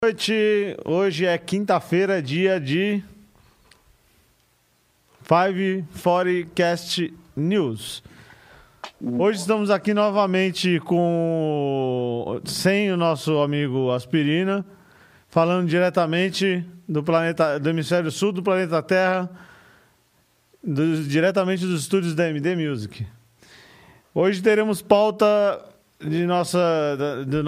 Noite, hoje é quinta-feira, dia de 540cast News. Hoje estamos aqui novamente sem o nosso amigo Aspirina, falando diretamente do hemisfério sul do planeta Terra, diretamente dos estúdios da MD Music. Hoje teremos pauta do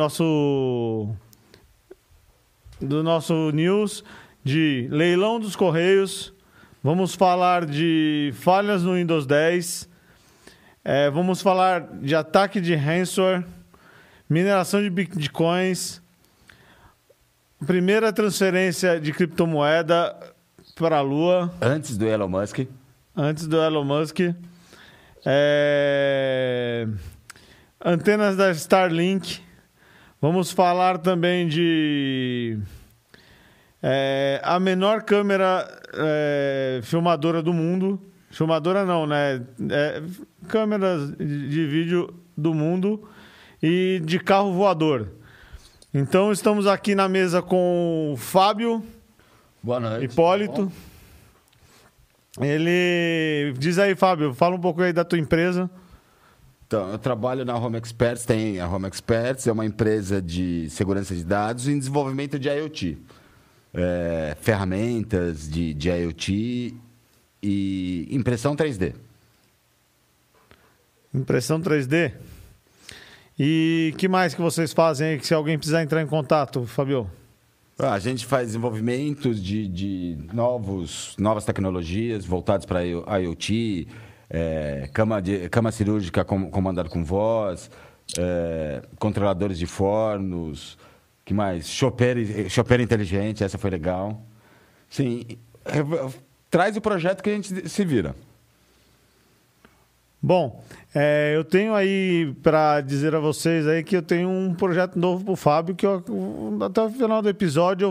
nosso news de leilão dos Correios. Vamos falar de falhas no Windows 10. Vamos falar de ataque de ransomware, mineração de bitcoins, primeira transferência de criptomoeda para a Lua. Antes do Elon Musk. Antenas da Starlink. Vamos falar também de a menor câmera filmadora do mundo. Filmadora não, né? Câmeras de vídeo do mundo e de carro voador. Então, estamos aqui na mesa com o Fábio. Boa noite. Hipólito. Ele... Diz aí, Fábio, fala um pouco aí da tua empresa. Então, eu trabalho na Home Experts. A Home Experts é uma empresa de segurança de dados e desenvolvimento de IoT. Ferramentas de IoT e impressão 3D. Impressão 3D? E que mais que vocês fazem aí, que se alguém precisar entrar em contato, Fabio? A gente faz desenvolvimento de novas tecnologias voltadas para IoT, cama cirúrgica comandada com voz, controladores de fornos, que mais? Chopeira inteligente, essa foi legal. Sim, traz o projeto que a gente se vira. Bom, eu tenho aí para dizer a vocês aí que eu tenho um projeto novo para o Fábio, que até o final do episódio eu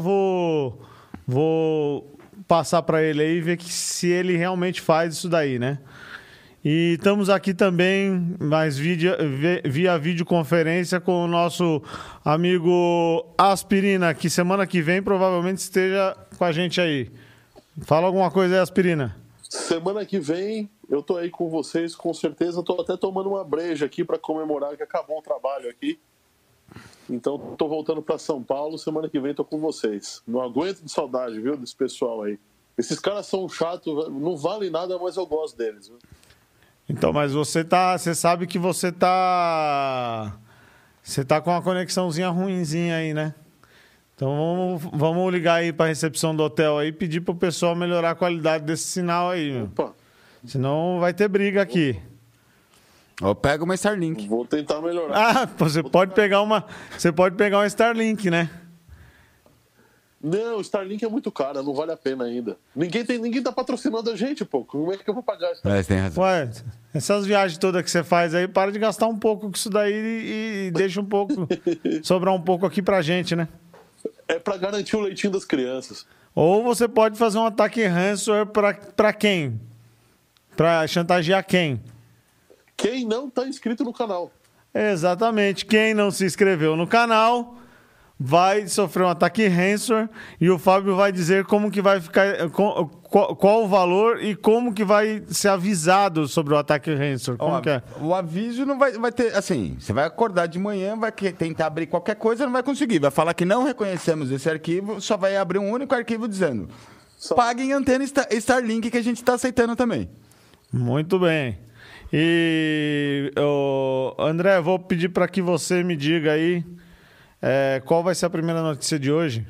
vou passar para ele aí e ver se ele realmente faz isso daí, né? E estamos aqui também, mais via videoconferência, com o nosso amigo Aspirina, que semana que vem provavelmente esteja com a gente aí. Fala alguma coisa aí, Aspirina. Semana que vem eu tô aí com vocês, com certeza. Tô até tomando uma breja aqui para comemorar que acabou o trabalho aqui. Então tô voltando para São Paulo. Semana que vem tô com vocês. Não aguento de saudade, viu, desse pessoal aí. Esses caras são chatos, não valem nada, mas eu gosto deles, viu? Então, mas você sabe que você tá com uma conexãozinha ruinzinha aí, né? Então vamos ligar aí para a recepção do hotel aí e pedir pro pessoal melhorar a qualidade desse sinal aí, meu. Opa. Senão vai ter briga aqui. Ou pega uma Starlink. Vou tentar melhorar. Você pode pegar uma Starlink, né? Não, o Starlink é muito caro, não vale a pena ainda. Ninguém tá patrocinando a gente, pô. Como é que eu vou pagar isso? Você tem razão. Ué, essas viagens todas que você faz aí, para de gastar um pouco com isso daí e deixa um pouco, sobrar um pouco aqui pra gente, né? É pra garantir o leitinho das crianças. Ou você pode fazer um ataque ransomware pra quem? Pra chantagear quem? Quem não tá inscrito no canal. Exatamente. Quem não se inscreveu no canal vai sofrer um ataque ransomware e o Fábio vai dizer como que vai ficar, qual o valor e como que vai ser avisado sobre o ataque ransomware. Como que é? O aviso não vai ter, assim, você vai acordar de manhã, vai tentar abrir qualquer coisa, não vai conseguir. Vai falar que não reconhecemos esse arquivo, só vai abrir um único arquivo dizendo paguem antena Starlink, que a gente está aceitando também. Muito bem. E, André, vou pedir para que você me diga aí qual vai ser a primeira notícia de hoje.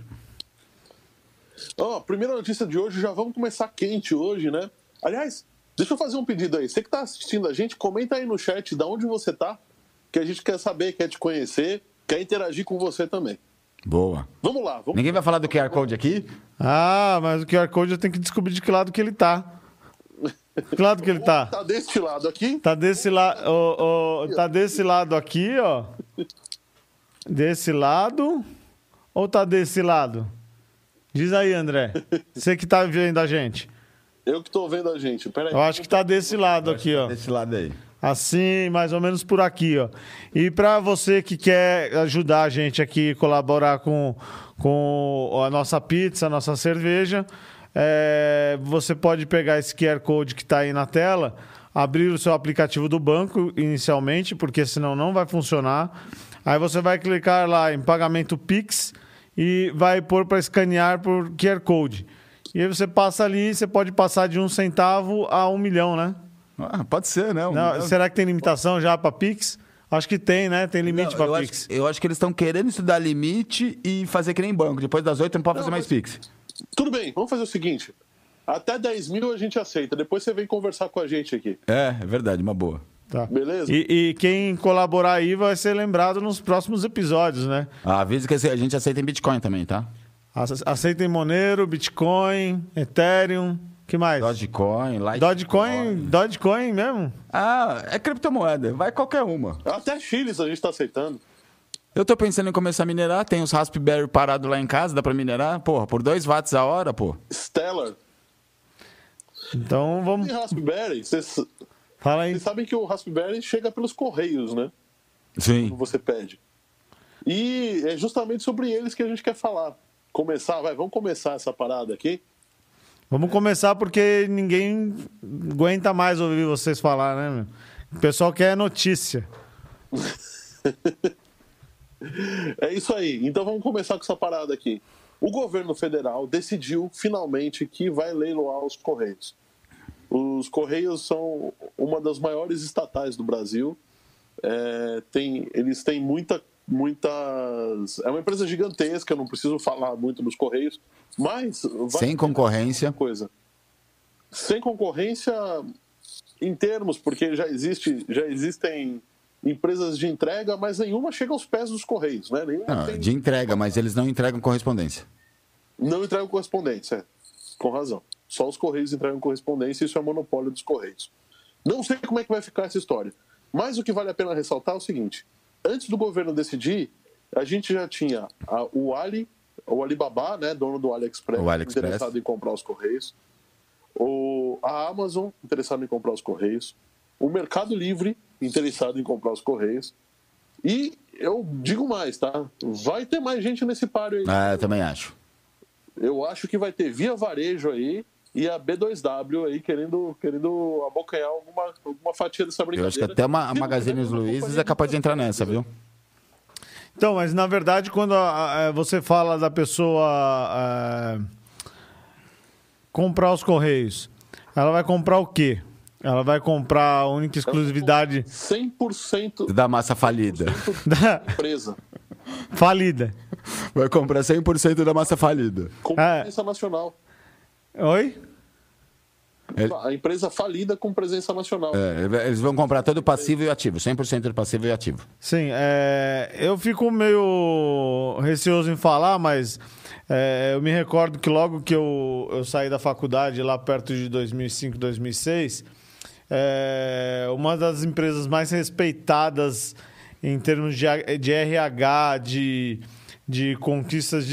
A primeira notícia de hoje, já vamos começar quente hoje, né? Aliás, deixa eu fazer um pedido aí. Você que tá assistindo a gente, comenta aí no chat de onde você tá, que a gente quer saber, quer te conhecer, quer interagir com você também. Boa. Vamos lá. Ninguém vai falar do QR Code aqui? Mas o QR Code eu tenho que descobrir de que lado que ele tá. De que lado que ele tá? Tá desse lado aqui? Tá desse lado, tá desse lado aqui, ó. Desse lado ou tá desse lado? Diz aí, André. Você que tá vendo a gente. Eu que tô vendo a gente. Pera aí. Eu acho que tá desse lado aqui, ó. Desse lado aí. Assim, mais ou menos por aqui, ó. E para você que quer ajudar a gente aqui, colaborar com a nossa pizza, a nossa cerveja, você pode pegar esse QR Code que está aí na tela, abrir o seu aplicativo do banco inicialmente, porque senão não vai funcionar. Aí você vai clicar lá em pagamento Pix e vai pôr para escanear por QR Code. E aí você passa ali, você pode passar de 1 centavo a 1 milhão, né? Pode ser, né? Não, será que tem limitação já para Pix? Acho que tem, né? Tem limite para Pix. Eu acho que eles estão querendo estudar limite e fazer que nem banco. Depois das 8 não pode fazer mais Pix. Tudo bem, vamos fazer o seguinte. Até 10 mil a gente aceita. Depois você vem conversar com a gente aqui. É verdade, uma boa. Tá. Beleza? E quem colaborar aí vai ser lembrado nos próximos episódios, né? Avisa que a gente aceita em Bitcoin também, tá? Aceita em Monero, Bitcoin, Ethereum, que mais? Dogecoin, Litecoin. Dogecoin mesmo? É criptomoeda, vai qualquer uma. Até Chiles a gente está aceitando. Eu tô pensando em começar a minerar, tem os Raspberry parados lá em casa, dá pra minerar, porra, por 2 watts a hora, pô. Stellar. Então vamos... E Raspberry, Fala aí. vocês sabem que o Raspberry chega pelos correios, né? Sim. Quando você pede. E é justamente sobre eles que a gente quer falar. Vamos começar essa parada aqui. Vamos começar porque ninguém aguenta mais ouvir vocês falar, né, meu? O pessoal quer notícia. É isso aí. Então vamos começar com essa parada aqui. O governo federal decidiu finalmente que vai leiloar os Correios. Os Correios são uma das maiores estatais do Brasil. Eles têm muitas... É uma empresa gigantesca, eu não preciso falar muito dos Correios, mas... Sem concorrência. Sem concorrência em termos, porque já existem empresas de entrega, mas nenhuma chega aos pés dos Correios, né? De entrega, mas eles não entregam correspondência. Não entregam correspondência, com razão. Só os Correios entregam correspondência e isso é monopólio dos Correios. Não sei como é que vai ficar essa história, mas o que vale a pena ressaltar é o seguinte: antes do governo decidir, a gente já tinha o Alibaba, né, dono do AliExpress, interessado em comprar os Correios, a Amazon, interessado em comprar os Correios, o Mercado Livre, interessado em comprar os Correios, e eu digo mais, tá? Vai ter mais gente nesse páreo aí. Eu também acho. Eu acho que vai ter Via Varejo aí e a B2W aí querendo abocanhar alguma fatia dessa brincadeira. Eu acho que até a Magazine Luiza é capaz de entrar nessa, viu? Então, mas na verdade, quando você fala da pessoa comprar os Correios, ela vai comprar o quê? Ela vai comprar a única exclusividade... 100% da massa falida. Da empresa. Falida. Vai comprar 100% da massa falida. Com presença nacional. Oi? A empresa falida com presença nacional. Eles vão comprar todo passivo e ativo, 100% do passivo e ativo. Sim, eu fico meio receoso em falar, mas eu me recordo que logo que eu saí da faculdade, lá perto de 2005, 2006, uma das empresas mais respeitadas em termos de RH, de conquistas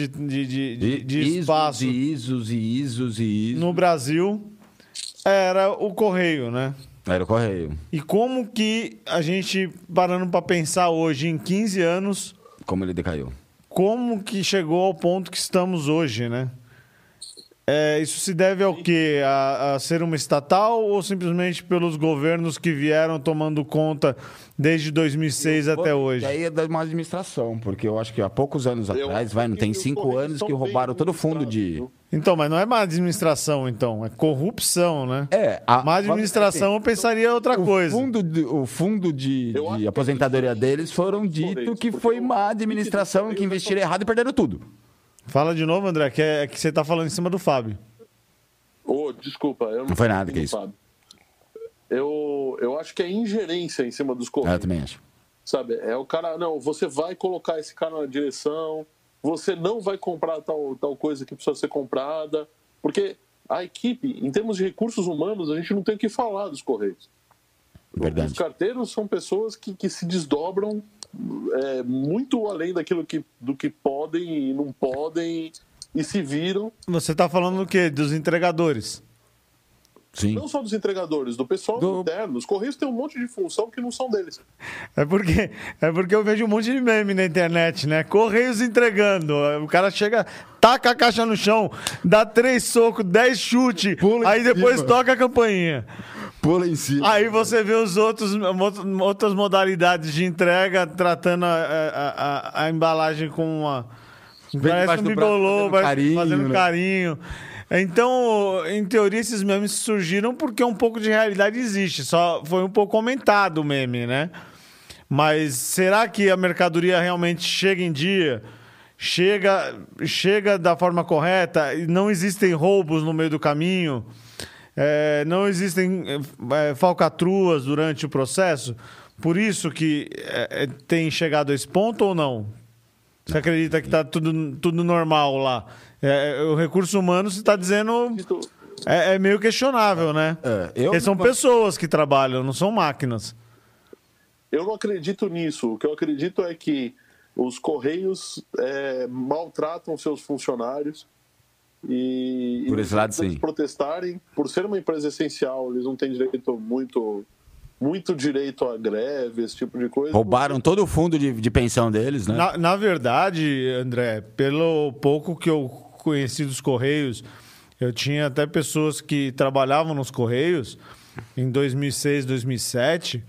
de espaço. ISOs. No Brasil, era o Correio, né? Era o Correio. E como que a gente, parando para pensar hoje, em 15 anos... Como ele decaiu. Como que chegou ao ponto que estamos hoje, né? Isso se deve ao quê? A ser uma estatal ou simplesmente pelos governos que vieram tomando conta desde 2006 até hoje? E aí é da má administração, porque eu acho que há poucos anos atrás, não tem 5 anos que roubaram todo o fundo de... Então, mas não é má administração, então. É corrupção, né? Má administração eu pensaria outra coisa. O fundo de aposentadoria deles foram dito que foi má administração, que investiram errado e perderam tudo. Fala de novo, André, que é que você está falando em cima do Fábio. Desculpa. Não foi nada que é isso. Fábio. Eu acho que é ingerência em cima dos Correios. Eu também acho. Sabe, o cara... Não, você vai colocar esse cara na direção, você não vai comprar tal coisa que precisa ser comprada, porque a equipe, em termos de recursos humanos, a gente não tem o que falar dos Correios. Verdade. Os carteiros são pessoas que se desdobram muito além do que podem e não podem e se viram. Você está falando do quê? Dos entregadores? Sim. Não só dos entregadores, do pessoal interno. Os Correios têm um monte de função que não são deles. É porque eu vejo um monte de meme na internet, né? Correios entregando. O cara chega, taca a caixa no chão, dá 3 socos, 10 chutes, aí depois toca a campainha. Pula em cima. Aí você vê outras modalidades de entrega tratando a embalagem com uma... Parece um bibelô, fazendo carinho. Então, em teoria, esses memes surgiram porque um pouco de realidade existe. Só foi um pouco aumentado o meme, né? Mas será que a mercadoria realmente chega em dia? Chega da forma correta? Não existem roubos no meio do caminho? Não existem falcatruas durante o processo? Por isso que tem chegado a esse ponto ou não? Você acredita que está tudo normal lá? O recurso humano, você está dizendo, é meio questionável, né? Porque são pessoas que trabalham, não são máquinas. Eu não acredito nisso. O que eu acredito é que os Correios maltratam seus funcionários e por esse lado, sim. Eles protestarem. Por ser uma empresa essencial, eles não têm direito muito direito a greve, esse tipo de coisa. Roubaram todo o fundo de pensão deles, né? Na verdade, André, pelo pouco que eu conheci dos Correios, eu tinha até pessoas que trabalhavam nos Correios em 2006, 2007.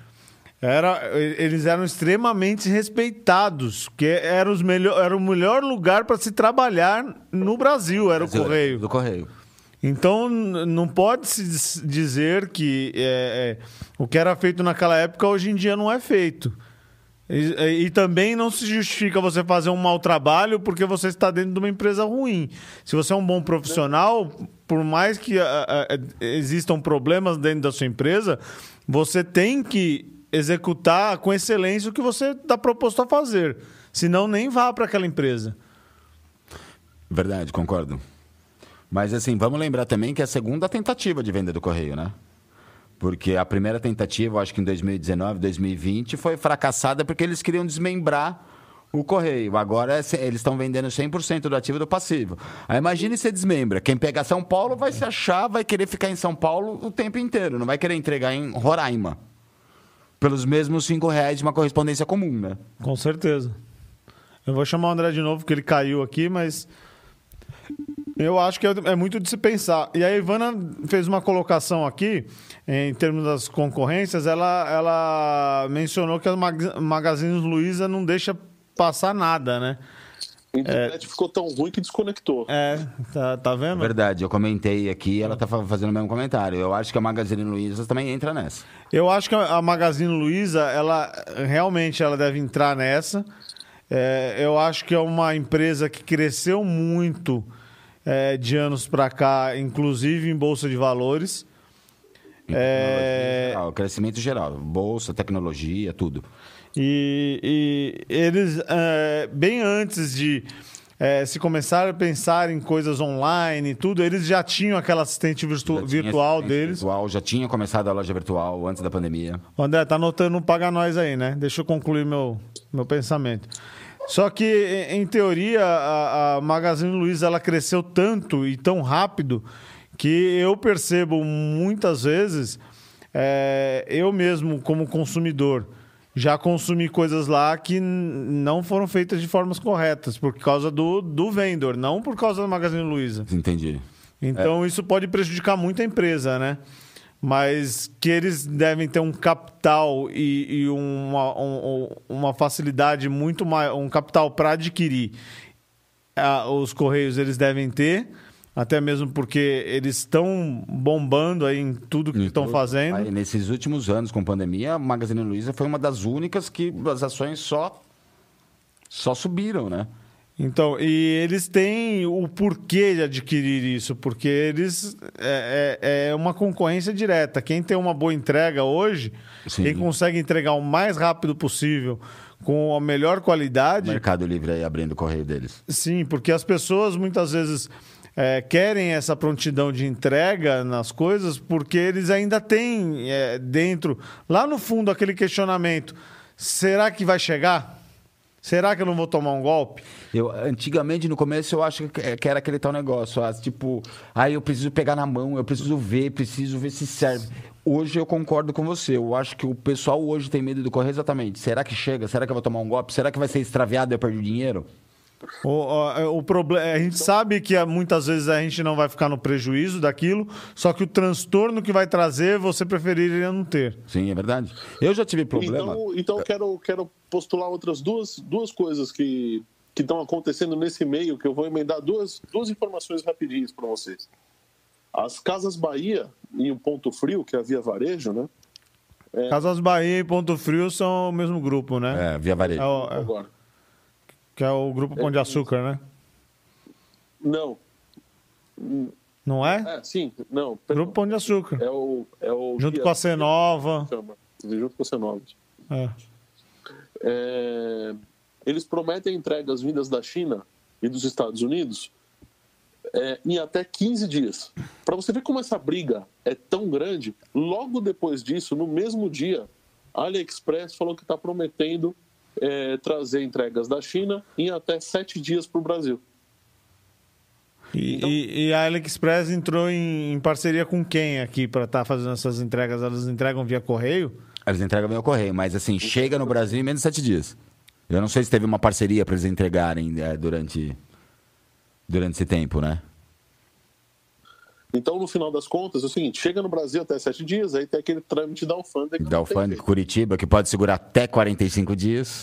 Eles eram extremamente respeitados, porque era o melhor lugar para se trabalhar no Brasil, era o Correio. Do Correio. Então, não pode-se dizer que o que era feito naquela época, hoje em dia não é feito. E também não se justifica você fazer um mau trabalho porque você está dentro de uma empresa ruim. Se você é um bom profissional, por mais que existam problemas dentro da sua empresa, você tem que executar com excelência o que você está proposto a fazer. Senão, nem vá para aquela empresa. Verdade, concordo. Mas, assim, vamos lembrar também que é a segunda tentativa de venda do Correio, né? Porque a primeira tentativa, acho que em 2019, 2020, foi fracassada porque eles queriam desmembrar o Correio. Agora, eles estão vendendo 100% do ativo e do passivo. Aí, imagine se desmembra. Quem pega São Paulo vai se achar, vai querer ficar em São Paulo o tempo inteiro. Não vai querer entregar em Roraima. Pelos mesmos R$5 de uma correspondência comum, né? Com certeza. Eu vou chamar o André de novo, porque ele caiu aqui, mas... Eu acho que é muito de se pensar. E a Ivana fez uma colocação aqui, em termos das concorrências, ela mencionou que a Magazine Luiza não deixa passar nada, né? A internet ficou tão ruim que desconectou. Tá vendo? Verdade, eu comentei aqui, ela tá fazendo o mesmo comentário. Eu acho que a Magazine Luiza também entra nessa. Eu acho que a Magazine Luiza, ela realmente deve entrar nessa. Eu acho que é uma empresa que cresceu muito de anos para cá, inclusive em Bolsa de Valores. Geral, crescimento geral, bolsa, tecnologia, tudo. E eles, bem antes de se começar a pensar em coisas online e tudo, eles já tinham aquela assistente virtual deles. Já tinha começado a loja virtual antes da pandemia. André, tá anotando um Paga Nós aí, né? Deixa eu concluir meu pensamento. Só que, em teoria, a Magazine Luiza ela cresceu tanto e tão rápido que eu percebo muitas vezes, eu mesmo como consumidor, já consumi coisas lá que não foram feitas de formas corretas, por causa do vendedor, não por causa da Magazine Luiza. Entendi. Então, isso pode prejudicar muito a empresa, né? Mas que eles devem ter um capital e uma facilidade muito maior, um capital para adquirir os Correios, eles devem ter, até mesmo porque eles estão bombando aí em tudo que estão fazendo. Aí, nesses últimos anos, com pandemia, a Magazine Luiza foi uma das únicas que as ações só subiram, né? Então, e eles têm o porquê de adquirir isso, porque eles é uma concorrência direta. Quem tem uma boa entrega hoje, sim, quem consegue entregar o mais rápido possível, com a melhor qualidade... O Mercado Livre aí abrindo o correio deles. Sim, porque as pessoas muitas vezes querem essa prontidão de entrega nas coisas, porque eles ainda têm dentro, lá no fundo, aquele questionamento: será que vai chegar? Será que eu não vou tomar um golpe? Antigamente, no começo, eu acho que era aquele tal negócio. Tipo, eu preciso pegar na mão, eu preciso ver se serve. Hoje eu concordo com você. Eu acho que o pessoal hoje tem medo do correio exatamente. Será que chega? Será que eu vou tomar um golpe? Será que vai ser extraviado e eu perdi dinheiro? O problema, a gente sabe que muitas vezes a gente não vai ficar no prejuízo daquilo, só que o transtorno que vai trazer, você preferiria não ter. Sim, é verdade. Eu já tive problema. Então eu quero postular outras duas coisas que estão acontecendo nesse meio, que eu vou emendar duas informações rapidinhas para vocês. As Casas Bahia e o Ponto Frio, que é a Via Varejo, né? Casas Bahia e Ponto Frio são o mesmo grupo, né? Via Varejo. Agora. Que é o grupo Pão de Açúcar, né? Não. Não é? Sim, não. Grupo Pão de Açúcar. É o junto com a Cenova. Junto com a Cenova. Eles prometem entregas vindas da China e dos Estados Unidos em até 15 dias. Para você ver como essa briga é tão grande, logo depois disso, no mesmo dia, a AliExpress falou que está prometendo trazer entregas da China em até 7 dias para o Brasil. E a AliExpress entrou em parceria com quem aqui para estar fazendo essas entregas? Elas entregam via correio? Eles entregam via correio, mas assim, chega no Brasil em menos de 7 dias. Eu não sei se teve uma parceria para eles entregarem durante esse tempo, né? Então, no final das contas, é o seguinte, chega no Brasil até 7 dias, aí tem aquele trâmite da alfândega. Da alfândega, Curitiba, que pode segurar até 45 dias.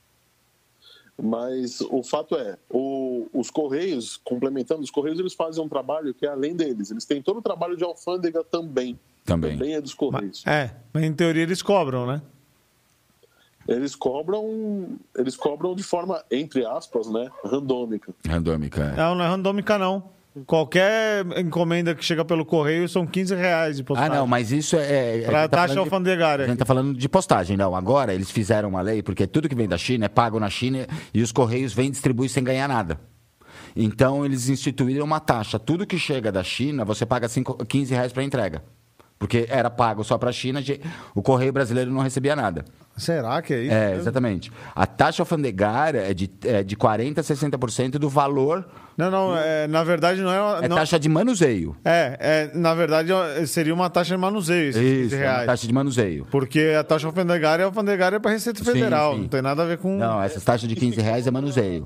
Mas o fato é, os Correios, complementando, os Correios, eles fazem um trabalho que é além deles. Eles têm todo o trabalho de alfândega também. Também é dos Correios. Mas em teoria eles cobram, né? Eles cobram de forma, entre aspas, né, randômica. Randômica, Não é randômica, não. Qualquer encomenda que chega pelo correio são R$15 de postagem. Não, mas isso para taxa alfandegária. A gente está falando de postagem, não. Agora eles fizeram uma lei, porque tudo que vem da China é pago na China e os Correios vêm distribuir sem ganhar nada. Então eles instituíram uma taxa. Tudo que chega da China, você paga R$15 para entrega. Porque era pago só para a China, o Correio brasileiro não recebia nada. Será que é isso? Exatamente. A taxa alfandegária é de 40% a 60% do valor. Não, na verdade não é. Taxa de manuseio. Na verdade seria uma taxa de manuseio. Isso, uma taxa de manuseio. Porque a taxa alfandegária é para a Receita Federal. Sim. Não tem nada a ver com. Não, essas taxas de R$15 é manuseio.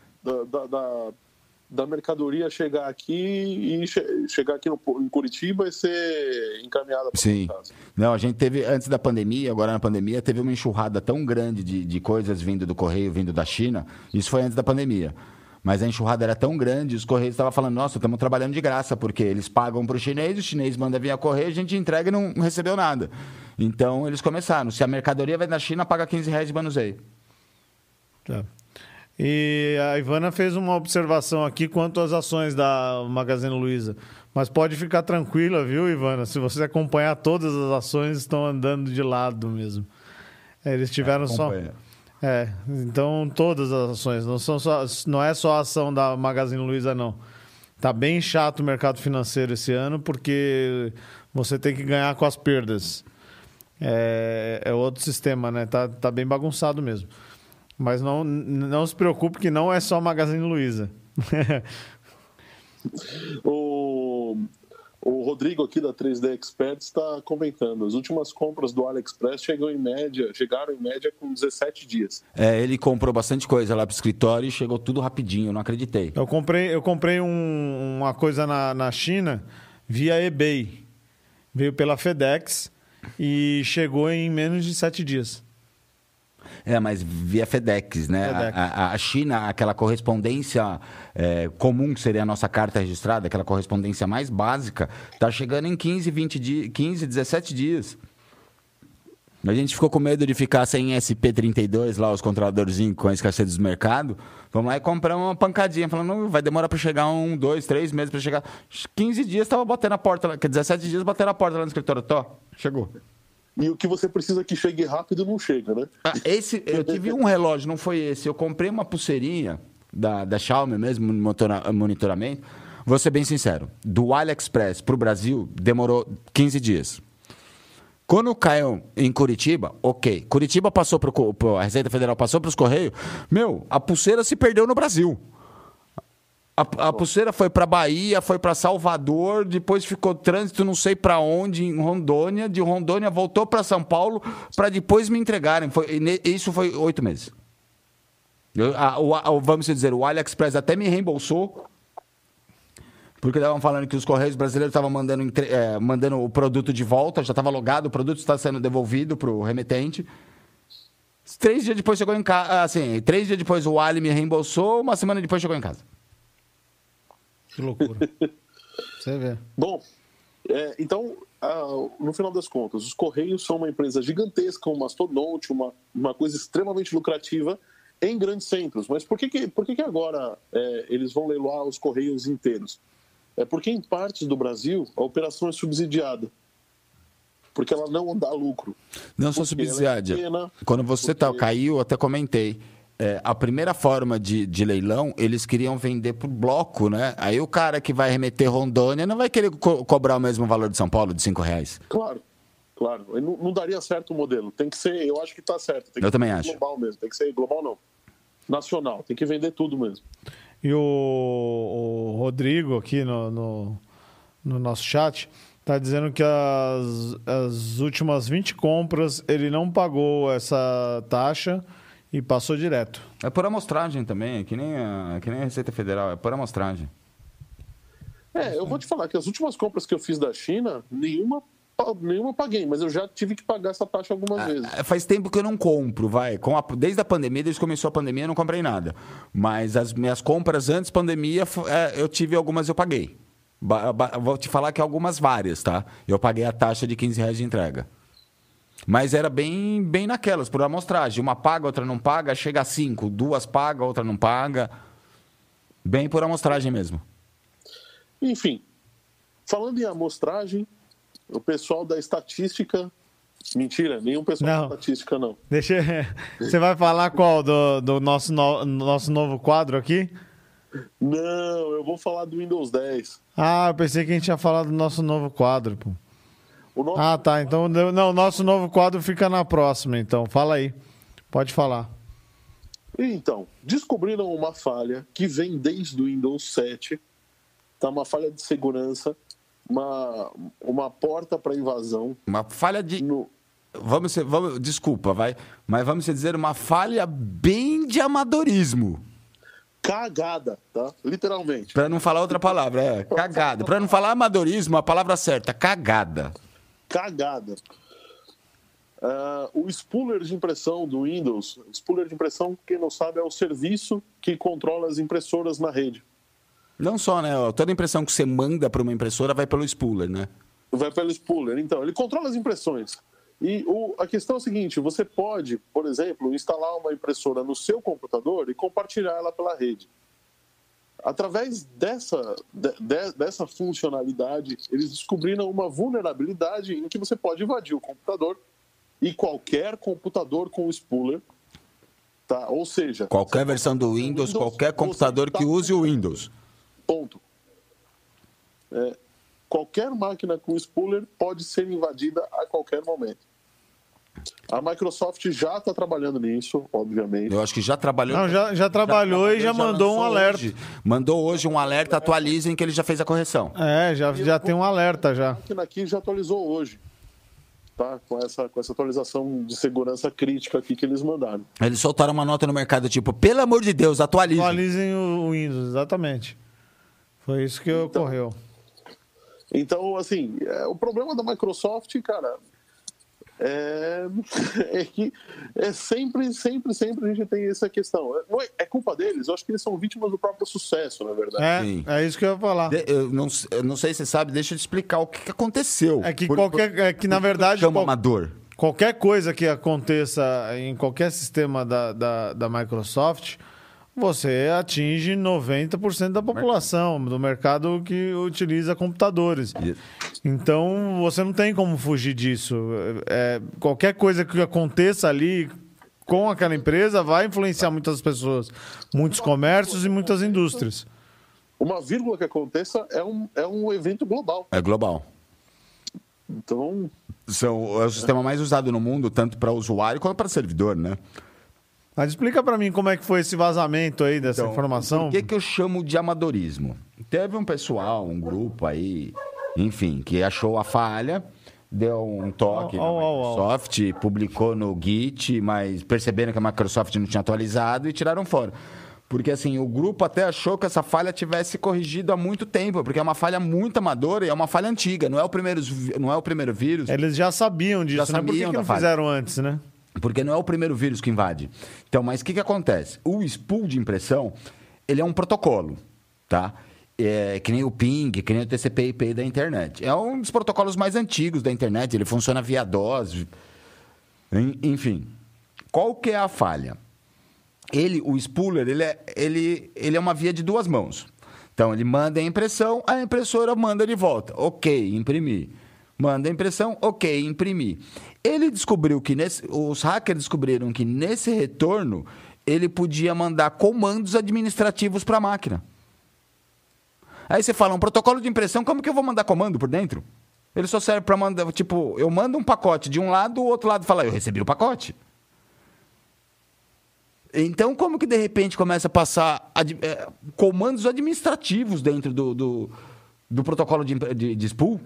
Da mercadoria chegar aqui em Curitiba e ser encaminhada para Sim. Casa. Não, a gente teve, antes da pandemia, agora na pandemia, teve uma enxurrada tão grande de coisas vindo do Correio, vindo da China. Isso foi antes da pandemia. Mas a enxurrada era tão grande, os Correios estavam falando, nossa, estamos trabalhando de graça, porque eles pagam para o chinês manda vir a correio, a gente entrega e não recebeu nada. Então, eles começaram, se a mercadoria vai da China, paga R$15 de manuseio. Tá. E a Ivana fez uma observação aqui quanto às ações da Magazine Luiza. Mas pode ficar tranquila, viu, Ivana? Se você acompanhar, todas as ações estão andando de lado mesmo. Eles tiveram só... então todas as ações. Não é só a ação da Magazine Luiza, não. Tá bem chato o mercado financeiro esse ano, porque você tem que ganhar com as perdas. É outro sistema, né? Tá bem bagunçado mesmo. Mas não se preocupe que não é só Magazine Luiza. O Rodrigo aqui da 3D Experts está comentando. As últimas compras do AliExpress chegaram em média com 17 dias. Ele comprou bastante coisa lá pro escritório e chegou tudo rapidinho, eu não acreditei. Eu comprei uma coisa na China via eBay. Veio pela FedEx e chegou em menos de 7 dias. Mas via FedEx, né? FedEx. A China, aquela correspondência comum, que seria a nossa carta registrada, aquela correspondência mais básica, está chegando em 15, 17 dias. A gente ficou com medo de ficar sem SP32, lá, os controladorzinhos com a escassez dos mercados. Vamos lá e compramos uma pancadinha, falando, vai demorar para chegar 1, 2, 3 meses para chegar. 15 dias estava batendo a porta, 17 dias batendo a porta lá no escritório. Chegou. E o que você precisa que chegue rápido não chega, né? Eu tive um relógio, não foi esse. Eu comprei uma pulseirinha da Xiaomi mesmo, monitoramento. Vou ser bem sincero. Do AliExpress para o Brasil, demorou 15 dias. Quando caiu em Curitiba, ok. Curitiba passou a Receita Federal passou para os Correios. A pulseira se perdeu no Brasil. A pulseira foi para Bahia, foi para Salvador, depois ficou trânsito não sei para onde, em Rondônia. De Rondônia voltou para São Paulo para depois me entregarem. Isso foi 8 meses. Vamos dizer, o AliExpress até me reembolsou, porque estavam falando que os Correios brasileiros estavam mandando o produto de volta, já estava logado, o produto está sendo devolvido para o remetente. 3 dias depois chegou em casa, assim, 3 dias depois o Ali me reembolsou, uma semana depois chegou em casa. Que loucura. Você vê. Bom, então, no final das contas, os Correios são uma empresa gigantesca, um mastodonte, uma coisa extremamente lucrativa em grandes centros. Mas por que agora eles vão leiloar os Correios inteiros? É porque em partes do Brasil a operação é subsidiada. Porque ela não dá lucro. Não só subsidiada. Quando você caiu, eu até comentei. A primeira forma de leilão, eles queriam vender por bloco, né? Aí o cara que vai remeter Rondônia não vai querer cobrar o mesmo valor de São Paulo, de R$5. Claro. Não daria certo o modelo. Tem que ser, eu acho que está certo. Tem que eu também acho. Global mesmo. Tem que ser global, não. Nacional. Tem que vender tudo mesmo. E o Rodrigo aqui no nosso chat está dizendo que as últimas 20 compras ele não pagou essa taxa e passou direto. É por amostragem também, que nem a Receita Federal, é por amostragem. Eu vou te falar que as últimas compras que eu fiz da China, nenhuma paguei, mas eu já tive que pagar essa taxa algumas vezes. Faz tempo que eu não compro, desde a pandemia, desde que começou a pandemia, eu não comprei nada. Mas as minhas compras antes da pandemia, eu tive algumas, eu paguei. Vou te falar que várias, tá? Eu paguei a taxa de R$15 de entrega. Mas era bem naquelas, por amostragem. Uma paga, outra não paga, chega a 5. 2 paga, outra não paga. Bem por amostragem mesmo. Enfim, falando em amostragem, o pessoal da estatística... Mentira, nenhum pessoal da estatística, não. Você vai falar qual do nosso novo quadro aqui? Não, eu vou falar do Windows 10. Eu pensei que a gente ia falar do nosso novo quadro, pô. Tá. Então, o nosso novo quadro fica na próxima, então. Fala aí. Pode falar. Então, descobriram uma falha que vem desde o Windows 7. Tá, uma falha de segurança, uma porta para invasão. Uma falha de... Desculpa, mas vamos dizer uma falha bem de amadorismo. Cagada, tá? Literalmente. Para não falar outra palavra, cagada. Para não falar amadorismo, a palavra certa, cagada. Cagada. O spooler de impressão do Windows, spooler de impressão, quem não sabe, é o serviço que controla as impressoras na rede. Não só, né? Toda impressão que você manda para uma impressora vai pelo spooler, né? Vai pelo spooler. Então, ele controla as impressões. E a questão é a seguinte, você pode, por exemplo, instalar uma impressora no seu computador e compartilhar ela pela rede. Através dessa funcionalidade, eles descobriram uma vulnerabilidade em que você pode invadir o computador e qualquer computador com spooler, tá? Ou seja... Qualquer versão do Windows, qualquer computador que use o Windows. Ponto. Qualquer máquina com spooler pode ser invadida a qualquer momento. A Microsoft já está trabalhando nisso, obviamente. Eu acho que já trabalhou. Não, já trabalhou e já mandou um alerta. Mandou hoje um alerta, atualizem que ele já fez a correção. Já tem um alerta já. A máquina aqui já atualizou hoje. Tá? Com essa atualização de segurança crítica aqui que eles mandaram. Eles soltaram uma nota no mercado, tipo, pelo amor de Deus, atualizem. Atualizem o Windows, exatamente. Foi isso que ocorreu. Então, assim, o problema da Microsoft, cara, é que sempre a gente tem essa questão. É culpa deles, eu acho que eles são vítimas do próprio sucesso, na verdade. É isso que eu ia falar. Eu não sei se você sabe, deixa eu te explicar o que aconteceu. Na verdade, amador. Qualquer coisa que aconteça em qualquer sistema da Microsoft, você atinge 90% da população do mercado que utiliza computadores. Então, você não tem como fugir disso. Qualquer coisa que aconteça ali com aquela empresa vai influenciar muitas pessoas, muitos comércios e muitas indústrias. Uma vírgula que aconteça é um evento global. É global. Então... é o sistema mais usado no mundo, tanto para usuário quanto para servidor, né? Mas explica para mim como é que foi esse vazamento aí dessa informação. Por que eu chamo de amadorismo? Teve um pessoal, um grupo aí, enfim, que achou a falha, deu um toque na Microsoft, publicou no Git, mas perceberam que a Microsoft não tinha atualizado e tiraram fora. Porque, assim, o grupo até achou que essa falha tivesse corrigido há muito tempo, porque é uma falha muito amadora e é uma falha antiga, não é o primeiro vírus. Eles já sabiam disso, já sabiam. Por que não fizeram antes, né? Porque não é o primeiro vírus que invade. Então, mas o que acontece? O spool de impressão, ele é um protocolo, tá? Que nem o ping, que nem o TCP/IP da internet. É um dos protocolos mais antigos da internet, ele funciona via DOS. Enfim, qual que é a falha? O spooler, ele é uma via de duas mãos. Então, ele manda a impressão, a impressora manda de volta. Ok, imprimir. Manda a impressão, ok, imprimir. Ele descobriu que os hackers descobriram que nesse retorno ele podia mandar comandos administrativos para a máquina. Aí você fala, um protocolo de impressão, como que eu vou mandar comando por dentro? Ele só serve para mandar, tipo, eu mando um pacote de um lado, o outro lado fala, eu recebi o pacote. Então, como que de repente começa a passar comandos administrativos dentro do protocolo de spool?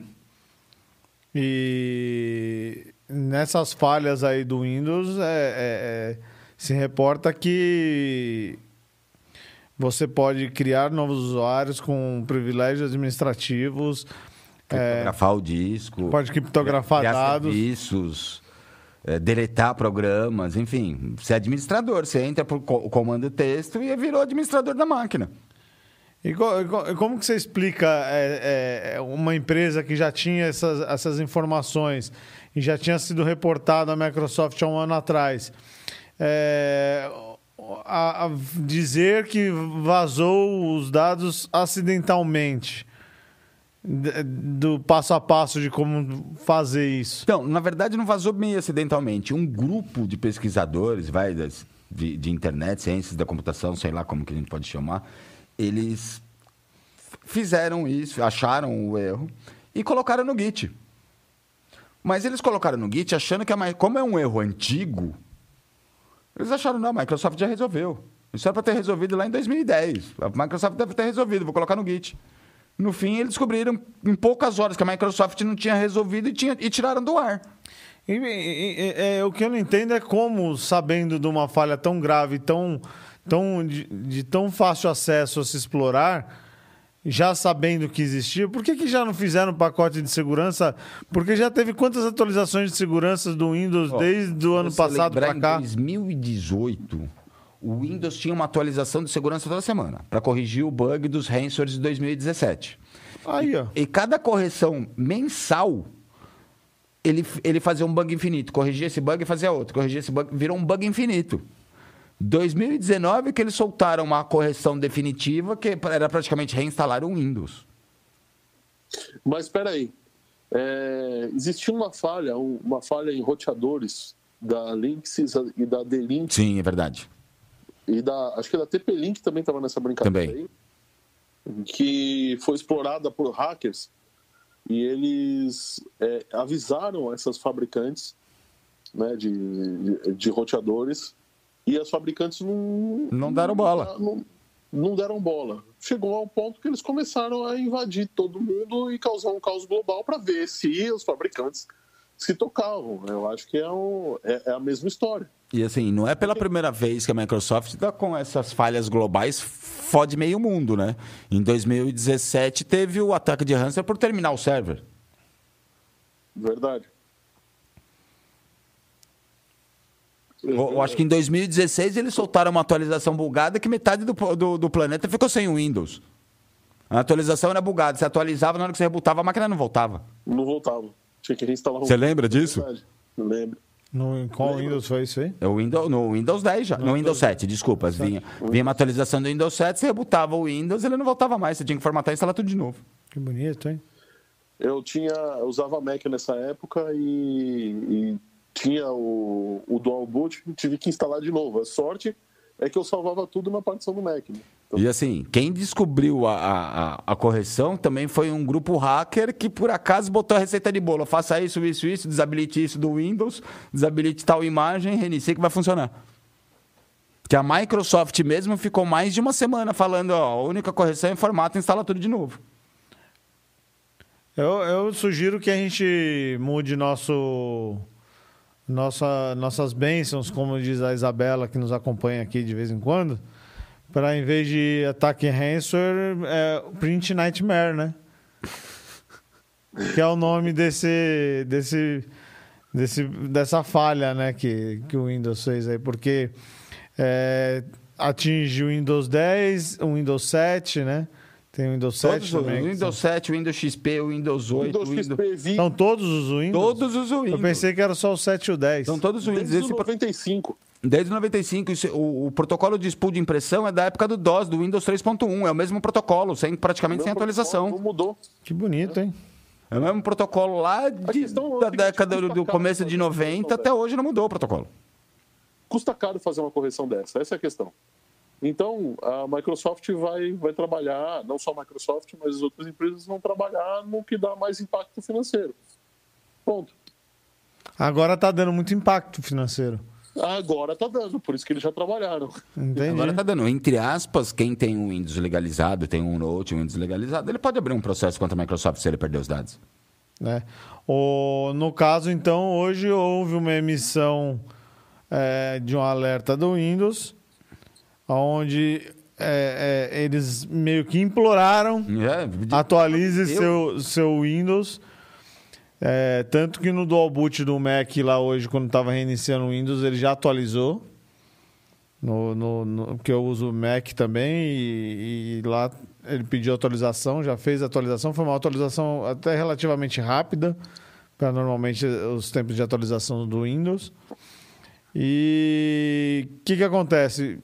E nessas falhas aí do Windows, se reporta que você pode criar novos usuários com privilégios administrativos. Criptografar o disco. Pode criptografar dados. Serviços. Deletar programas, enfim. Você é administrador, você entra por comando texto e virou administrador da máquina. E como que você explica uma empresa que já tinha essas informações e já tinha sido reportado à Microsoft há um ano atrás, a dizer que vazou os dados acidentalmente? Do passo a passo de como fazer isso. Então, na verdade, não vazou meio acidentalmente. Um grupo de pesquisadores, de internet, ciências da computação, sei lá como que a gente pode chamar, eles fizeram isso, acharam o erro e colocaram no Git. Mas eles colocaram no Git achando que, como é um erro antigo, eles acharam, não, a Microsoft já resolveu. Isso era para ter resolvido lá em 2010. A Microsoft deve ter resolvido, vou colocar no Git. No fim, eles descobriram em poucas horas que a Microsoft não tinha resolvido e tiraram do ar. O que eu não entendo é como, sabendo de uma falha tão grave, de tão fácil acesso a se explorar, já sabendo que existia, por que já não fizeram um pacote de segurança? Porque já teve quantas atualizações de segurança do Windows desde o ano passado para cá? Em 2018... o Windows tinha uma atualização de segurança toda semana para corrigir o bug dos ransomwares de 2017. Aí, ó. E cada correção mensal, ele fazia um bug infinito. Corrigia esse bug e fazia outro. Corrigia esse bug, virou um bug infinito. 2019 que eles soltaram uma correção definitiva que era praticamente reinstalar o Windows. Mas espera aí. Existia uma falha em roteadores da Linksys e da D-Link. Sim, é verdade. E acho que da TP-Link também estava nessa brincadeira também. Aí, que foi explorada por hackers e eles avisaram essas fabricantes, né, de roteadores e as fabricantes não deram bola. Não deram bola. Chegou ao ponto que eles começaram a invadir todo mundo e causar um caos global para ver se os fabricantes se tocavam. Eu acho que é a mesma história. E assim, não é pela primeira vez que a Microsoft está com essas falhas globais, fode meio mundo, né? Em 2017 teve o ataque de ransomware por terminal server. Verdade. Eu acho que em 2016 eles soltaram uma atualização bugada que metade do planeta ficou sem o Windows. A atualização era bugada. Você atualizava, na hora que você rebutava, a máquina não voltava. Não voltava. Tinha que reinstalar o... Você lembra disso? Verdade. Eu lembro. Qual Windows foi isso aí? No Windows 10 já. No Windows 7, desculpa. Vinha uma atualização do Windows 7, você rebutava o Windows, ele não voltava mais. Você tinha que formatar e instalar tudo de novo. Que bonito, hein? Eu usava Mac nessa época e tinha o Dual Boot, tive que instalar de novo. A sorte é que eu salvava tudo na partição do Mac. Né? E assim, quem descobriu a correção também foi um grupo hacker que por acaso botou a receita de bolo. Faça isso, desabilite isso do Windows, desabilite tal imagem, reinicie que vai funcionar. Que a Microsoft mesmo ficou mais de uma semana falando, ó, a única correção é formato, instala tudo de novo. Eu sugiro que a gente mude nossas bênçãos, como diz a Isabela, que nos acompanha aqui de vez em quando, para em vez de ataque ransomware, print nightmare, né? Que é o nome dessa falha, né, que o Windows fez aí, porque atinge o Windows 10, o Windows 7, né? Tem o Windows 7 também. O Windows 7, o Windows XP, o Windows 8, o Windows XP, Vista. São todos os Windows? Todos os Windows. Eu pensei que era só o 7 e o 10. São todos os Windows. Desde 95. Desde 95. O protocolo de spool de impressão é da época do DOS, do Windows 3.1. É o mesmo protocolo, praticamente sem atualização. Não mudou. Que bonito, hein? É o mesmo protocolo lá da década do começo de 90 até hoje não mudou o protocolo. Custa caro fazer uma correção dessa, essa é a questão. Então, a Microsoft vai trabalhar, não só a Microsoft, mas as outras empresas vão trabalhar no que dá mais impacto financeiro. Ponto. Agora está dando muito impacto financeiro. Agora está dando, por isso que eles já trabalharam. Entendi. Agora está dando. Entre aspas, quem tem um Windows legalizado, tem um Note, um Windows legalizado, ele pode abrir um processo contra a Microsoft se ele perder os dados. No caso, então, hoje houve uma emissão de um alerta do Windows, onde eles meio que imploraram atualize seu Windows. Tanto que no Dual Boot do Mac lá hoje, quando estava reiniciando o Windows, ele já atualizou. Porque eu uso o Mac também e lá ele pediu atualização, já fez a atualização. Foi uma atualização até relativamente rápida, para normalmente os tempos de atualização do Windows. E o que acontece?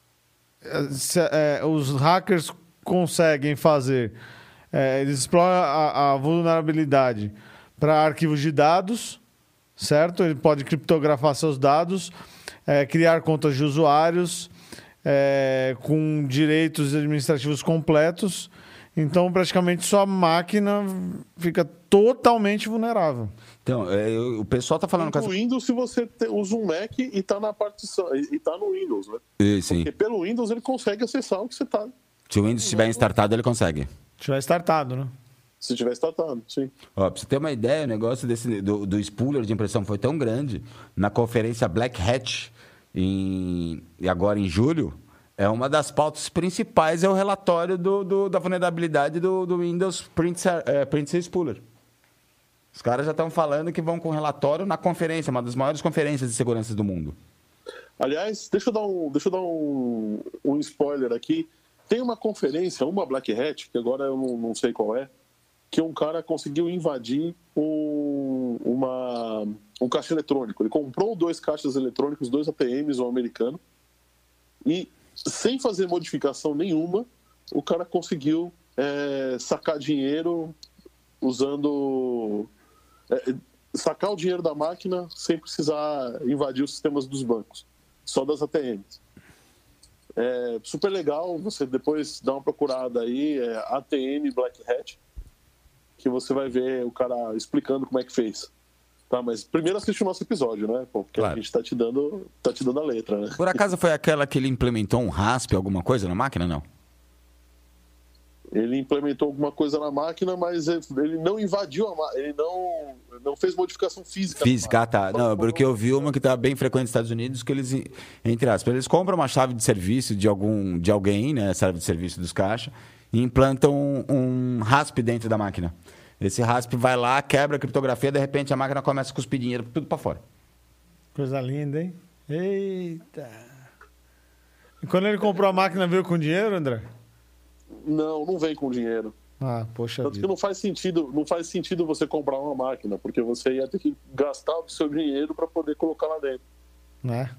Os hackers conseguem fazer, eles exploram a vulnerabilidade para arquivos de dados, certo? Ele pode criptografar seus dados, criar contas de usuários com direitos administrativos completos. Então, praticamente, sua máquina fica totalmente vulnerável. Então, o pessoal está falando... No Windows, se você usa um Mac e está na partição, e está no Windows, né? Sim. Porque pelo Windows ele consegue acessar o que você está. Se o Windows estiver startado, ele consegue. Se estiver startado, né? Se estiver startado, sim. Ó, pra você ter uma ideia, o negócio do spooler de impressão foi tão grande, na conferência Black Hat, agora em julho, uma das pautas principais é o relatório da vulnerabilidade do Windows Print Spooler. Os caras já estão falando que vão com relatório na conferência, uma das maiores conferências de segurança do mundo. Aliás, deixa eu dar um spoiler aqui. Tem uma conferência, uma Black Hat, que agora eu não sei qual é, que um cara conseguiu invadir um caixa eletrônico. Ele comprou 2 caixas eletrônicos, 2 ATMs, um americano, e sem fazer modificação nenhuma, o cara conseguiu sacar dinheiro usando... sacar o dinheiro da máquina sem precisar invadir os sistemas dos bancos, só das ATMs. Super legal, você depois dá uma procurada aí, ATM Black Hat, que você vai ver o cara explicando como é que fez. Tá, mas primeiro assiste o nosso episódio, né? Porque claro, a gente tá te dando a letra, né? Por acaso foi aquela que ele implementou um RASP, alguma coisa na máquina, não? Ele implementou alguma coisa na máquina, mas ele não invadiu a máquina, ele não fez modificação física. Tá. Não, porque eu vi uma que tá bem frequente nos Estados Unidos, que eles, entre aspas, eles compram uma chave de serviço de alguém, né? Chave de serviço dos caixas, e implantam um RASP dentro da máquina. Esse RASP vai lá, quebra a criptografia, de repente a máquina começa a cuspir dinheiro tudo para fora. Coisa linda, hein? Eita! E quando ele comprou a máquina, veio com dinheiro, André? Não vem com dinheiro. Poxa Tanto vida. que não faz sentido você comprar uma máquina, porque você ia ter que gastar o seu dinheiro para poder colocar lá dentro. Né?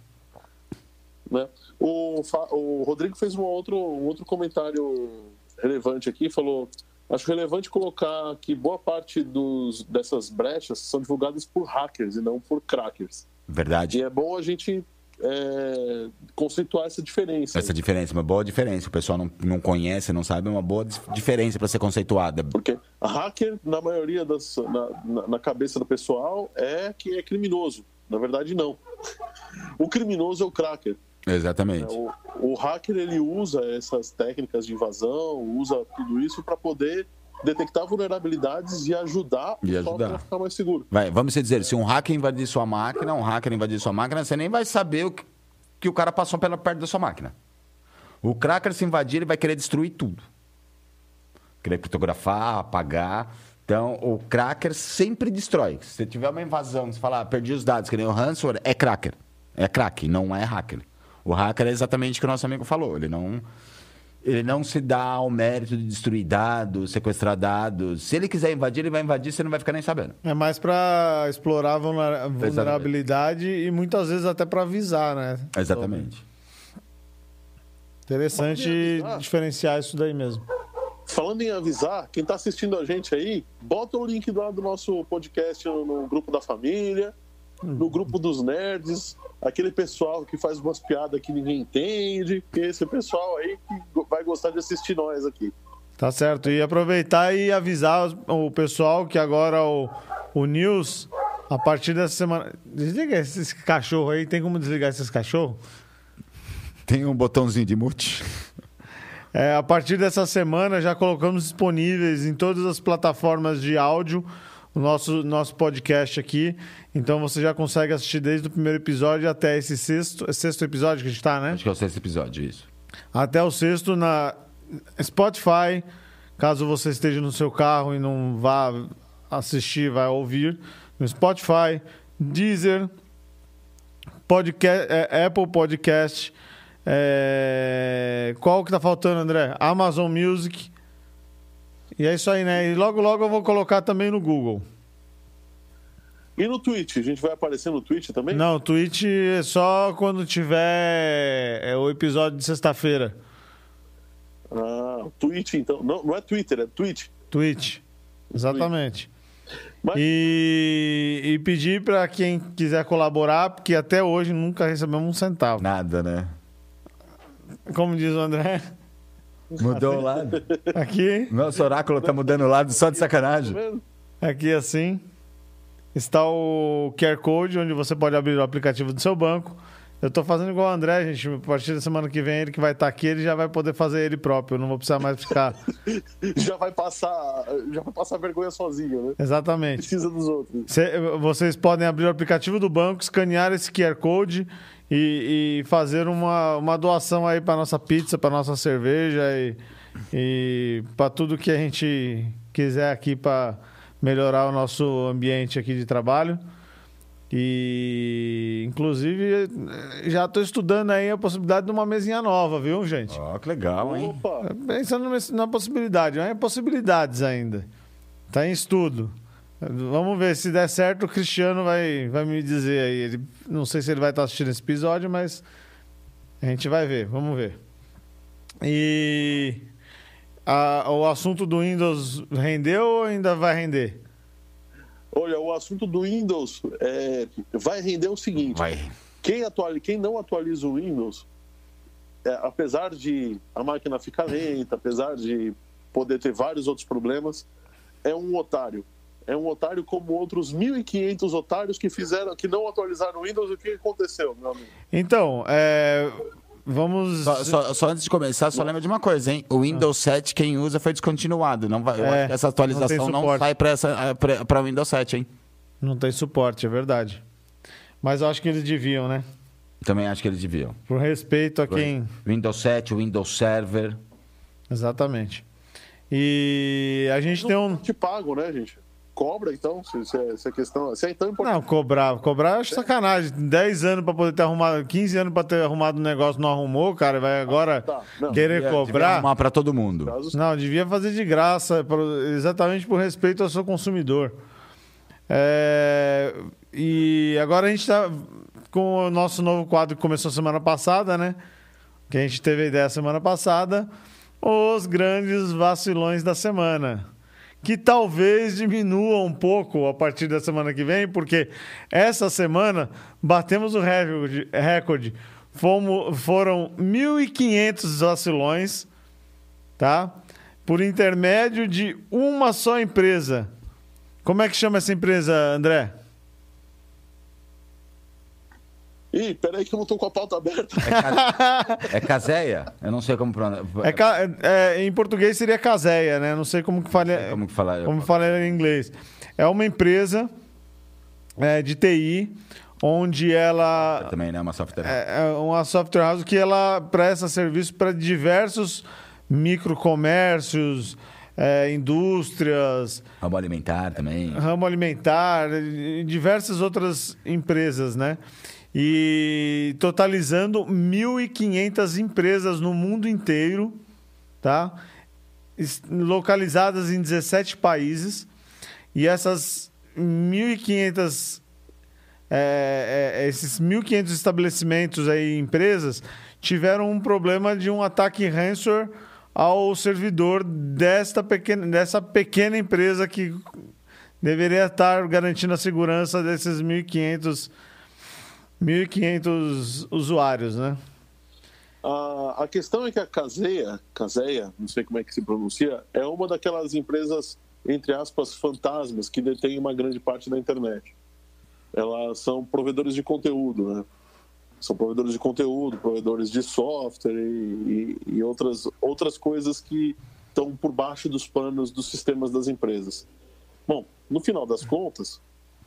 O Rodrigo fez um outro comentário relevante aqui, falou: acho relevante colocar que boa parte dessas brechas são divulgadas por hackers e não por crackers. Verdade. E é bom a gente conceituar essa diferença. Essa diferença, uma boa diferença. O pessoal não conhece, não sabe, é uma boa diferença para ser conceituada. Porque hacker, na maioria na cabeça do pessoal, que é criminoso. Na verdade, não. O criminoso é o cracker. Exatamente. O hacker, ele usa essas técnicas de invasão, usa tudo isso para poder detectar vulnerabilidades e ajudar o software a ficar mais seguro. Vamos dizer, se um hacker invadir sua máquina, você nem vai saber o que o cara passou perto da sua máquina. O cracker, se invadir, ele vai querer destruir tudo. Querer criptografar, apagar. Então, o cracker sempre destrói. Se tiver uma invasão, você falar, perdi os dados, que nem o ransomware, é cracker. É crack, não é hacker. O hacker é exatamente o que o nosso amigo falou. Ele não se dá ao mérito de destruir dados, sequestrar dados. Se ele quiser invadir, ele vai invadir, você não vai ficar nem sabendo. É mais para explorar a vulnerabilidade e muitas vezes até para avisar, né? Exatamente. Interessante diferenciar isso daí mesmo. Falando em avisar, quem está assistindo a gente aí, bota o link do nosso podcast no grupo da família, no grupo dos nerds, aquele pessoal que faz umas piadas que ninguém entende, esse pessoal aí que vai gostar de assistir nós aqui. Tá certo. E aproveitar e avisar o pessoal que agora o News, a partir dessa semana... Desliga esse cachorro aí. Tem como desligar esses cachorros? Tem um botãozinho de mute. A partir dessa semana já colocamos disponíveis em todas as plataformas de áudio o nosso podcast aqui. Então você já consegue assistir desde o primeiro episódio até esse sexto episódio que a gente está, né? Acho que é o sexto episódio, isso. Até o sexto na Spotify, caso você esteja no seu carro e não vá assistir, vai ouvir. No Spotify, Deezer, Apple Podcast. Qual que tá faltando, André? Amazon Music. E é isso aí, né? E logo eu vou colocar também no Google. E no Twitch? A gente vai aparecer no Twitch também? Não, o Twitch é só quando tiver o episódio de sexta-feira. Twitch então. Não é Twitter, é Twitch. Twitch, exatamente. E pedir para quem quiser colaborar, porque até hoje nunca recebemos um centavo. Nada, né? Como diz o André. Mudou o lado. Aqui. Nosso oráculo tá mudando o lado só de sacanagem. Aqui assim. Está o QR Code, onde você pode abrir o aplicativo do seu banco. Eu tô fazendo igual o André, gente. A partir da semana que vem, ele que vai estar aqui, ele já vai poder fazer ele próprio. Eu não vou precisar mais ficar... já vai passar vergonha sozinho, né? Exatamente. Precisa dos outros. Vocês podem abrir o aplicativo do banco, escanear esse QR Code e fazer uma doação aí para nossa pizza, para nossa cerveja e para tudo que a gente quiser aqui para melhorar o nosso ambiente aqui de trabalho. E, inclusive, já estou estudando aí a possibilidade de uma mesinha nova, viu, gente? Que legal, hein? Opa! Pensando na possibilidade, não é possibilidades ainda. Está em estudo. Vamos ver, se der certo, o Cristiano vai me dizer aí. Não sei se ele vai estar assistindo esse episódio, mas a gente vai ver, vamos ver. E o assunto do Windows rendeu ou ainda vai render? Olha, o assunto do Windows vai render o seguinte. Quem não atualiza o Windows, apesar de a máquina ficar lenta, apesar de poder ter vários outros problemas, é um otário. É um otário como outros 1.500 otários que não atualizaram o Windows. O que aconteceu, meu amigo? Então, vamos... Só antes de começar, só lembra de uma coisa, hein? O Windows 7, quem usa, foi descontinuado. Não vai, eu acho que essa atualização não sai para o Windows 7, hein? Não tem suporte, é verdade. Mas eu acho que eles deviam, né? Também acho que eles deviam. Por respeito a quem... Windows 7, Windows Server. Exatamente. E a gente tem um... Te pago, né, gente? Cobra, então, se a questão... Se é tão importante. Não, cobrar acho sacanagem. 10 anos para poder ter arrumado, 15 anos para ter arrumado um negócio, não arrumou, cara, vai agora querer cobrar. Devia arrumar para todo mundo. Não, devia fazer de graça, exatamente por respeito ao seu consumidor. E agora a gente está com o nosso novo quadro que começou semana passada, né? Que a gente teve a ideia semana passada, os grandes vacilões da semana. que talvez diminua um pouco a partir da semana que vem, porque essa semana batemos o recorde. Foram 1.500 vacilões, tá? Por intermédio de uma só empresa. Como é que chama essa empresa, André? Ih, peraí que eu não tô com a pauta aberta. É Caseia? Eu não sei como pronunciar. Em português seria Caseia, né? Não sei como que fala, como fala em inglês. É uma empresa de TI, onde ela... Também, né? Uma software house. É uma software house que ela presta serviço para diversos microcomércios, indústrias... Ramo alimentar também. Ramo alimentar, e diversas outras empresas, né? E totalizando 1.500 empresas no mundo inteiro, tá? Localizadas em 17 países. E essas 1.500... esses 1.500 estabelecimentos aí, empresas, tiveram um problema de um ataque ransomware ao servidor dessa pequena empresa que deveria estar garantindo a segurança desses 1.500 usuários, né? A questão é que a Caseia, não sei como é que se pronuncia, é uma daquelas empresas, entre aspas, fantasmas, que detém uma grande parte da internet. Elas são provedores de conteúdo, né? São provedores de conteúdo, provedores de software e outras coisas que estão por baixo dos panos dos sistemas das empresas. Bom, no final das contas,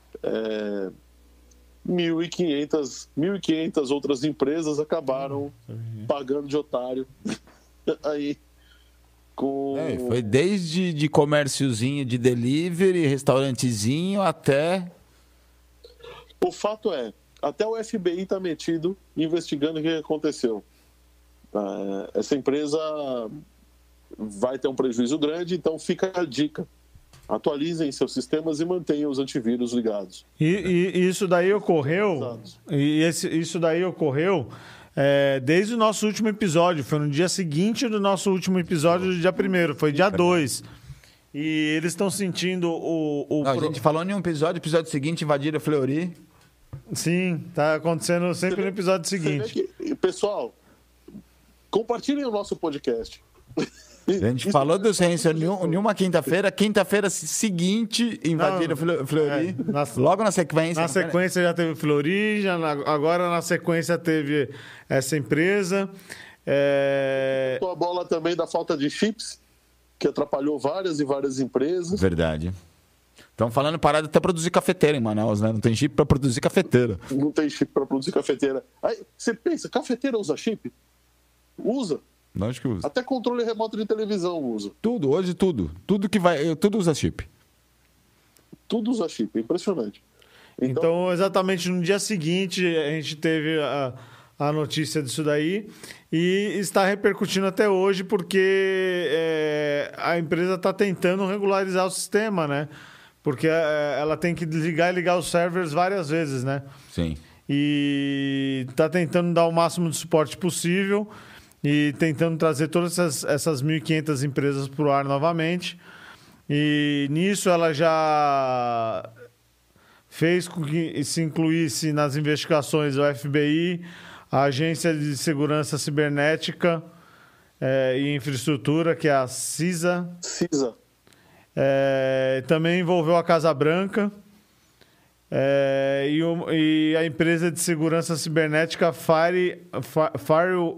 1.500 outras empresas acabaram pagando de otário aí com... foi desde de comérciozinho de delivery, restaurantezinho, até... O fato é, até o FBI está metido investigando o que aconteceu. Essa empresa vai ter um prejuízo grande, então fica a dica. Atualizem seus sistemas e mantenham os antivírus ligados. E isso daí ocorreu... Isso daí ocorreu desde o nosso último episódio. Foi no dia seguinte do nosso último episódio, do dia 1º. Foi dia 2. E eles estão sentindo A gente falou em um episódio seguinte, invadiram a Fleury. Sim, tá acontecendo sempre no episódio seguinte. Pessoal, compartilhem o nosso podcast. A gente falou dos ransomware em uma quinta-feira seguinte invadiram a Fleury. Logo na sequência. Na sequência já teve Fleury, agora na sequência teve essa empresa. A bola também da falta de chips, que atrapalhou várias e várias empresas. Verdade. Estão falando parada até produzir cafeteira em Manaus, né? Não tem chip para produzir cafeteira. Não tem chip para produzir cafeteira. Aí você pensa, cafeteira usa chip? Usa. Não, acho que usa. Até controle remoto de televisão usa. Hoje tudo. Tudo usa chip. Tudo usa chip, é impressionante. Então, exatamente no dia seguinte, a gente teve a notícia disso daí e está repercutindo até hoje porque a empresa está tentando regularizar o sistema, né? Porque ela tem que desligar e ligar os servers várias vezes, né? Sim. E está tentando dar o máximo de suporte possível e tentando trazer todas essas 1.500 empresas para o ar novamente. E nisso ela já fez com que se incluísse nas investigações o FBI, a Agência de Segurança Cibernética e Infraestrutura, que é a CISA. Também envolveu a Casa Branca e a empresa de segurança cibernética FireEye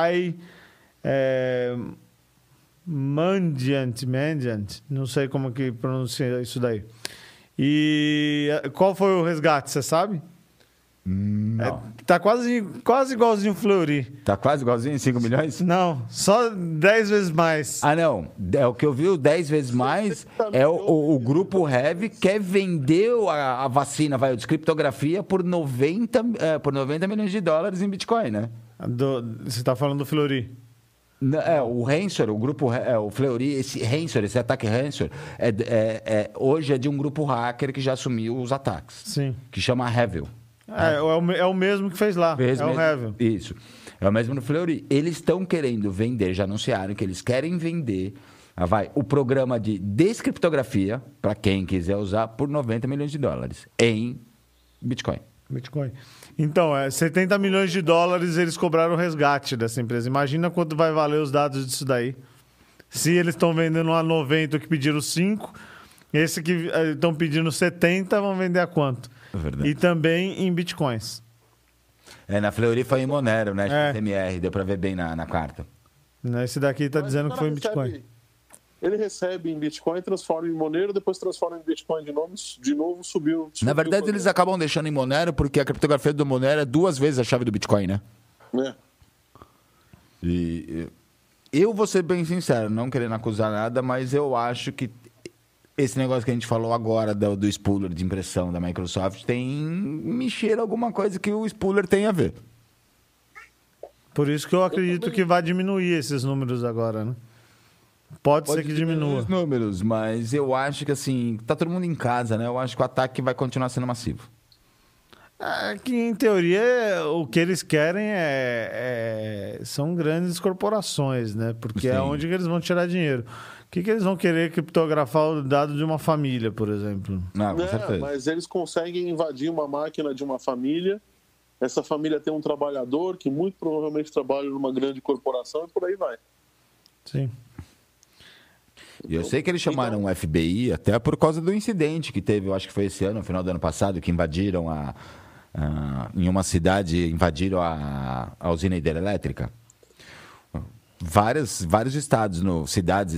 Mandiant, não sei como que pronuncia isso daí. E qual foi o resgate, você sabe? Não. Tá quase igualzinho o Fleury. Tá quase igualzinho? 5 milhões? Não, só 10 vezes mais. Ah, não. O que eu vi, 10 vezes mais, é o grupo Heavy quer vender a vacina, o de criptografia, por 90 milhões de dólares em Bitcoin, né? Você tá falando do Fleury? O ransomware, o grupo, o Fleury, esse ataque ransomware, hoje é de um grupo hacker que já assumiu os ataques. Sim. Que chama Revil. É o mesmo que fez lá. O Revil. Isso. É o mesmo no Fleury. Eles estão querendo vender, já anunciaram que eles querem vender Vai o programa de descriptografia, para quem quiser usar, por $90 milhões em Bitcoin. Então, 70 milhões de dólares eles cobraram o resgate dessa empresa. Imagina quanto vai valer os dados disso daí. Se eles estão vendendo a 90 que pediram 5, esse que estão pedindo 70 vão vender a quanto? É verdade. E também em bitcoins. Na Fleury foi em Monero, né? XMR, deu para ver bem na carta. Esse daqui está dizendo que foi em Bitcoin. Ele recebe em Bitcoin, transforma em Monero, depois transforma em Bitcoin de novo subiu. Na verdade, eles acabam deixando em Monero porque a criptografia do Monero é 2 vezes a chave do Bitcoin, né? E eu vou ser bem sincero, não querendo acusar nada, mas eu acho que esse negócio que a gente falou agora do spooler de impressão da Microsoft tem me cheira alguma coisa que o spooler tem a ver. Por isso que eu acredito que vai diminuir esses números agora, né? Pode ser que diminua os números, mas eu acho que assim, tá todo mundo em casa, né? Eu acho que o ataque vai continuar sendo massivo. Que em teoria o que eles querem são grandes corporações, né? Porque é onde que eles vão tirar dinheiro. O que eles vão querer criptografar o dado de uma família, por exemplo? Não, com certeza. Mas eles conseguem invadir uma máquina de uma família. Essa família tem um trabalhador que muito provavelmente trabalha numa grande corporação e por aí vai. Sim. E eu sei que eles chamaram o FBI até por causa do incidente que teve, eu acho que foi esse ano, no final do ano passado, que invadiram em uma cidade, invadiram a usina hidrelétrica. Vários estados, cidades e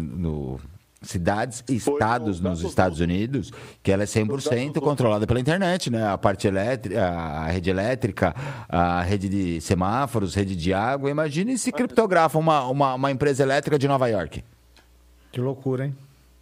estados nos Estados Unidos, que ela é 100% controlada pela internet, né? A parte elétrica, a rede elétrica, a rede de semáforos, rede de água. Imagine se criptografa uma empresa elétrica de Nova York. Que loucura, hein?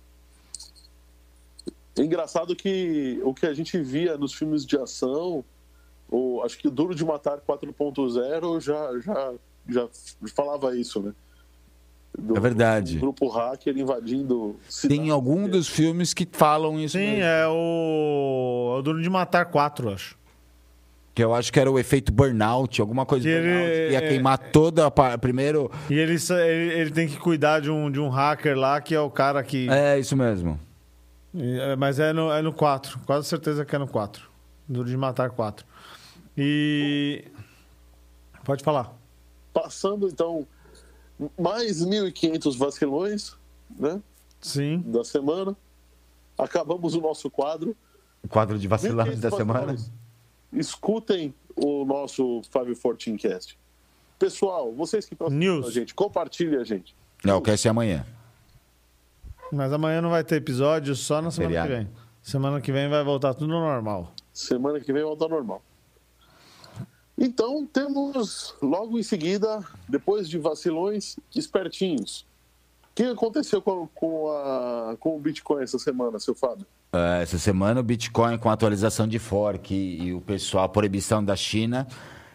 É engraçado que o que a gente via nos filmes de ação, acho que o Duro de Matar 4.0 já falava isso, né? É verdade. Do grupo hacker invadindo cidades. Tem algum dos filmes que falam isso. Sim, mesmo. é o Duro de Matar 4, acho. Que eu acho que era o efeito burnout, alguma coisa de burnout. Ia queimar toda a primeiro... E ele tem que cuidar de um hacker lá, que é o cara que... É, isso mesmo. Mas é no 4. Quase certeza que é no 4. Duro de Matar 4. E... Pode falar. Passando, então, mais 1.500 vacilões, né? Sim. Da semana. Acabamos o nosso quadro. O quadro de vacilantes da semana. Escutem o nosso 514 Cast. Pessoal, vocês que estão assistindo a gente, compartilhem a gente. Não, o cast é amanhã. Mas amanhã não vai ter episódio, só na semana que vem. Semana que vem vai voltar tudo normal. Semana que vem volta ao normal. Então, temos logo em seguida, depois de vacilões, espertinhos. O que aconteceu com o Bitcoin essa semana, seu Fábio? Essa semana o Bitcoin com atualização de fork e o pessoal, a proibição da China,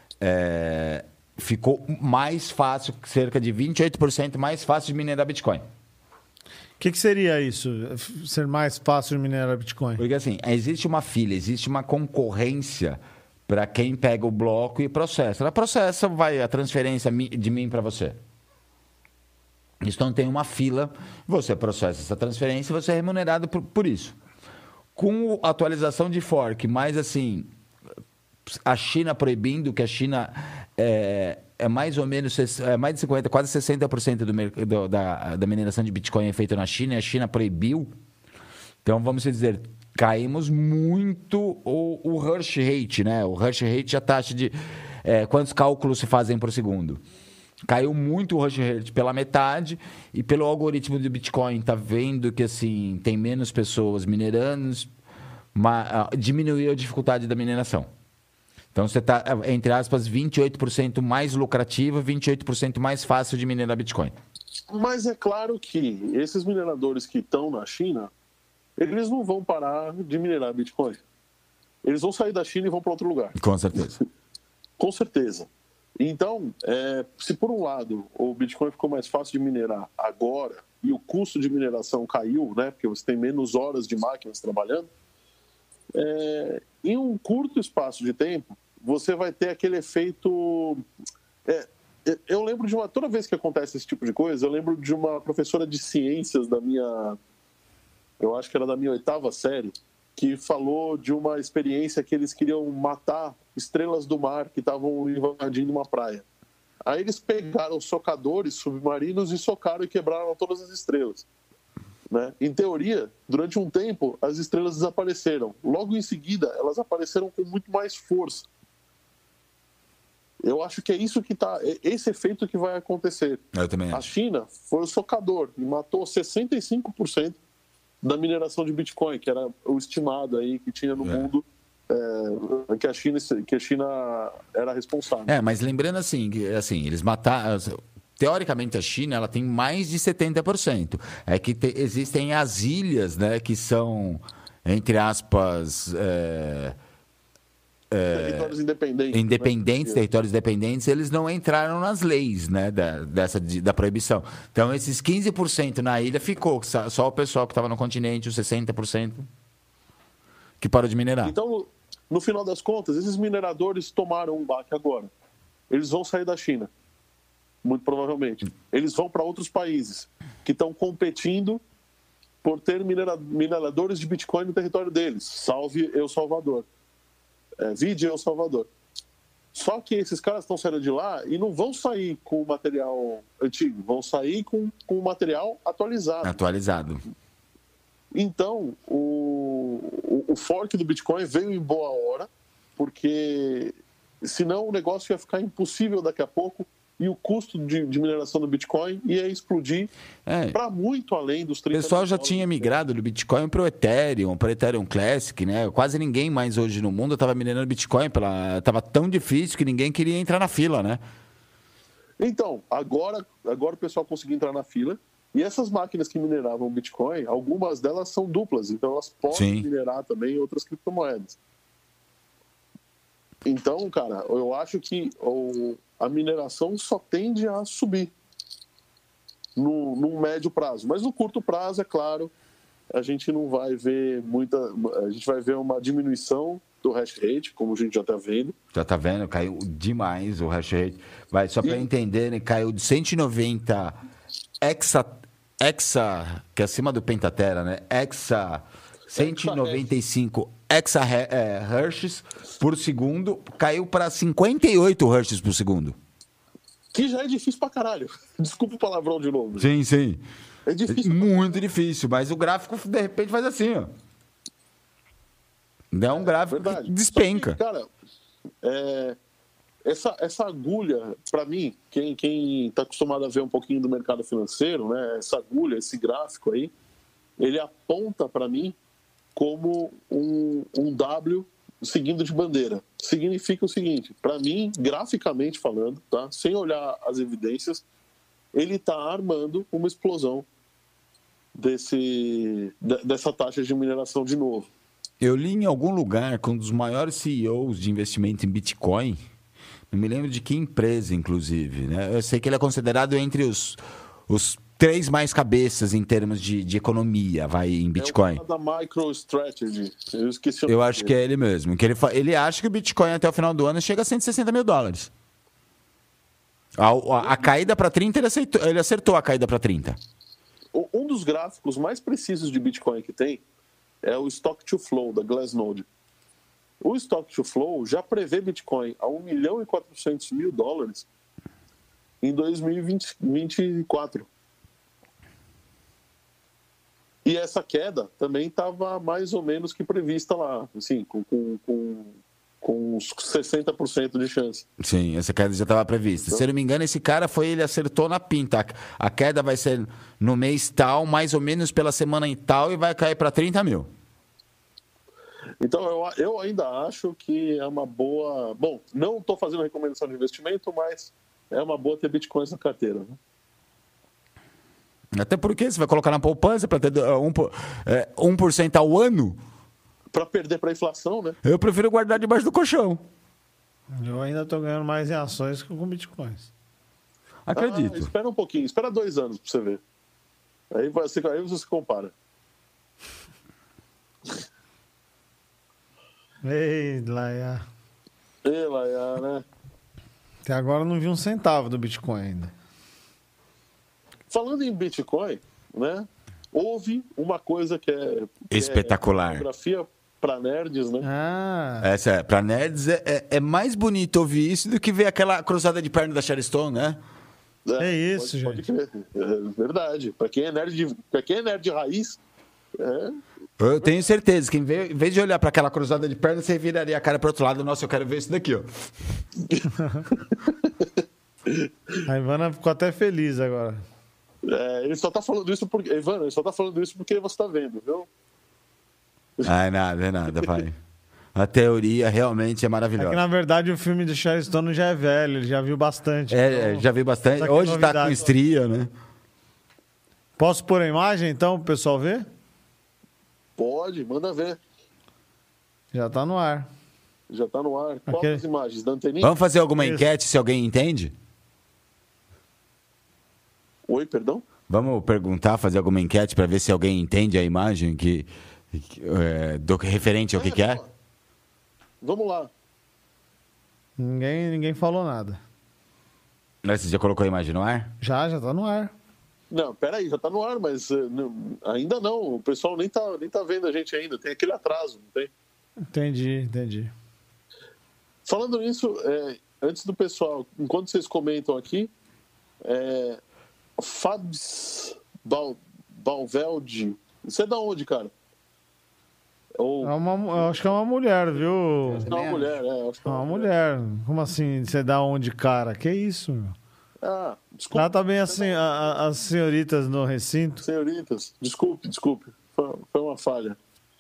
ficou mais fácil, cerca de 28% mais fácil de minerar Bitcoin. O que seria isso? Ser mais fácil de minerar Bitcoin? Porque assim, existe uma fila, existe uma concorrência para quem pega o bloco e processa. Ela processa, vai a transferência de mim para você. Então tem uma fila, você processa essa transferência e você é remunerado por isso. Com a atualização de fork, mas assim, a China proibindo, que a China é mais ou menos, mais de 50%, quase 60% da mineração de Bitcoin é feita na China, e a China proibiu. Então, vamos dizer, caímos muito o hash rate, né? O hash rate é a taxa de quantos cálculos se fazem por segundo. Caiu muito o hash rate pela metade e pelo algoritmo do Bitcoin está vendo que assim tem menos pessoas minerando, diminuiu a dificuldade da mineração. Então você está, entre aspas, 28% mais lucrativo, 28% mais fácil de minerar Bitcoin. Mas é claro que esses mineradores que estão na China, eles não vão parar de minerar Bitcoin. Eles vão sair da China e vão para outro lugar. Com certeza. Com certeza. Então, se por um lado o Bitcoin ficou mais fácil de minerar agora e o custo de mineração caiu, né, porque você tem menos horas de máquinas trabalhando, em um curto espaço de tempo, você vai ter aquele efeito... eu lembro de toda vez que acontece esse tipo de coisa, eu lembro de uma professora de ciências eu acho que era da minha 8ª série, que falou de uma experiência que eles queriam matar estrelas do mar que estavam invadindo uma praia. Aí eles pegaram socadores submarinos e socaram e quebraram todas as estrelas. Né? Em teoria, durante um tempo, as estrelas desapareceram. Logo em seguida, elas apareceram com muito mais força. Eu acho que é isso que esse efeito que vai acontecer. Eu também acho. A China foi o socador e matou 65% da mineração de Bitcoin, que era o estimado aí que tinha no mundo, que a China era responsável. Mas lembrando assim, eles mataram. Teoricamente, a China ela tem mais de 70%. É que existem as ilhas, né, que são, entre aspas, territórios independentes. Independentes, territórios independentes, eles não entraram nas leis, né, da proibição. Então, esses 15% na ilha ficou. Só o pessoal que estava no continente, os 60%, que parou de minerar. Então, no final das contas, esses mineradores tomaram um baque agora. Eles vão sair da China. Muito provavelmente. Eles vão para outros países que estão competindo por ter mineradores de Bitcoin no território deles. Salve El Salvador. Vide El Salvador. Só que esses caras estão saindo de lá e não vão sair com o material antigo, vão sair com o material atualizado. Atualizado. Então, o fork do Bitcoin veio em boa hora, porque senão o negócio ia ficar impossível daqui a pouco. E o custo de mineração do Bitcoin ia explodir para muito além dos 30 O pessoal já dólares. tinha migrado do Bitcoin para o Ethereum Classic, né? Quase ninguém mais hoje no mundo estava minerando Bitcoin. Estava tão difícil que ninguém queria entrar na fila, né? Então, agora o pessoal conseguiu entrar na fila. E essas máquinas que mineravam Bitcoin, algumas delas são duplas. Então, elas podem minerar também outras criptomoedas. Então, cara, eu acho que a mineração só tende a subir no médio prazo. Mas no curto prazo, é claro, a gente não vai ver a gente vai ver uma diminuição do hash rate, como a gente já está vendo. Já está vendo, caiu demais o hash rate. Só para entender, né, caiu de 190 hexa, que é acima do pentatera, né? 195 exahertz por segundo, caiu para 58 hertz por segundo. Que já é difícil pra caralho. Desculpa o palavrão de novo. Sim, sim. É difícil. Muito difícil, mas o gráfico, de repente, faz assim, ó. É um gráfico que despenca. Que, cara, essa agulha, para mim, quem está acostumado a ver um pouquinho do mercado financeiro, né, essa agulha, esse gráfico aí, ele aponta para mim como um W seguindo de bandeira. Significa o seguinte, para mim, graficamente falando, tá, sem olhar as evidências, ele está armando uma explosão dessa taxa de mineração de novo. Eu li em algum lugar que um dos maiores CEOs de investimento em Bitcoin, não me lembro de que empresa, inclusive, né? Eu sei que ele é considerado entre os 3 mais cabeças em termos de economia, em Bitcoin. É o cara da MicroStrategy. Eu esqueci o nome. Eu nome acho dele. que é ele mesmo. Que ele acha que o Bitcoin até o final do ano chega a $160 mil. A caída para 30, ele acertou a caída para 30. Um dos gráficos mais precisos de Bitcoin que tem é o Stock to Flow, da Glassnode. O Stock to Flow já prevê Bitcoin a $1.400.000 em 2024. E essa queda também estava mais ou menos que prevista lá, assim, com uns 60% de chance. Sim, essa queda já estava prevista. Então, se eu não me engano, esse cara ele acertou na pinta. A queda vai ser no mês tal, mais ou menos pela semana em tal, e vai cair para 30 mil. Então, eu ainda acho que é uma boa... Bom, não estou fazendo recomendação de investimento, mas é uma boa ter bitcoins na carteira, né? Até porque você vai colocar na poupança para ter 1% ao ano. Para perder para a inflação, né? Eu prefiro guardar debaixo do colchão. Eu ainda estou ganhando mais em ações que com bitcoins. Acredito. Espera um pouquinho, espera 2 anos para você ver. Aí você compara. Ei, Laia. Ei, Laia, né? Até agora eu não vi um centavo do Bitcoin ainda. Falando em Bitcoin, né? Houve uma coisa que é espetacular. Fotografia para nerds, né? Essa para nerds é mais bonito ouvir isso do que ver aquela cruzada de perna da Sharon Stone, né? É isso, pode gente. crer. É verdade. Para quem é nerd raiz, Eu tenho certeza que em vez de olhar para aquela cruzada de perna, você viraria a cara para outro lado. Nossa, eu quero ver isso daqui, ó. A Ivana ficou até feliz agora. ele só tá falando isso porque... Ivana, ele só tá falando isso porque você tá vendo, viu? Ah, é nada, pai. A teoria realmente é É maravilhosa. que, na verdade, o filme do Sharon Stone já é velho, ele já viu bastante. Então, já vi bastante. isso aqui é Hoje tá novidade. com estria, né? Posso pôr a imagem, então, pro pessoal ver? Pode, manda ver. Já tá no ar. Já tá no ar. Qual Ok. as imagens? Da anteninha? Vamos fazer alguma Isso. enquete se alguém entende? Oi, perdão? Vamos perguntar, fazer alguma enquete para ver se alguém entende a imagem referente ao que é? Vamos lá. Ninguém falou nada. Você já colocou a imagem no ar? Já tá no ar. Não, peraí, já tá no ar, mas ainda não. O pessoal nem tá vendo a gente ainda. Tem aquele atraso, não tem? Entendi. Falando nisso, antes do pessoal, enquanto vocês comentam aqui, Fabs Balvelde. Você é da onde, cara? Eu acho que é uma mulher, viu? É uma mulher, acho que É uma mulher. Como assim, você dá onde, cara? Que isso, meu? Desculpe. Lá tá bem assim, as senhoritas no recinto. Senhoritas, desculpe. Foi uma falha.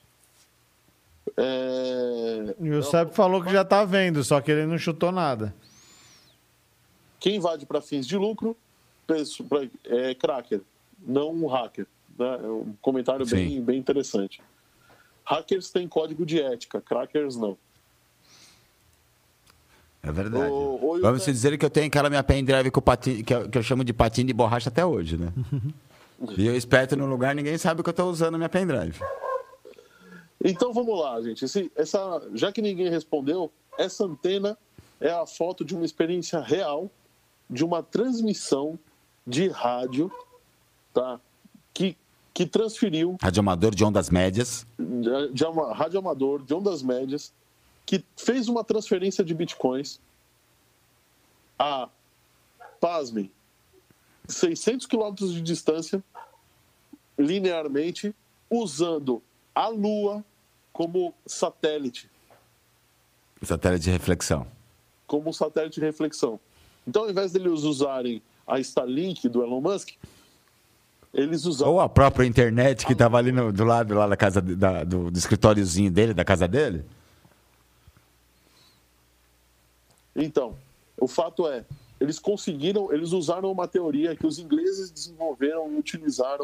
E o Sep falou que já tá vendo, só que ele não chutou nada. Quem invade para fins de lucro é cracker, não um hacker. Né? É um comentário bem interessante. Hackers têm código de ética, crackers não. É verdade. Vamos dizer que eu tenho aquela minha pendrive com patinho, que eu chamo de patinho de borracha até hoje, né? E eu espeto num lugar, ninguém sabe que eu estou usando a minha pendrive. Então vamos lá, gente. Já que ninguém respondeu, essa antena é a foto de uma experiência real de uma transmissão de rádio, tá? Que transferiu... Radioamador de ondas médias. Radioamador de ondas médias, que fez uma transferência de bitcoins a, pasmem, 600 quilômetros de distância, linearmente, usando a Lua como satélite. Satélite de reflexão. Como satélite de reflexão. Então, ao invés deles usarem a Starlink do Elon Musk, eles usaram... Ou a própria internet que estava ali do lado lá da casa do escritóriozinho dele, da casa dele. Então, o fato é, eles usaram uma teoria que os ingleses desenvolveram e utilizaram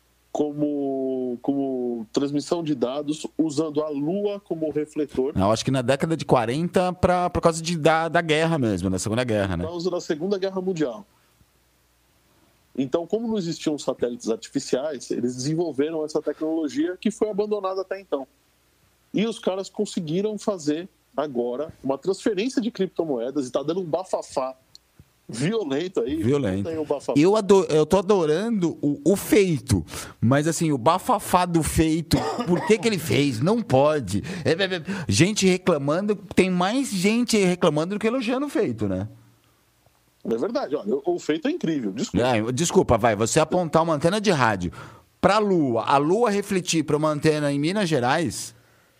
como transmissão de dados, usando a Lua como refletor. Eu acho que na década de 40, por causa da guerra mesmo, da Segunda Guerra, né? Por causa da Segunda Guerra Mundial. Então, como não existiam satélites artificiais, eles desenvolveram essa tecnologia que foi abandonada até então. E os caras conseguiram fazer agora uma transferência de criptomoedas e está dando um bafafá violento aí. Violento. Tem um bafafá. Eu tô adorando o feito, mas assim, o bafafá do feito, por que ele fez? Não pode. Gente reclamando, tem mais gente reclamando do que elogiando o feito, né? É verdade, olha, o feito é incrível, desculpa. Desculpa, você apontar uma antena de rádio para a Lua refletir para uma antena em Minas Gerais...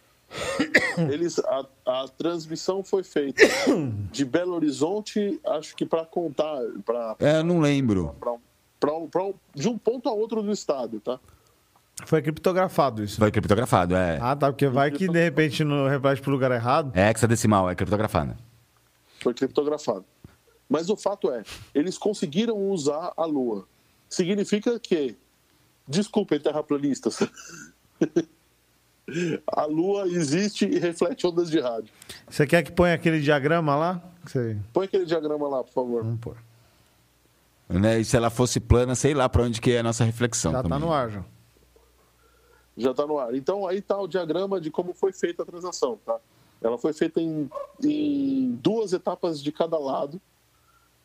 A transmissão foi feita de Belo Horizonte, acho que para contar... não lembro. De um ponto a outro do estado, tá? Foi criptografado isso. Foi criptografado, Ah, tá, porque vai que de repente não reflete pro lugar errado. É hexadecimal, é criptografado. Foi criptografado. Mas o fato é, eles conseguiram usar a Lua. Significa que, desculpem, terraplanistas, a Lua existe e reflete ondas de rádio. Você quer que ponha aquele diagrama lá? Põe aquele diagrama lá, por favor. Vamos pôr. Né? E se ela fosse plana, sei lá para onde que é a nossa reflexão. Já também. tá no ar, João. Já está no ar. Então, aí está o diagrama de como foi feita a transação, tá? Ela foi feita em 2 etapas de cada lado,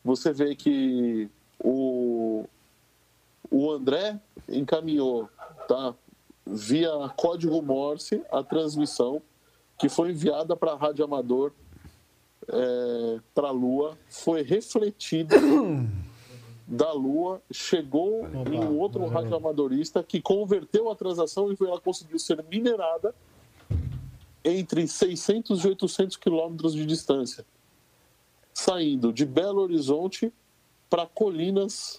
você vê que o André encaminhou, tá, via código Morse a transmissão que foi enviada para a Rádio Amador, para a Lua, foi refletida da Lua, chegou em um outro radioamadorista que converteu a transação e ela conseguiu ser minerada entre 600 e 800 quilômetros de distância, saindo de Belo Horizonte para Colinas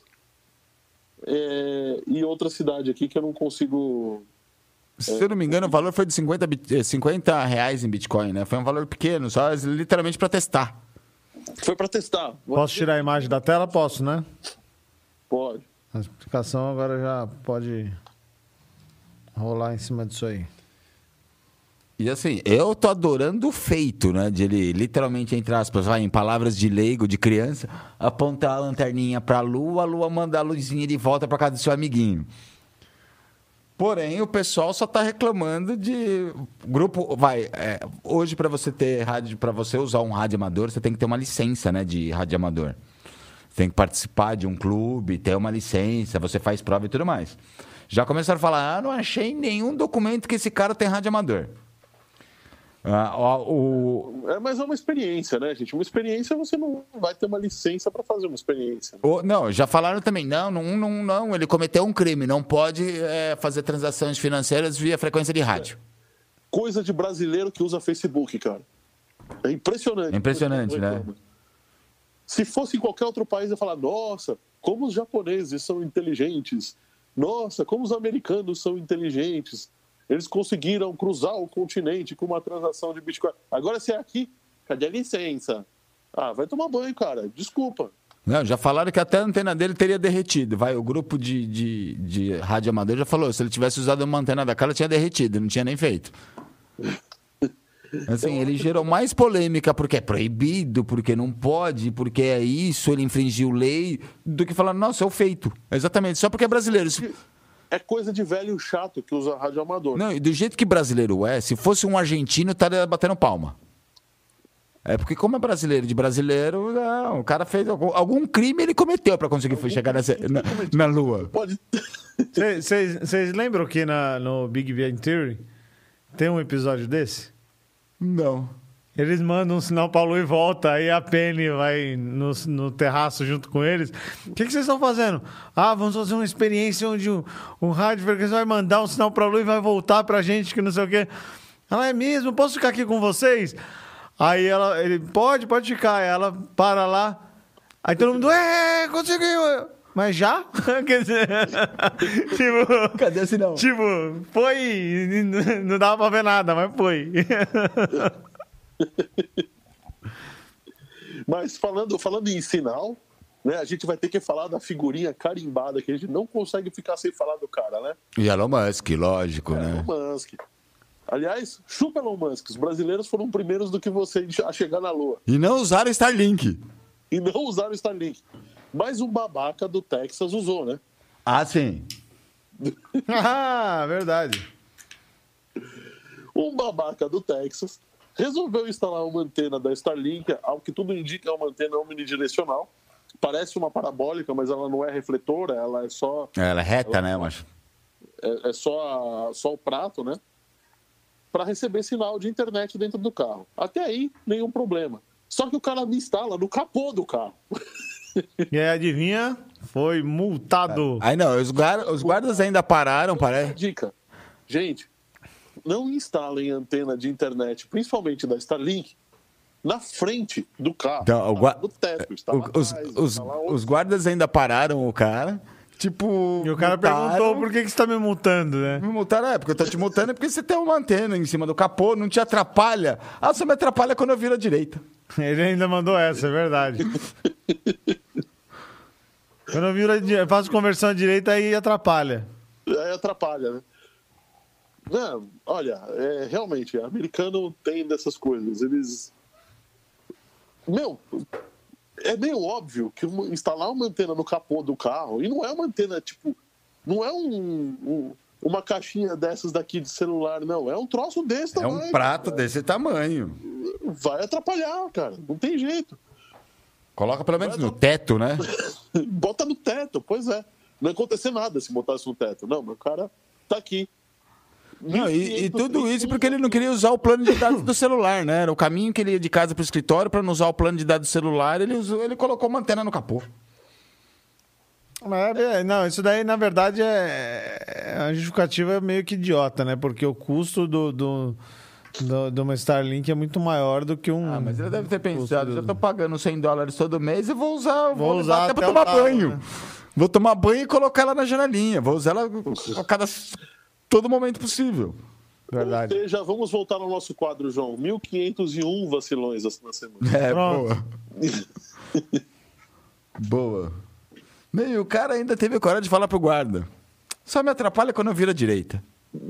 e outra cidade aqui que eu não consigo... Se eu não me engano, o valor foi de 50 reais em Bitcoin, né? Foi um valor pequeno, só literalmente para testar. Foi para testar. Posso tirar a imagem da tela? Posso, né? Pode. A explicação agora já pode rolar em cima disso aí. E assim, eu tô adorando o feito, né? De ele, literalmente, entre aspas, vai, em palavras de leigo, de criança, apontar a lanterninha pra Lua, a Lua mandar a luzinha de volta pra casa do seu amiguinho. Porém, o pessoal só tá reclamando de grupo. Hoje, para você ter rádio, para você usar um rádio amador, você tem que ter uma licença, né, de rádio amador. Você tem que participar de um clube, ter uma licença, você faz prova e tudo mais. Já começaram a falar, não achei nenhum documento que esse cara tem rádio amador. Mas é uma experiência, né, gente? Uma experiência, você não vai ter uma licença para fazer uma experiência. Não, já falaram também, não, ele cometeu um crime, não pode fazer transações financeiras via frequência de rádio. Coisa de brasileiro que usa Facebook, cara. É impressionante. É impressionante, né? Se fosse em qualquer outro país, eu ia falar, nossa, como os japoneses são inteligentes. Nossa, como os americanos são inteligentes. Eles conseguiram cruzar o continente com uma transação de Bitcoin. Agora, se é aqui, cadê a licença? Vai tomar banho, cara. Desculpa. Não, já falaram que até a antena dele teria derretido. O grupo de rádio amador já falou, se ele tivesse usado uma antena da cara, tinha derretido, não tinha nem feito. Assim, ele gerou mais polêmica porque é proibido, porque não pode, porque é isso, ele infringiu lei, do que falar, nossa, é o feito. Exatamente, só porque é brasileiro. É coisa de velho chato que usa rádio amador. Não, e do jeito que brasileiro se fosse um argentino, estaria batendo palma. É porque como é brasileiro de brasileiro, não, o cara fez algum crime, ele cometeu para conseguir chegar na Lua. Pode. Vocês lembram que no Big Bang Theory tem um episódio desse? Não. Eles mandam um sinal pra Lua e volta, aí a Penny vai no terraço junto com eles. O que vocês estão fazendo? Vamos fazer uma experiência onde o rádio vai mandar um sinal pra Lua e vai voltar pra gente, que não sei o quê. Ela, é mesmo? Posso ficar aqui com vocês? Aí ele, pode ficar. Aí ela para lá. Aí todo mundo, conseguiu. Mas já? Quer dizer, tipo... Cadê o sinal? Tipo, foi, não dava pra ver nada, mas foi. Mas falando em sinal, né, a gente vai ter que falar da figurinha carimbada, que a gente não consegue ficar sem falar do cara, né? E Elon Musk, lógico, né? Elon Musk. Aliás, chupa Elon Musk. Os brasileiros foram primeiros do que você a chegar na Lua. E não usaram Starlink. Mas um babaca do Texas usou, né? Sim. Verdade. Um babaca do Texas resolveu instalar uma antena da Starlink, ao que tudo indica é uma antena omnidirecional. Parece uma parabólica, mas ela não é refletora, ela é só... Ela é reta, né? Mas... É só o prato, né? Para receber sinal de internet dentro do carro. Até aí, nenhum problema. Só que o cara me instala no capô do carro. E aí, adivinha? Foi multado. Aí não, os guardas ainda pararam, parece. Dica. Gente, não instalem antena de internet, principalmente da Starlink, na frente do carro. Então, do teto. Os guardas ainda pararam o cara. Tipo, e o cara perguntou por que você tá me multando, né? Me multaram, porque eu tô te multando porque você tem uma antena em cima do capô, não te atrapalha. Você me atrapalha quando eu viro à direita. Ele ainda mandou essa, é verdade. Quando eu faço conversão à direita, aí atrapalha. Aí atrapalha, né? Não, olha, realmente, americano tem dessas coisas. Eles... é meio óbvio que instalar uma antena no capô do carro, e não é uma antena, tipo, não é uma caixinha dessas daqui de celular, não. É um troço desse tamanho. É um prato desse tamanho. Vai atrapalhar, cara. Não tem jeito. Coloca pelo menos no teto, né? Bota no teto, pois é. Não ia acontecer nada se botasse no teto. Não, meu cara tá aqui. Não, e tudo isso porque ele não queria usar o plano de dados do celular, né? Era o caminho que ele ia de casa para o escritório para não usar o plano de dados do celular, ele colocou uma antena no capô. Não, isso daí, na verdade, a justificativa é meio que idiota, né? Porque o custo de uma Starlink é muito maior do que um... Mas ele deve ter pensado, já tô pagando $100 todo mês e vou usar usar até para até tomar o talo, banho. né? Vou tomar banho e colocar ela na janelinha. Vou usar ela a todo momento possível. Verdade. Ou seja, vamos voltar ao nosso quadro, João. 1501 vacilões na semana. Pronto. Boa. E o cara ainda teve a coragem de falar pro guarda. Só me atrapalha quando eu viro à direita.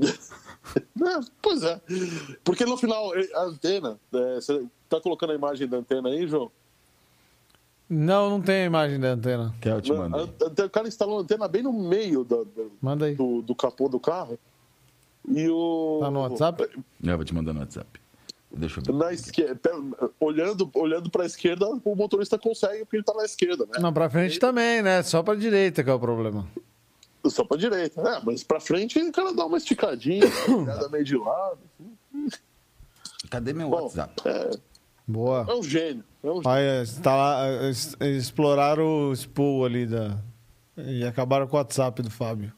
Pois é. Porque no final, a antena... você tá colocando a imagem da antena aí, João? Não tem a imagem da antena. Que eu te mandei. O cara instalou a antena bem no meio Manda aí. do capô do carro. E o... Tá no WhatsApp? Eu vou te mandar no WhatsApp. Deixa eu ver. Na esquerda, olhando para a esquerda, o motorista consegue porque ele tá na esquerda, né? Não, pra frente também, né? Só pra direita que é o problema. Só pra direita. Mas pra frente o cara dá uma esticadinha, olhada meio de lado. Cadê meu Bom, WhatsApp? Boa. É um gênio. Olha, tá lá, exploraram o spool ali e acabaram com o WhatsApp do Fábio.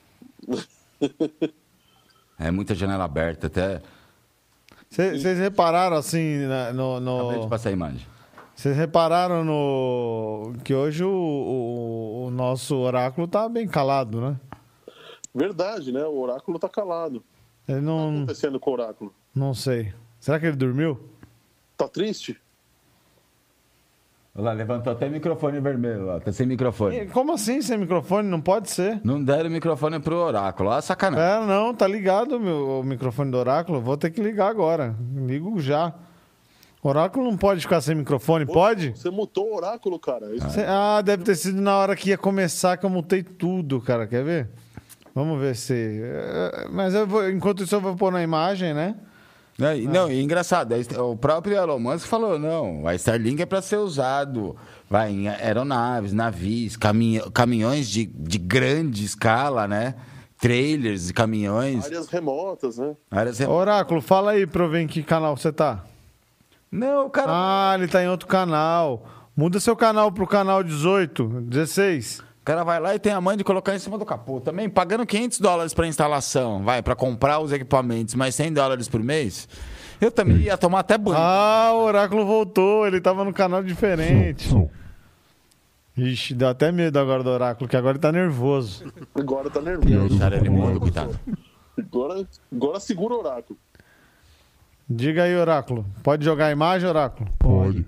É muita janela aberta, até... Vocês repararam assim Acabei de passar a imagem. Vocês repararam que hoje o nosso oráculo tá bem calado, né? Verdade, né? O oráculo tá calado. Ele O que tá não... acontecendo com o oráculo? Não sei. Será que ele dormiu? Tá triste? Olha lá, levantou até o microfone vermelho lá, tá sem microfone. Como assim sem microfone? Não pode ser. Não deram o microfone pro oráculo, olha a sacanagem. Não, tá ligado o microfone do oráculo. Vou ter que ligar agora. Ligo já. Oráculo não pode ficar sem microfone, pode? Você mutou o oráculo, cara. Deve ter sido na hora que ia começar que eu mutei tudo, cara. Quer ver? Vamos ver se... Mas enquanto isso eu vou pôr na imagem, né? Não, é engraçado, o próprio Elon Musk falou, não, a Starlink é para ser usado em aeronaves, navios, caminhões de grande escala, né? Trailers de caminhões. Áreas remotas, né? Oráculo, fala aí pra eu ver em que canal você tá. Não, cara... ele tá em outro canal. Muda seu canal pro canal 18, 16. O cara vai lá e tem a mãe de colocar em cima do capô. Também pagando $500 para instalação, para comprar os equipamentos, mais $100 por mês. Eu também ia tomar até banho. O oráculo voltou, ele tava no canal diferente. Ixi, deu até medo agora do oráculo, que agora ele tá nervoso. Agora tá nervoso. Deixaram ele mudo, coitado. Agora segura o oráculo. Diga aí, oráculo. Pode jogar a imagem, oráculo? Pode.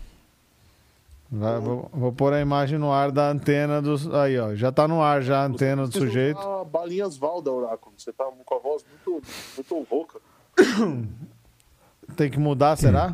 Vou pôr a imagem no ar da antena do... Aí, ó. Já tá no ar já a antena do sujeito. Balinhas Valda, oráculo. Você tá com a voz muito rouca. Tem que mudar, será?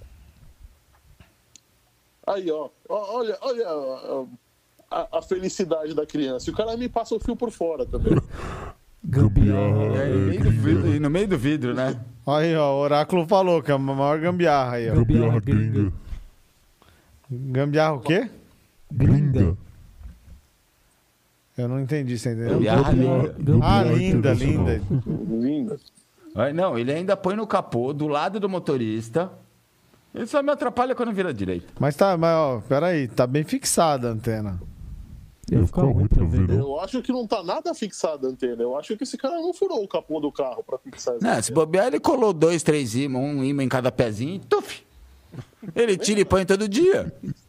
Aí, ó. Olha a felicidade da criança. E o cara me passa o fio por fora também. Gambiarra. E no meio do vidro, né? Aí, ó. O oráculo falou que é a maior gambiarra aí, ó. Gambiarra gringa. Gambiarra o quê? Gringa. Eu não entendi, você entendeu? Gambiarra linda. Linda. Linda. Não, ele ainda põe no capô, do lado do motorista. Ele só me atrapalha quando vira à direita. Mas peraí, tá bem fixada a antena. Ia ficar ruim pra ver, não? Eu acho que não tá nada fixada a antena. Eu acho que esse cara não furou o capô do carro pra fixar essa Não, se bobear, ele colou 2, 3 ímãs, um ímã em cada pezinho e tuf! Ele tira e põe todo dia.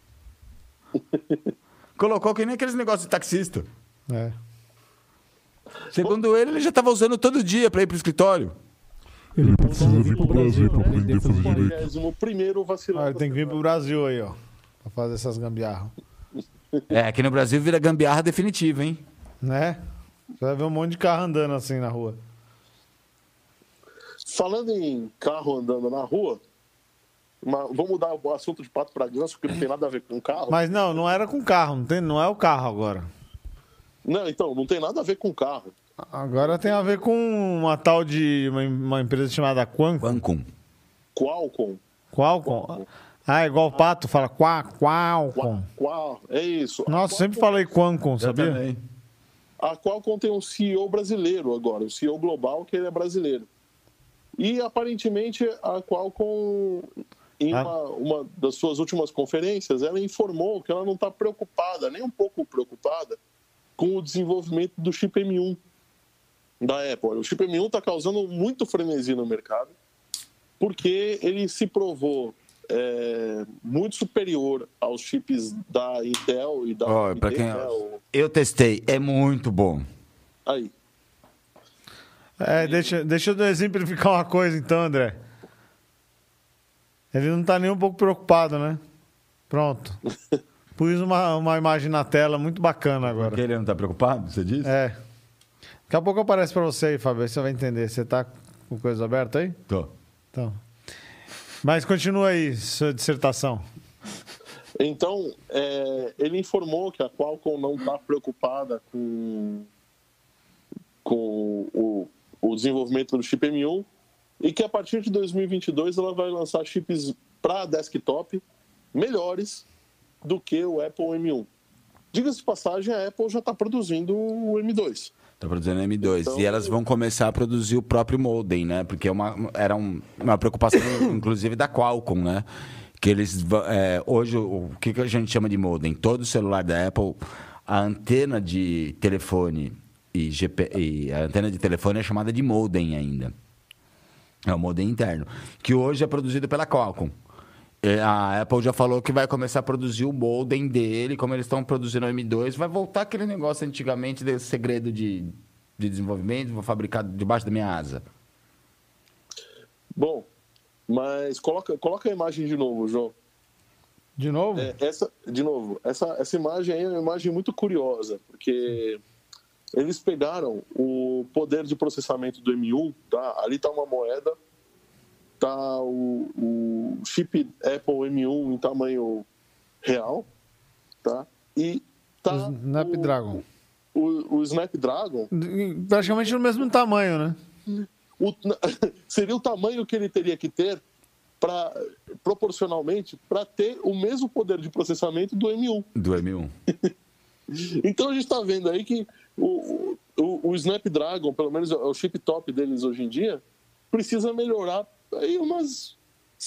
Colocou que nem aqueles negócios de taxista. É. Segundo ele já estava usando todo dia para ir pro escritório. Ele precisa vir pro Brasil pra aprender a fazer direito. 41º vacilão. Ele tem que vir pro Brasil aí, ó. Pra fazer essas gambiarras. Aqui no Brasil vira gambiarra definitiva, hein? Né? Você vai ver um monte de carro andando assim na rua. Falando em carro andando na rua, vamos mudar o assunto de pato para ganso, porque não tem nada a ver com carro. Mas não era com carro, não é o carro agora. Não, então, não tem nada a ver com carro. Agora tem a ver com uma tal de uma empresa chamada Qualcomm. Qualcomm. Qualcomm. Ah, igual o Pato fala Qualcomm. É isso. Nossa, sempre falei Qualcomm, sabia? também. A Qualcomm tem um CEO brasileiro agora, o CEO global, que ele é brasileiro. E, aparentemente, a Qualcomm, em uma das suas últimas conferências, ela informou que ela não está preocupada, nem um pouco preocupada, com o desenvolvimento do chip M1 da Apple. O chip M1 está causando muito frenesi no mercado, porque ele se provou muito superior aos chips da Intel e da AMD. Para quem eu testei, é muito bom. Aí. Deixa eu exemplificar uma coisa, então, André. Ele não está nem um pouco preocupado, né? Pronto. Pus uma imagem na tela muito bacana agora. Porque ele não está preocupado, você disse? Daqui a pouco aparece para você aí, Fábio, aí você vai entender. Você está com coisa aberta aí? Tô. Então. Mas continua aí, sua dissertação. Então, ele informou que a Qualcomm não está preocupada com o desenvolvimento do chip M1 e que a partir de 2022 ela vai lançar chips para desktop melhores do que o Apple M1. Diga-se de passagem, a Apple já está produzindo o M2. Está produzindo o M2. Então, e elas vão começar a produzir o próprio modem, né? Porque era uma preocupação, inclusive, da Qualcomm, né? Que eles... hoje, o que a gente chama de modem? Todo celular da Apple, a antena de telefone e a antena de telefone é chamada de modem ainda. É o modem interno. Que hoje é produzido pela Qualcomm. A Apple já falou que vai começar a produzir o modem dele, como eles estão produzindo o M2. Vai voltar aquele negócio antigamente desse segredo de desenvolvimento, vou fabricar debaixo da minha asa. Bom, mas coloca a imagem de novo, João. De novo? Essa imagem aí é uma imagem muito curiosa, porque eles pegaram o poder de processamento do M1, tá? Ali está uma moeda, tá o chip Apple M1 em tamanho real, tá? E tá o Snapdragon. O Snapdragon... Praticamente no mesmo tamanho, né? Seria o tamanho que ele teria que ter proporcionalmente para ter o mesmo poder de processamento do M1. Do M1. Então a gente está vendo aí que o Snapdragon, pelo menos é o chip top deles hoje em dia, precisa melhorar aí umas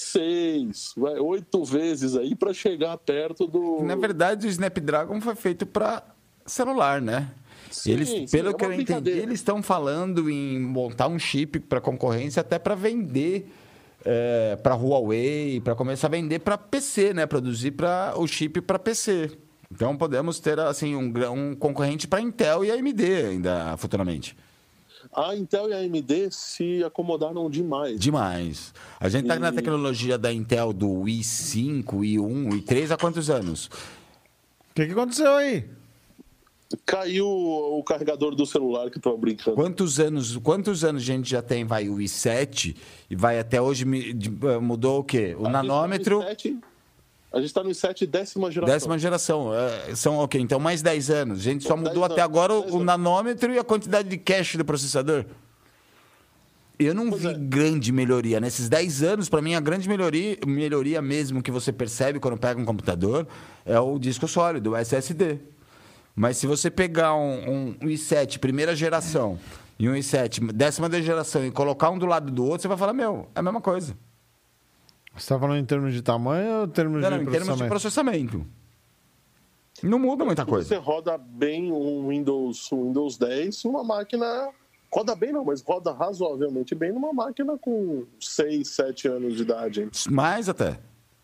8 vezes aí para chegar perto do... Na verdade, o Snapdragon foi feito para celular, né? Sim, pelo que eu entendi, eles estão falando em montar um chip para concorrência até para vender para Huawei, para começar a vender para PC, né? Produzir o chip para PC. Então podemos ter assim um concorrente para Intel e AMD ainda futuramente. A Intel e a AMD se acomodaram demais. Demais. A gente está na tecnologia da Intel do i5, i1, i3 há quantos anos? O que aconteceu aí? Caiu o carregador do celular que eu estava brincando. Quantos anos a gente já tem, o i7 e vai até hoje, mudou o quê? O nanômetro... A gente está no i7 décima geração. 10ª geração. São o quê? Então mais 10 anos. A gente só mudou até agora o nanômetro e a quantidade de cache do processador. Eu não vi grande melhoria. Nesses 10 anos, para mim, a grande melhoria mesmo que você percebe quando pega um computador é o disco sólido, o SSD. Mas se você pegar um i7 primeira geração e um i7 10ª geração e colocar um do lado do outro, você vai falar, é a mesma coisa. Você está falando em termos de tamanho ou em termos de processamento? Em termos de processamento. Não muda muita coisa. Você roda bem um Windows 10, uma máquina... Roda bem não, mas roda razoavelmente bem numa máquina com 6, 7 anos de idade. Hein? Mais até.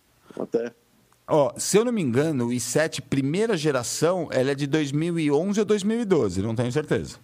Se eu não me engano, o i7 primeira geração, ela é de 2011 ou 2012, não tenho certeza.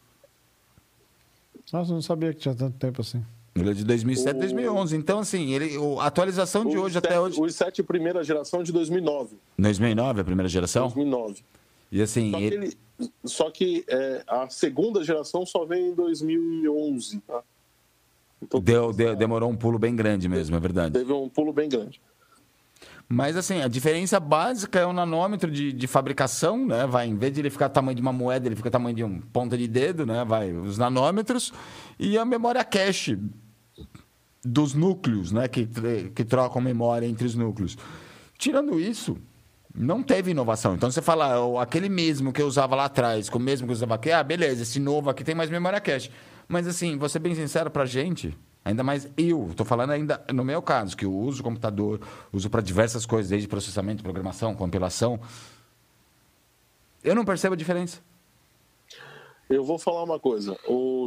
Nossa, eu não sabia que tinha tanto tempo assim. Ele é de 2007, 2011. Então, assim, a atualização de hoje até hoje... O i7 primeira geração é de 2009. 2009 a primeira geração? 2009. E assim... Só que a segunda geração só vem em 2011, tá? Então, demorou um pulo bem grande mesmo, é verdade. Teve um pulo bem grande. Mas, assim, a diferença básica é o nanômetro de fabricação, né? Em vez de ele ficar tamanho de uma moeda, ele fica tamanho de uma ponta de dedo, né? Os nanômetros e a memória cache. dos núcleos, né? Que trocam memória entre os núcleos. Tirando isso, não teve inovação. Então, você fala, aquele mesmo que eu usava lá atrás, com o mesmo que eu usava aqui, beleza, esse novo aqui tem mais memória cache. Mas, assim, vou ser bem sincero pra gente, ainda mais eu, estou falando ainda no meu caso, que eu uso o computador, uso para diversas coisas, desde processamento, programação, compilação, eu não percebo a diferença. Eu vou falar uma coisa, os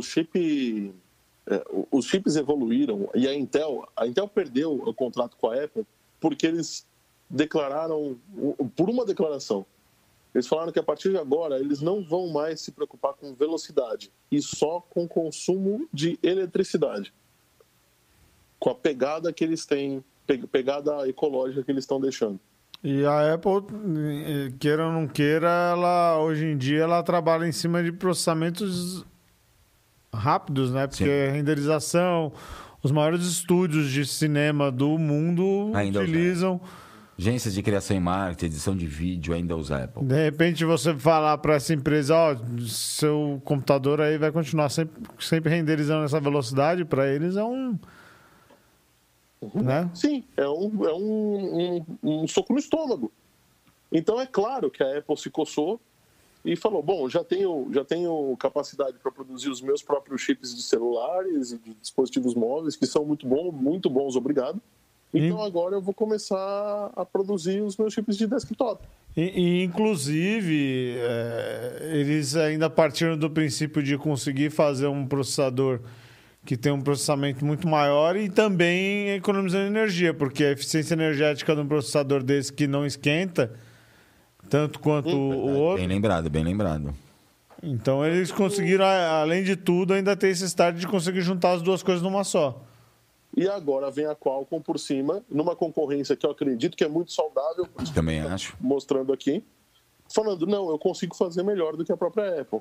chips evoluíram e a Intel perdeu o contrato com a Apple porque eles declararam, por uma declaração, eles falaram que a partir de agora eles não vão mais se preocupar com velocidade e só com consumo de eletricidade, com a pegada que eles têm, pegada ecológica que eles estão deixando. E a Apple, queira ou não queira, hoje em dia ela trabalha em cima de processamentos rápidos, né? Porque a renderização, os maiores estúdios de cinema do mundo ainda utilizam. Agências de criação e marketing, edição de vídeo, ainda usa Apple. De repente você falar para essa empresa, seu computador aí vai continuar sempre renderizando essa velocidade, para eles é um... Né? Sim, é um soco no estômago. Então é claro que a Apple se coçou e falou, bom, já tenho capacidade para produzir os meus próprios chips de celulares e de dispositivos móveis, que são muito bons, obrigado. Então agora eu vou começar a produzir os meus chips de desktop. Inclusive, eles ainda partiram do princípio de conseguir fazer um processador que tem um processamento muito maior e também economizando energia, porque a eficiência energética de um processador desse que não esquenta tanto quanto o outro. Bem lembrado. Então eles conseguiram, além de tudo, ainda ter esse start de conseguir juntar as duas coisas numa só. E agora vem a Qualcomm por cima, numa concorrência que eu acredito que é muito saudável. Também acho. Mostrando aqui, falando, não, eu consigo fazer melhor do que a própria Apple.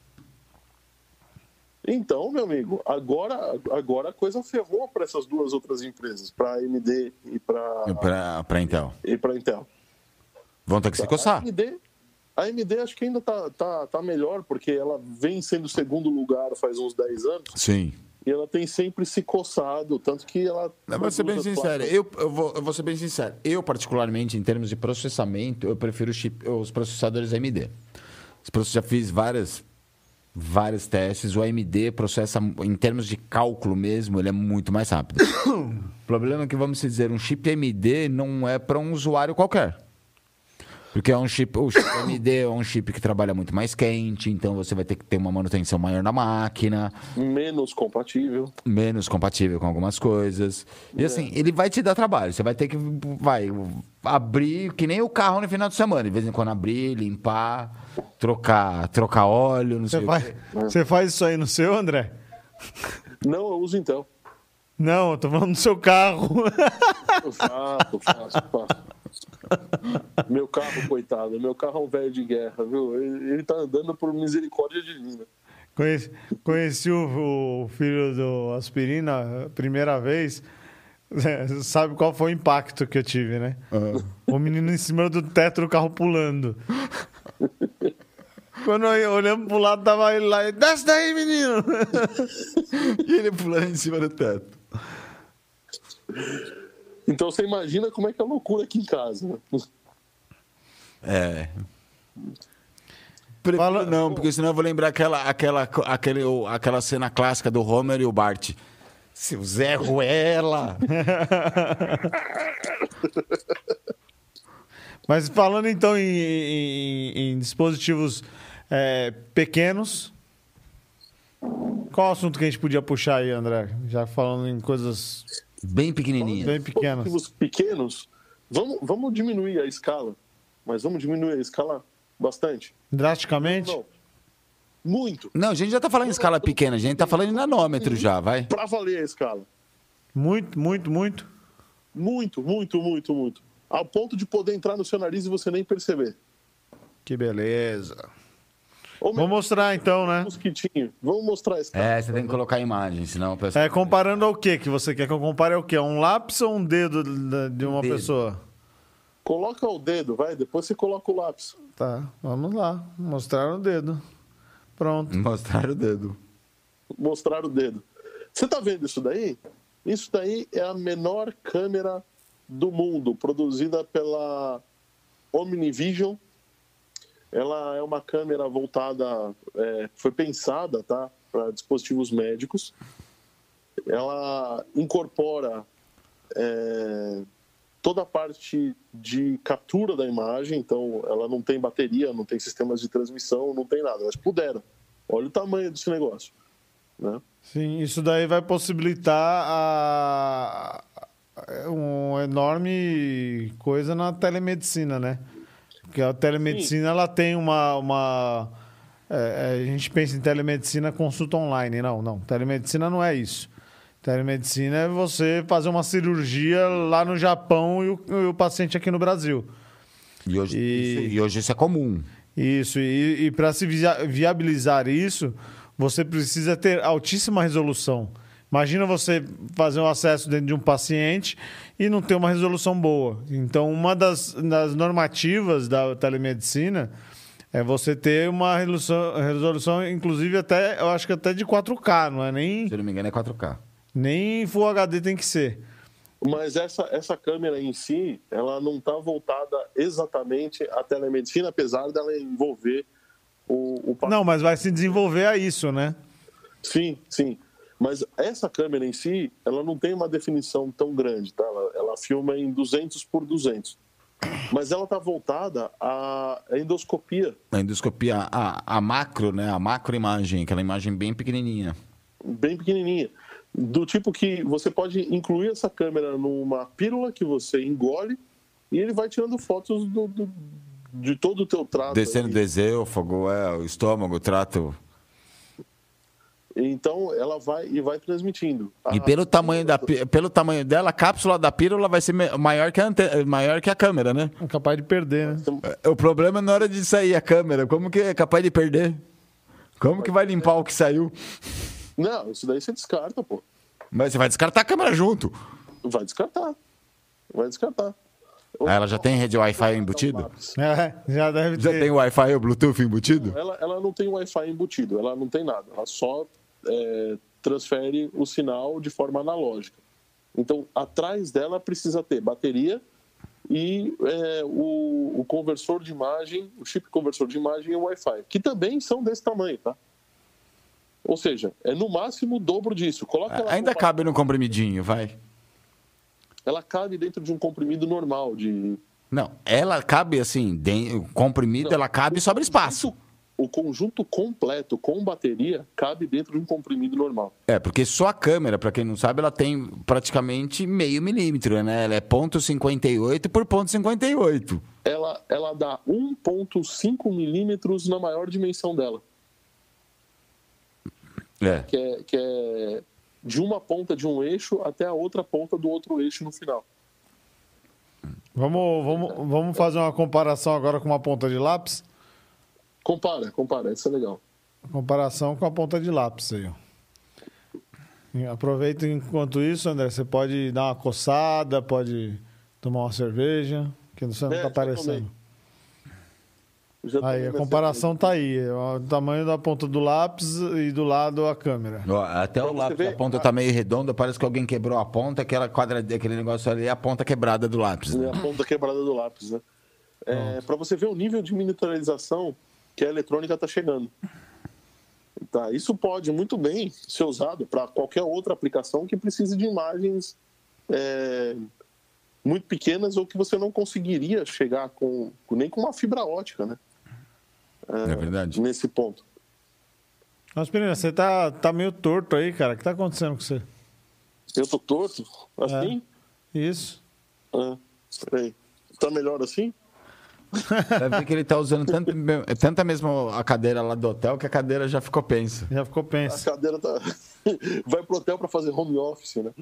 Então, meu amigo, agora a coisa ferrou para essas duas outras empresas, para a AMD e para Intel. E para Intel. Vão ter que se coçar. A AMD acho que ainda tá melhor, porque ela vem sendo segundo lugar faz uns 10 anos. Sim. E ela tem sempre se coçado, tanto que ela... Eu vou ser bem sincero. Eu vou ser bem sincero. Eu, particularmente, em termos de processamento, eu prefiro os processadores AMD. Já fiz vários testes. O AMD processa, em termos de cálculo mesmo, ele é muito mais rápido. O problema é que, vamos dizer, um chip AMD não é para um usuário qualquer. Porque o chip AMD é um chip que trabalha muito mais quente, então você vai ter que ter uma manutenção maior na máquina. Menos compatível com algumas coisas. E assim, ele vai te dar trabalho. Você vai ter que abrir, que nem o carro no final de semana. De vez em quando abrir, limpar, trocar óleo, não sei o quê. Você faz isso aí no seu, André? Não, eu uso Intel. Não, eu tô falando do seu carro. Eu faço. Meu carro, coitado, meu carro é um velho de guerra, viu? Ele tá andando por misericórdia divina. Conheci o filho do Aspirina a primeira vez. Sabe qual foi o impacto que eu tive, né? O menino em cima do teto do carro pulando. Quando olhamos pro lado, tava ele lá. Desce daí, menino! E ele pulando em cima do teto. Então você imagina como é que é a loucura aqui em casa. Prefiro não, porque senão eu vou lembrar aquela cena clássica do Homer e o Bart. Seu Zé Ruela! Mas falando então em dispositivos pequenos, qual o assunto que a gente podia puxar aí, André? Já falando em coisas... Bem pequenininhas. Bem pequenas. Dispositivos pequenos, vamos diminuir a escala. Mas vamos diminuir a escala bastante. Drasticamente? Não. Muito. Não, a gente já tá falando em escala pequena. A gente tá falando em nanômetro já, vai. Pra valer a escala. Muito. Muito. Ao ponto de poder entrar no seu nariz e você nem perceber. Que beleza. Vou mostrar então, né? Mosquitinho. Vamos mostrar a escala. Você tem que colocar a imagem, senão... Pessoal... comparando ao que você quer que eu compare ao quê? Um lápis ou um dedo de uma pessoa? Coloca o dedo, vai. Depois você coloca o lápis. Tá, vamos lá. Mostrar o dedo. Pronto. Mostrar o dedo. Você tá vendo isso daí? Isso daí é a menor câmera do mundo, produzida pela Omnivision. Ela é uma câmera voltada, foi pensada, tá, para dispositivos médicos. Ela incorpora toda a parte de captura da imagem, então ela não tem bateria, não tem sistemas de transmissão, não tem nada. Elas puderam. Olha o tamanho desse negócio, né? Sim, isso daí vai possibilitar uma enorme coisa na telemedicina, né? Porque a telemedicina, ela tem a gente pensa em telemedicina, consulta online. Não. Telemedicina não é isso. Telemedicina é você fazer uma cirurgia lá no Japão e o paciente aqui no Brasil. E hoje isso é comum. Isso, e para se viabilizar isso, você precisa ter altíssima resolução. Imagina você fazer um acesso dentro de um paciente e não ter uma resolução boa. Então, uma das normativas da telemedicina é você ter uma resolução, inclusive, eu acho que até de 4K, não é nem... Se eu não me engano, é 4K. Nem Full HD tem que ser. Mas essa câmera em si, ela não está voltada exatamente à telemedicina, apesar dela envolver o paciente. Não, mas vai se desenvolver a isso, né? Sim. Mas essa câmera em si, ela não tem uma definição tão grande, tá? Ela filma em 200 por 200. Mas ela está voltada à endoscopia. A endoscopia, a macro, né? A macroimagem, aquela imagem bem pequenininha. Bem pequenininha. Do tipo que você pode incluir essa câmera numa pílula que você engole e ele vai tirando fotos de todo o teu trato. Descendo do esôfago, o estômago, o trato. Então ela vai transmitindo. E pelo tamanho dela, a cápsula da pílula vai ser maior que a câmera, né? É capaz de perder, né? O problema é na hora de sair a câmera. Como que é capaz de perder? Como que vai limpar o que saiu? Não, isso daí você descarta, pô. Mas você vai descartar a câmera junto. Vai descartar. Ela já tem rede Wi-Fi embutido? Já deve ter. Já tem Wi-Fi ou Bluetooth embutido? Ela não tem Wi-Fi embutido, ela não tem nada. Ela só transfere o sinal de forma analógica. Então, atrás dela precisa ter bateria e o conversor de imagem, o chip conversor de imagem e o Wi-Fi, que também são desse tamanho, tá? Ou seja, é no máximo o dobro disso. Ainda cabe no comprimidinho, vai. Ela cabe dentro de um comprimido normal. Não, ela cabe assim, comprimido, não, ela cabe e sobra espaço. O conjunto completo com bateria cabe dentro de um comprimido normal. Porque só a câmera, para quem não sabe, ela tem praticamente meio milímetro, né? Ela é 0,58 por 0,58. Ela dá 1,5 milímetros na maior dimensão dela. Que é de uma ponta de um eixo até a outra ponta do outro eixo no final. Vamos fazer uma comparação agora com uma ponta de lápis? Compara, isso é legal. Comparação com a ponta de lápis aí, ó. Aproveita enquanto isso, André, você pode dar uma coçada, pode tomar uma cerveja, que você não está aparecendo. Aí, a comparação tá aí. O tamanho da ponta do lápis e do lado a câmera. Até o lápis, a ponta tá meio redonda, parece que alguém quebrou a ponta, aquele negócio ali é a ponta quebrada do lápis. Né? É a ponta quebrada do lápis, né? Para você ver o nível de miniaturização que a eletrônica está chegando. Tá, isso pode muito bem ser usado para qualquer outra aplicação que precise de imagens muito pequenas ou que você não conseguiria chegar nem com uma fibra ótica, né? É verdade. Nesse ponto. Mas, Pirina, você tá meio torto aí, cara. O que tá acontecendo com você? Eu tô torto? Assim? Isso. Peraí. Tá melhor assim? Deve ver que ele tá usando tanta mesmo a cadeira lá do hotel que a cadeira já ficou pensa. Já ficou pensa. A cadeira tá... Vai pro hotel para fazer home office, né?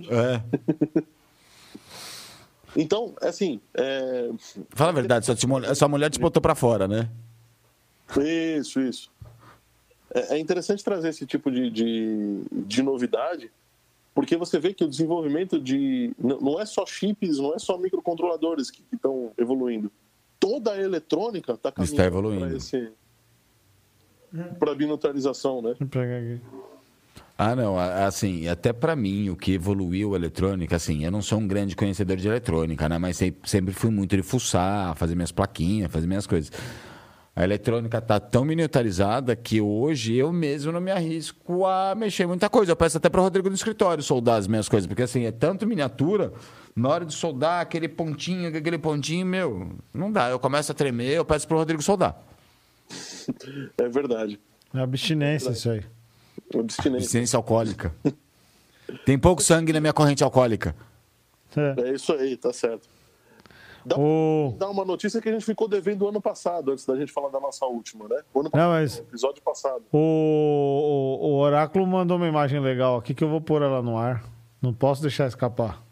Então, assim... Fala a verdade, sua mulher te botou para fora, né? Isso. É interessante trazer esse tipo de novidade, porque você vê que o desenvolvimento não é só chips, não é só microcontroladores que estão evoluindo. Toda a eletrônica está caminhando para a binutarização, né? Vou pegar aqui. Ah, não, assim, até para mim, o que evoluiu a eletrônica, assim, eu não sou um grande conhecedor de eletrônica, né? Mas sempre fui muito de fuçar, fazer minhas plaquinhas, fazer minhas coisas. A eletrônica está tão miniaturizada que hoje eu mesmo não me arrisco a mexer em muita coisa. Eu peço até para o Rodrigo no escritório soldar as minhas coisas, porque assim, é tanto miniatura, na hora de soldar aquele pontinho, meu, não dá. Eu começo a tremer, eu peço para o Rodrigo soldar. É verdade. É abstinência isso aí. Abstinência alcoólica. Tem pouco sangue na minha corrente alcoólica. É isso aí, tá certo. Dá uma notícia que a gente ficou devendo ano passado, antes da gente falar da nossa última, né? Episódio passado. O Oráculo mandou uma imagem legal aqui que eu vou pôr ela no ar. Não posso deixar escapar.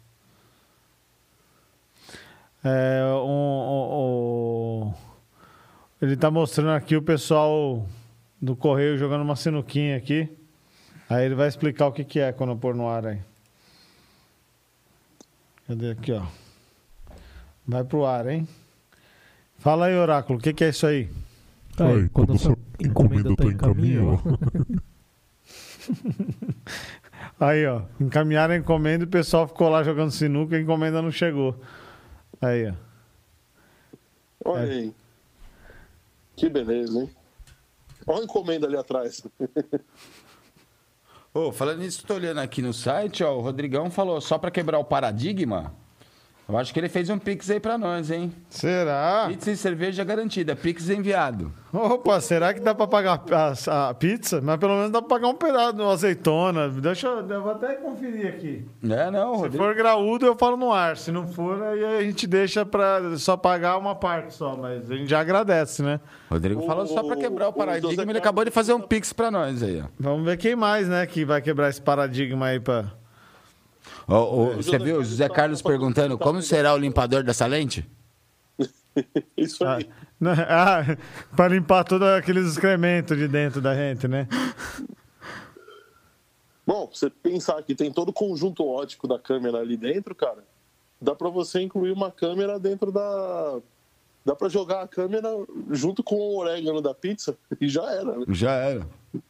Ele tá mostrando aqui o pessoal do Correio jogando uma sinuquinha aqui. Aí ele vai explicar o que é quando eu pôr no ar aí. Cadê aqui, ó? Vai pro ar, hein? Fala aí, Oráculo, o que é isso aí? Aí, quando a sua encomenda tá em caminho, Aí, ó. Encaminharam a encomenda e o pessoal ficou lá jogando sinuca e a encomenda não chegou. Aí, ó. Olha aí. Que beleza, hein? Olha a encomenda ali atrás. Falando nisso, estou olhando aqui no site, ó, o Rodrigão falou, só para quebrar o paradigma, eu acho que ele fez um Pix aí para nós, hein? Será? Pizza e cerveja garantida, Pix enviado. Opa, será que dá para pagar a pizza? Mas pelo menos dá para pagar um pedaço de uma azeitona. Eu vou até conferir aqui. Não, Se Rodrigo. for graúdo, eu falo no ar. Se não for, aí a gente deixa para só pagar uma parte só. Mas a gente já agradece, né? Rodrigo falou só para quebrar o paradigma, ele acabou de fazer um Pix para nós aí, ó. Vamos ver quem mais, né, que vai quebrar esse paradigma aí para... Você viu o José Carlos perguntando como será o limpador dessa lente? Isso aí. Para limpar todos aqueles excrementos de dentro da gente, né? Bom, você pensar que tem todo o conjunto óptico da câmera ali dentro, cara, dá para você incluir uma câmera dentro da... Dá para jogar a câmera junto com o orégano da pizza e já era, né? Já era.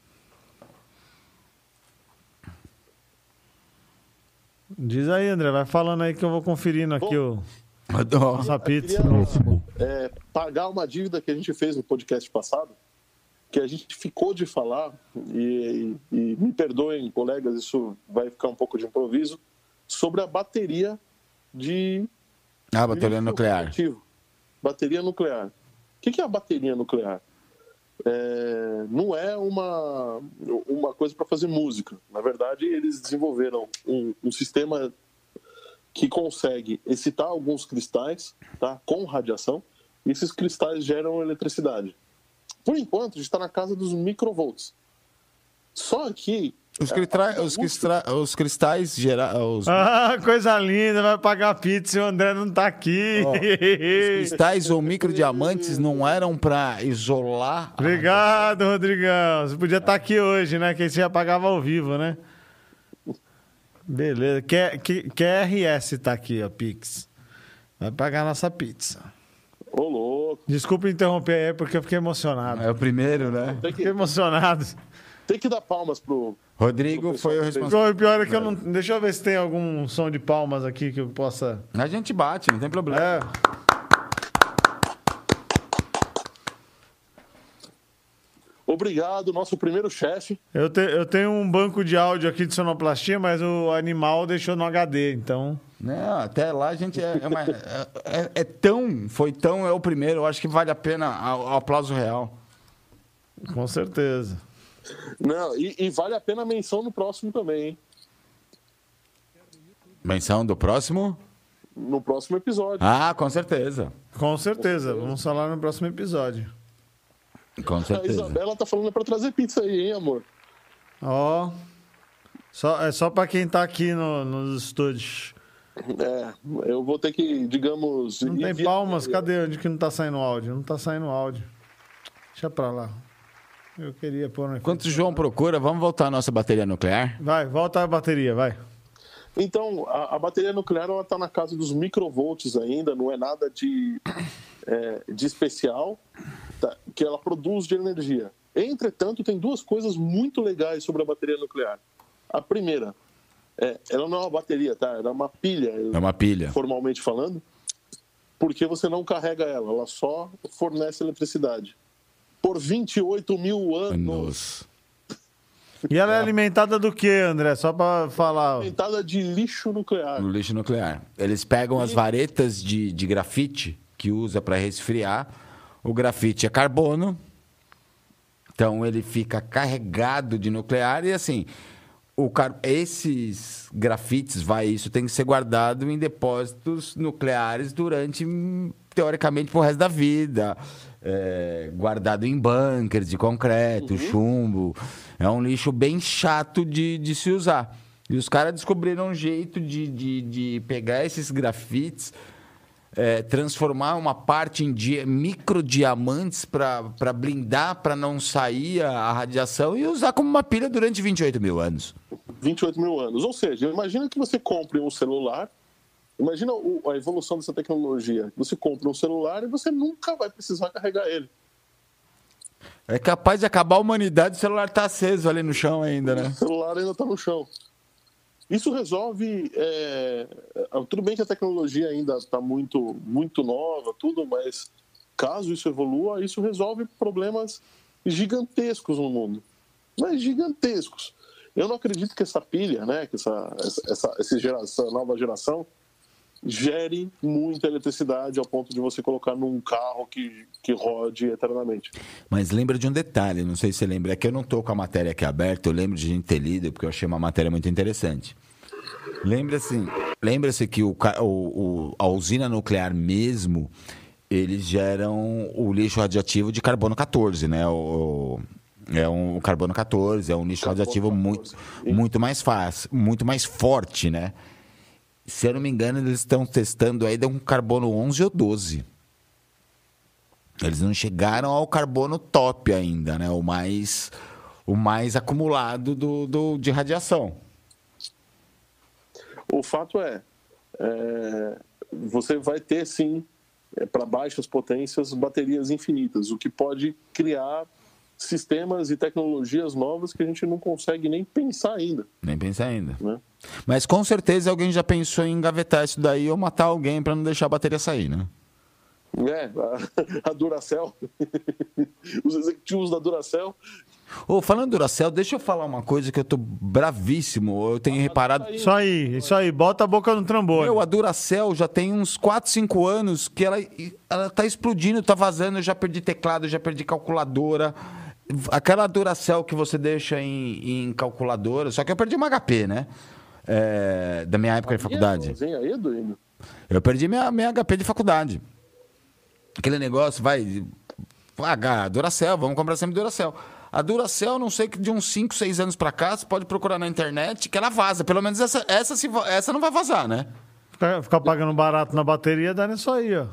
Diz aí, André, vai falando aí que eu vou conferindo aqui nossa pizza. Pagar uma dívida que a gente fez no podcast passado, que a gente ficou de falar, e me perdoem, colegas, isso vai ficar um pouco de improviso, sobre a bateria de... bateria nuclear. Bateria nuclear. O que é a bateria nuclear? Não é uma coisa para fazer música. Na verdade, eles desenvolveram um sistema que consegue excitar alguns cristais, tá, com radiação, e esses cristais geram eletricidade. Por enquanto, a gente está na casa dos microvolts. Só que... Os cristais gerais... Coisa linda, vai pagar pizza e o André não tá aqui. Os cristais ou microdiamantes não eram para isolar... Obrigado, Rodrigão. Você podia estar aqui hoje, né? Que aí você já pagava ao vivo, né? Beleza. QRS tá aqui, ó, Pix. Vai pagar nossa pizza. Ô, louco. Desculpa interromper aí, porque eu fiquei emocionado. É o primeiro, né? Fiquei emocionado. Tem que dar palmas pro... Rodrigo foi o responsável. O pior é que eu não... Deixa eu ver se tem algum som de palmas aqui que eu possa... A gente bate, não tem problema. Obrigado, nosso primeiro chefe. Eu tenho um banco de áudio aqui de sonoplastia, mas o animal deixou no HD, então... Não, até lá a gente é o primeiro, eu acho que vale a pena o aplauso real. Com certeza. Não, e vale a pena a menção no próximo também, hein? Menção do próximo? No próximo episódio. Com certeza. Com certeza. Vamos falar no próximo episódio. Com certeza. A Isabela tá falando para trazer pizza aí, hein, amor? É só para quem tá aqui nos estúdios. Eu vou ter que, digamos... Não tem palmas? Cadê? Onde que não tá saindo áudio? Não tá saindo áudio. Deixa pra lá. Eu queria pôr... Enquanto o João procura, vamos voltar à nossa bateria nuclear? Vai, volta a bateria, vai. Então, a bateria nuclear ela está na casa dos microvolts ainda, não é nada de especial, tá, que ela produz de energia. Entretanto, tem duas coisas muito legais sobre a bateria nuclear. A primeira, ela não é uma bateria, tá? Ela é uma pilha. É uma pilha. Formalmente falando, porque você não carrega ela só fornece eletricidade. Por 28 mil anos. E ela é alimentada do que, André? Só para falar. Alimentada de lixo nuclear. No lixo nuclear. Eles pegam as varetas de grafite que usa para resfriar. O grafite é carbono. Então ele fica carregado de nuclear e assim, esses grafites, isso tem que ser guardado em depósitos nucleares durante, teoricamente, pro resto da vida. Guardado em bunkers de concreto, chumbo. É um lixo bem chato de se usar. E os caras descobriram um jeito de pegar esses grafites, transformar uma parte em microdiamantes para blindar, para não sair a radiação e usar como uma pilha durante 28 mil anos. 28 mil anos. Ou seja, imagina que você compre um celular, imagina a evolução dessa tecnologia. Você compra um celular e você nunca vai precisar carregar ele. É capaz de acabar a humanidade, o celular está aceso ali no chão ainda, né? O celular ainda está no chão. Isso resolve... Tudo bem que a tecnologia ainda está muito, muito nova, tudo, mas caso isso evolua, isso resolve problemas gigantescos no mundo. Mas gigantescos. Eu não acredito que essa pilha, né, que essa nova geração gere muita eletricidade ao ponto de você colocar num carro que rode eternamente. Mas lembra de um detalhe, não sei se você lembra, é que eu não estou com a matéria aqui aberta, eu lembro de a gente ter lido, porque eu achei uma matéria muito interessante. Lembra-se que a usina nuclear mesmo, eles geram o lixo radioativo de carbono 14, né? O carbono 14, é um lixo radioativo muito mais fácil, muito mais forte, né? Se eu não me engano, eles estão testando aí de um carbono 11 ou 12. Eles não chegaram ao carbono top ainda, né? O mais acumulado de radiação. O fato você vai ter, sim, para baixas potências, baterias infinitas, o que pode criar sistemas e tecnologias novas que a gente não consegue nem pensar ainda. Nem pensar ainda. Né? Mas com certeza alguém já pensou em engavetar isso daí ou matar alguém para não deixar a bateria sair, né? A Duracell. Os executivos da Duracell. Falando Duracell, deixa eu falar uma coisa que eu tô bravíssimo. Eu tenho reparado... Isso aí. Bota a boca no trambolho. A Duracell já tem uns 4, 5 anos que ela tá explodindo, tá vazando. Eu já perdi teclado, já perdi calculadora. Aquela Duracell que você deixa em calculadora, só que eu perdi uma HP, né? Da minha época de faculdade. Eu perdi minha HP de faculdade. Aquele negócio, Duracell, vamos comprar sempre Duracell. A Duracell, não sei, de uns 5, 6 anos pra cá, você pode procurar na internet que ela vaza. Pelo menos essa não vai vazar, né? Ficar pagando barato na bateria, dá nisso aí, ó.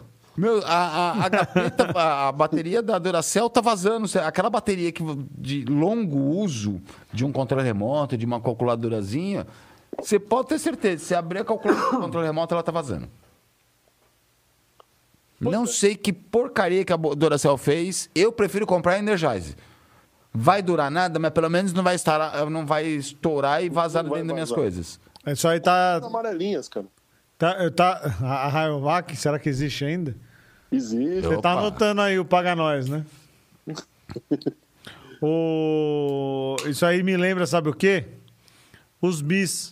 A bateria da Duracell tá vazando. Aquela bateria de longo uso, de um controle remoto, de uma calculadorazinha, você pode ter certeza, se abrir a calculadora do controle remoto, ela tá vazando. Não sei que porcaria que a Duracell fez, eu prefiro comprar a Energize. Vai durar nada, mas pelo menos não vai estourar e vazar dentro das minhas coisas. Isso aí tá... amarelinhas, cara. A Rayovac, será que existe ainda? Existe. Você tá anotando aí o Paga Nós, né? Isso aí me lembra, sabe o quê? Os bis.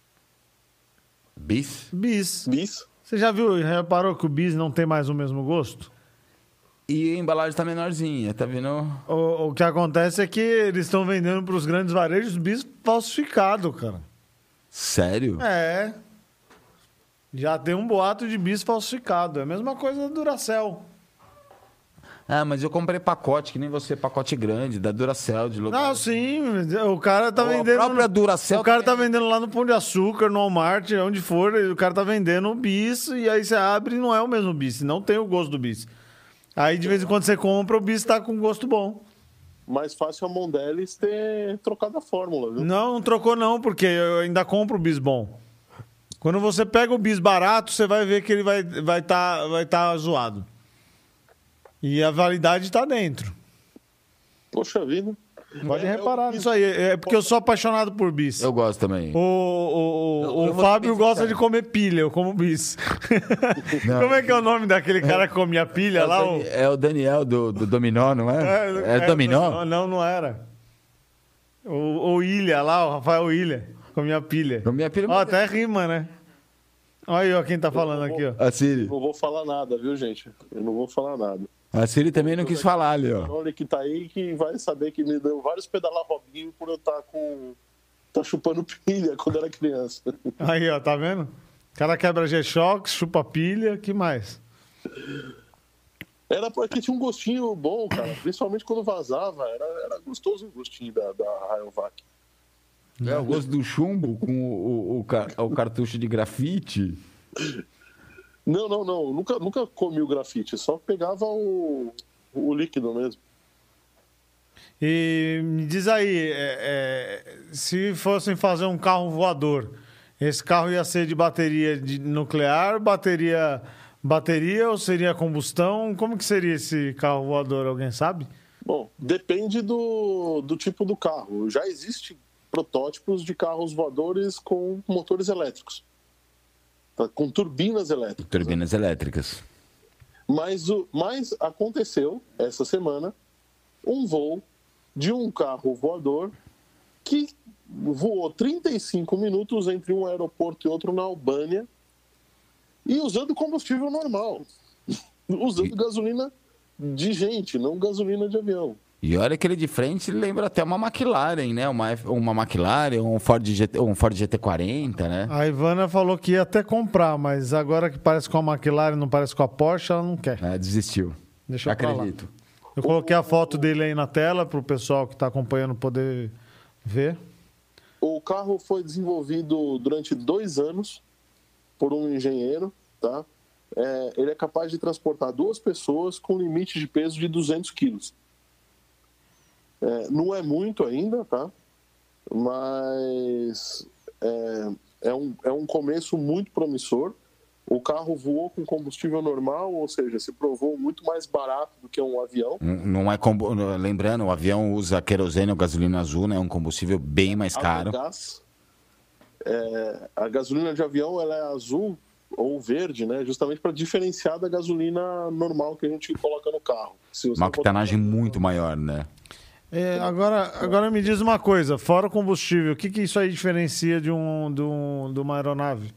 Bis? Bis. Você já reparou que o bis não tem mais o mesmo gosto? E a embalagem tá menorzinha, tá vendo? O que acontece é que eles estão vendendo para os grandes varejos bis falsificado, cara. Sério? Já tem um boato de bis falsificado. É a mesma coisa da Duracell. Mas eu comprei pacote, que nem você, pacote grande, da Duracell. Não, sim. O cara tá vendendo... A própria Duracell... O cara tá vendendo lá no Pão de Açúcar, no Walmart, onde for. O cara tá vendendo o bis e aí você abre e não é o mesmo bis. Não tem o gosto do bis. Aí, de vez em quando, você compra, o bis tá com gosto bom. Mais fácil a Mondelez ter trocado a fórmula, viu? Não trocou não, porque eu ainda compro o bis bom. Quando você pega o bis barato, você vai ver que ele vai tá zoado. E a validade tá dentro. Poxa vida. Pode reparar nisso aí. É porque eu sou apaixonado por bis. Eu gosto também. O Fábio gosta de comer pilha, eu como bis. Como é que é o nome daquele cara que comia pilha lá? É o Daniel do Dominó, não é? É Dominó? Não era. O Ilha lá, o Rafael Ilha, comia pilha. Comia pilha. Ó, até rima, né? Olha aí, ó, quem tá falando aqui, ó. A Siri. Eu não vou falar nada, viu, gente? Eu não vou falar nada. A Siri também não quis falar ali, ó. Olha que tá aí que vai saber que me deu vários pedalar Robinho por eu estar tá chupando pilha quando era criança. Aí, ó, tá vendo? O cara quebra G-Shock, chupa pilha, que mais? Era porque tinha um gostinho bom, cara. Principalmente quando vazava. Era gostoso o gostinho da Rayovac. É o gosto do chumbo com o cartucho de grafite. Não. Nunca comi o grafite. Só pegava o líquido mesmo. E me diz aí, se fossem fazer um carro voador, esse carro ia ser de bateria nuclear, bateria ou seria combustão? Como que seria esse carro voador? Alguém sabe? Bom, depende do tipo do carro. Já existe protótipos de carros voadores com motores elétricos, tá? Com turbinas elétricas. Turbinas elétricas. Mas aconteceu essa semana um voo de um carro voador que voou 35 minutos entre um aeroporto e outro na Albânia e usando combustível normal, usando gasolina de gente, não gasolina de avião. E olha que ele de frente lembra até uma McLaren, né? Uma McLaren, um Ford GT40, né? A Ivana falou que ia até comprar, mas agora que parece com a McLaren, não parece com a Porsche, ela não quer. Desistiu. Deixa eu Acredito. falar. Eu coloquei a foto dele aí na tela para o pessoal que está acompanhando poder ver. O carro foi desenvolvido durante 2 anos por um engenheiro, tá? Ele é capaz de transportar 2 pessoas com limite de peso de 200 quilos. Não é muito ainda, tá? Mas é um começo muito promissor. O carro voou com combustível normal, ou seja, se provou muito mais barato do que um avião. Não é lembrando, o avião usa querosene ou gasolina azul, né? É um combustível bem mais caro. A gasolina de avião ela é azul ou verde, né? Justamente para diferenciar da gasolina normal que a gente coloca no carro. Uma octanagem muito maior, né? Agora me diz uma coisa, fora o combustível, o que isso aí diferencia de uma aeronave?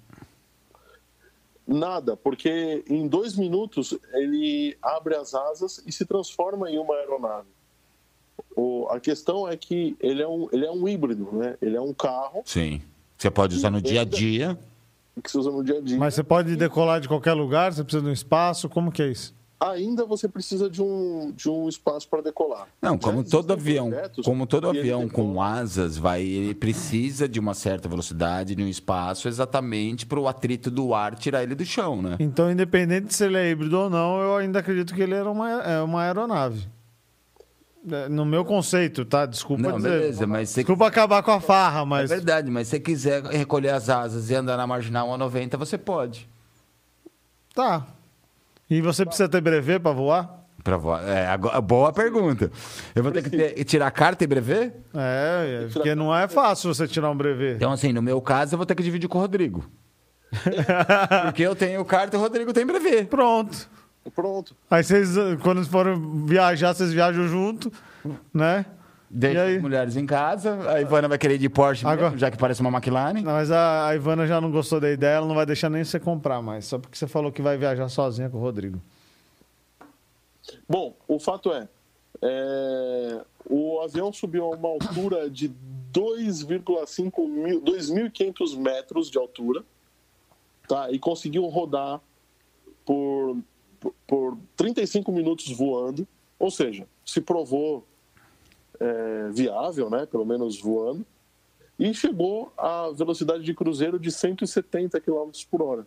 Nada, porque em 2 minutos ele abre as asas e se transforma em uma aeronave. A questão é que ele é um híbrido, né? Ele é um carro. Sim. Você pode usar no dia a dia. Que se usa no dia a dia. Mas você pode decolar de qualquer lugar? Você precisa de um espaço? Como que é isso? Ainda você precisa de um espaço para decolar. Não, como todo avião com asas, ele precisa de uma certa velocidade, de um espaço, exatamente para o atrito do ar tirar ele do chão, né? Então, independente se ele é híbrido ou não, eu ainda acredito que ele era uma aeronave. No meu conceito, tá? Desculpa dizer. Beleza, mas desculpa acabar com a farra, mas... É verdade, mas se você quiser recolher as asas e andar na Marginal 190, você pode. Tá. E você precisa ter brevet para voar? Para voar. Boa pergunta. Eu vou ter que tirar carta e brevet? Porque não é fácil você tirar um brevet. Então, assim, no meu caso, eu vou ter que dividir com o Rodrigo. Porque eu tenho carta e o Rodrigo tem brevet. Pronto. Aí vocês, quando forem viajar, vocês viajam junto, né? Deixa as mulheres em casa, a Ivana vai querer ir de Porsche mesmo, já que parece uma McLaren. Não, mas a Ivana já não gostou da ideia, ela não vai deixar nem você comprar mais, só porque você falou que vai viajar sozinha com o Rodrigo. Bom, o fato o avião subiu a uma altura de 2.500 metros de altura, tá? E conseguiu rodar por 35 minutos voando, ou seja, se provou viável, né? Pelo menos voando, e chegou à velocidade de cruzeiro de 170 km por hora.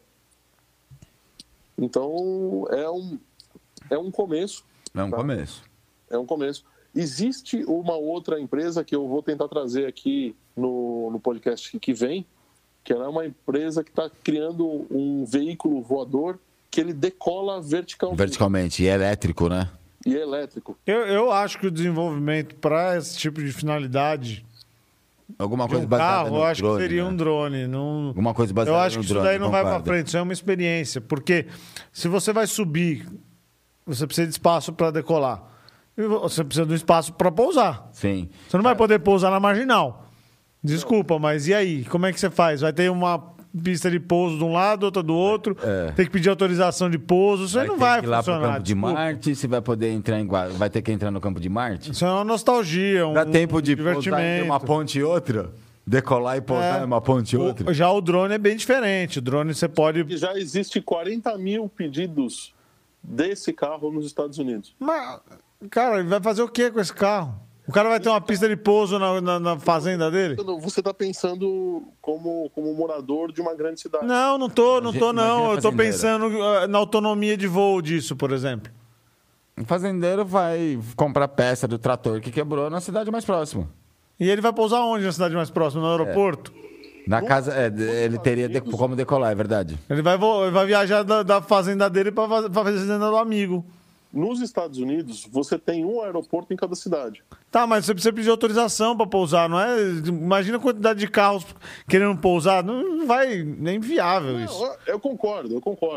Então, é um começo. É um começo. Existe uma outra empresa que eu vou tentar trazer aqui no podcast que vem, que ela é uma empresa que está criando um veículo voador que ele decola verticalmente. Verticalmente, e é elétrico, né? E é elétrico. Eu acho que o desenvolvimento para esse tipo de finalidade Alguma de coisa um baseada carro, no eu acho drone, que seria né? um drone. Não... Alguma coisa baseada Eu acho no que isso drone, daí não vai para concordo. frente, isso é uma experiência. Porque se você vai subir, você precisa de espaço para decolar. E você precisa de um espaço para pousar. Sim. Você não vai poder pousar na marginal. Desculpa, mas e aí? Como é que você faz? Vai ter uma pista de pouso de um lado, outra do outro. Tem que pedir autorização de pouso. Isso aí não ter vai que ir lá pro funcionar. campo de desculpa. Marte, você vai poder entrar vai ter que entrar no campo de Marte? Isso é uma nostalgia, um Dá tempo de pousar divertimento. entre uma ponte e outra? Decolar e pousar em uma ponte e outra? Já o drone é bem diferente. O drone você pode... E já existe 40 mil pedidos desse carro nos Estados Unidos. Mas, cara, ele vai fazer o que com esse carro? O cara vai ter uma pista de pouso na fazenda dele? Você está pensando como morador de uma grande cidade. Não tô. Imagina Eu tô fazendeiro. pensando na autonomia de voo disso, por exemplo. O fazendeiro vai comprar peça do trator que quebrou na cidade mais próxima. E ele vai pousar onde na cidade mais próxima? No aeroporto? Na casa, ele teria como decolar, é verdade. Ele vai viajar da fazenda dele para a fazenda do amigo. Nos Estados Unidos, você tem um aeroporto em cada cidade. Tá, mas você precisa pedir autorização para pousar, não é? Imagina a quantidade de carros querendo pousar. Não vai, é inviável isso. Não, eu concordo.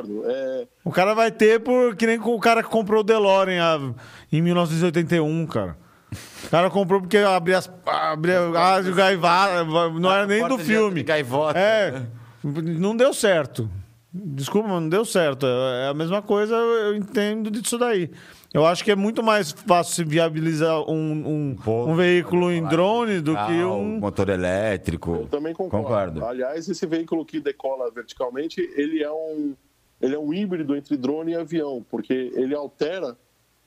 O cara vai ter que nem o cara que comprou o DeLorean em 1981, cara. O cara comprou porque abria as gaivota, não era nem do Porta de filme. gaivota. É, não deu certo. Desculpa, mas não deu certo. É a mesma coisa, eu entendo disso daí. Eu acho que é muito mais fácil se viabilizar um veículo em drone do que um... motor elétrico. Eu também concordo. Aliás, esse veículo que decola verticalmente, ele é um híbrido entre drone e avião, porque ele altera...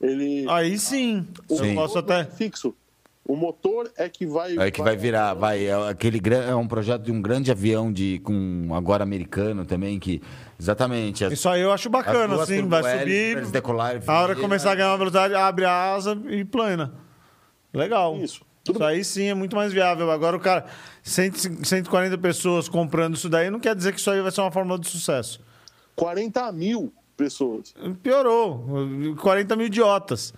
Aí sim. Sim. Eu posso até... fixo. O motor é que vai... É que vai virar, é um projeto de um grande avião agora americano também, que exatamente... Isso aí eu acho bacana, assim, vai subir, a hora que começar a ganhar uma velocidade, abre a asa e plana. Legal. Isso. Isso aí sim é muito mais viável. Agora o cara, 140 pessoas comprando isso daí, não quer dizer que isso aí vai ser uma fórmula de sucesso. 40 mil pessoas. Piorou. 40 mil idiotas.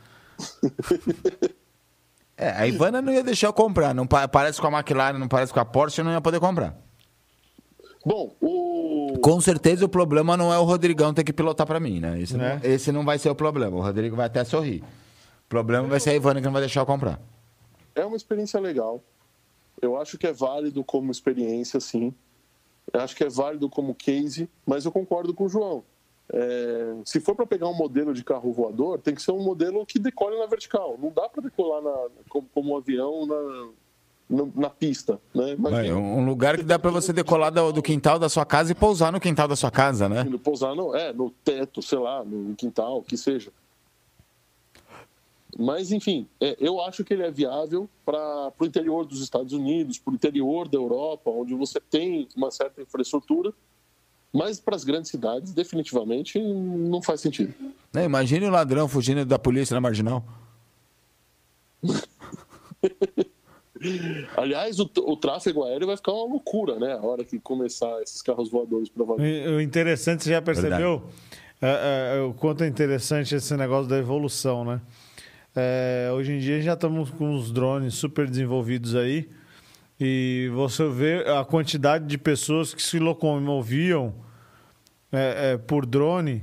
A Ivana não ia deixar eu comprar. Não parece com a McLaren, não parece com a Porsche, eu não ia poder comprar. Bom, Com certeza o problema não é o Rodrigão ter que pilotar pra mim, né? É. Esse não vai ser o problema. O Rodrigo vai até sorrir. O problema vai ser a Ivana que não vai deixar eu comprar. é uma experiência legal. Eu acho que é válido como experiência, sim. Eu acho que é válido como case, mas eu concordo com o João. Se for para pegar um modelo de carro voador, tem que ser um modelo que decole na vertical. Não dá para decolar como um avião na pista, né? Um lugar que dá para você decolar do quintal da sua casa e pousar no quintal da sua casa, né? Pousar no teto, sei lá, no quintal, o que seja. Mas, enfim, eu acho que ele é viável para o interior dos Estados Unidos, para o interior da Europa, onde você tem uma certa infraestrutura. Mas para as grandes cidades, definitivamente, não faz sentido. Imagine o ladrão fugindo da polícia na Marginal. Aliás, o tráfego aéreo vai ficar uma loucura, né? A hora que começar esses carros voadores para valer. O interessante, você já percebeu o quanto é interessante esse negócio da evolução, né? Hoje em dia já estamos com os drones super desenvolvidos aí. E você vê a quantidade de pessoas que se locomoviam por drone,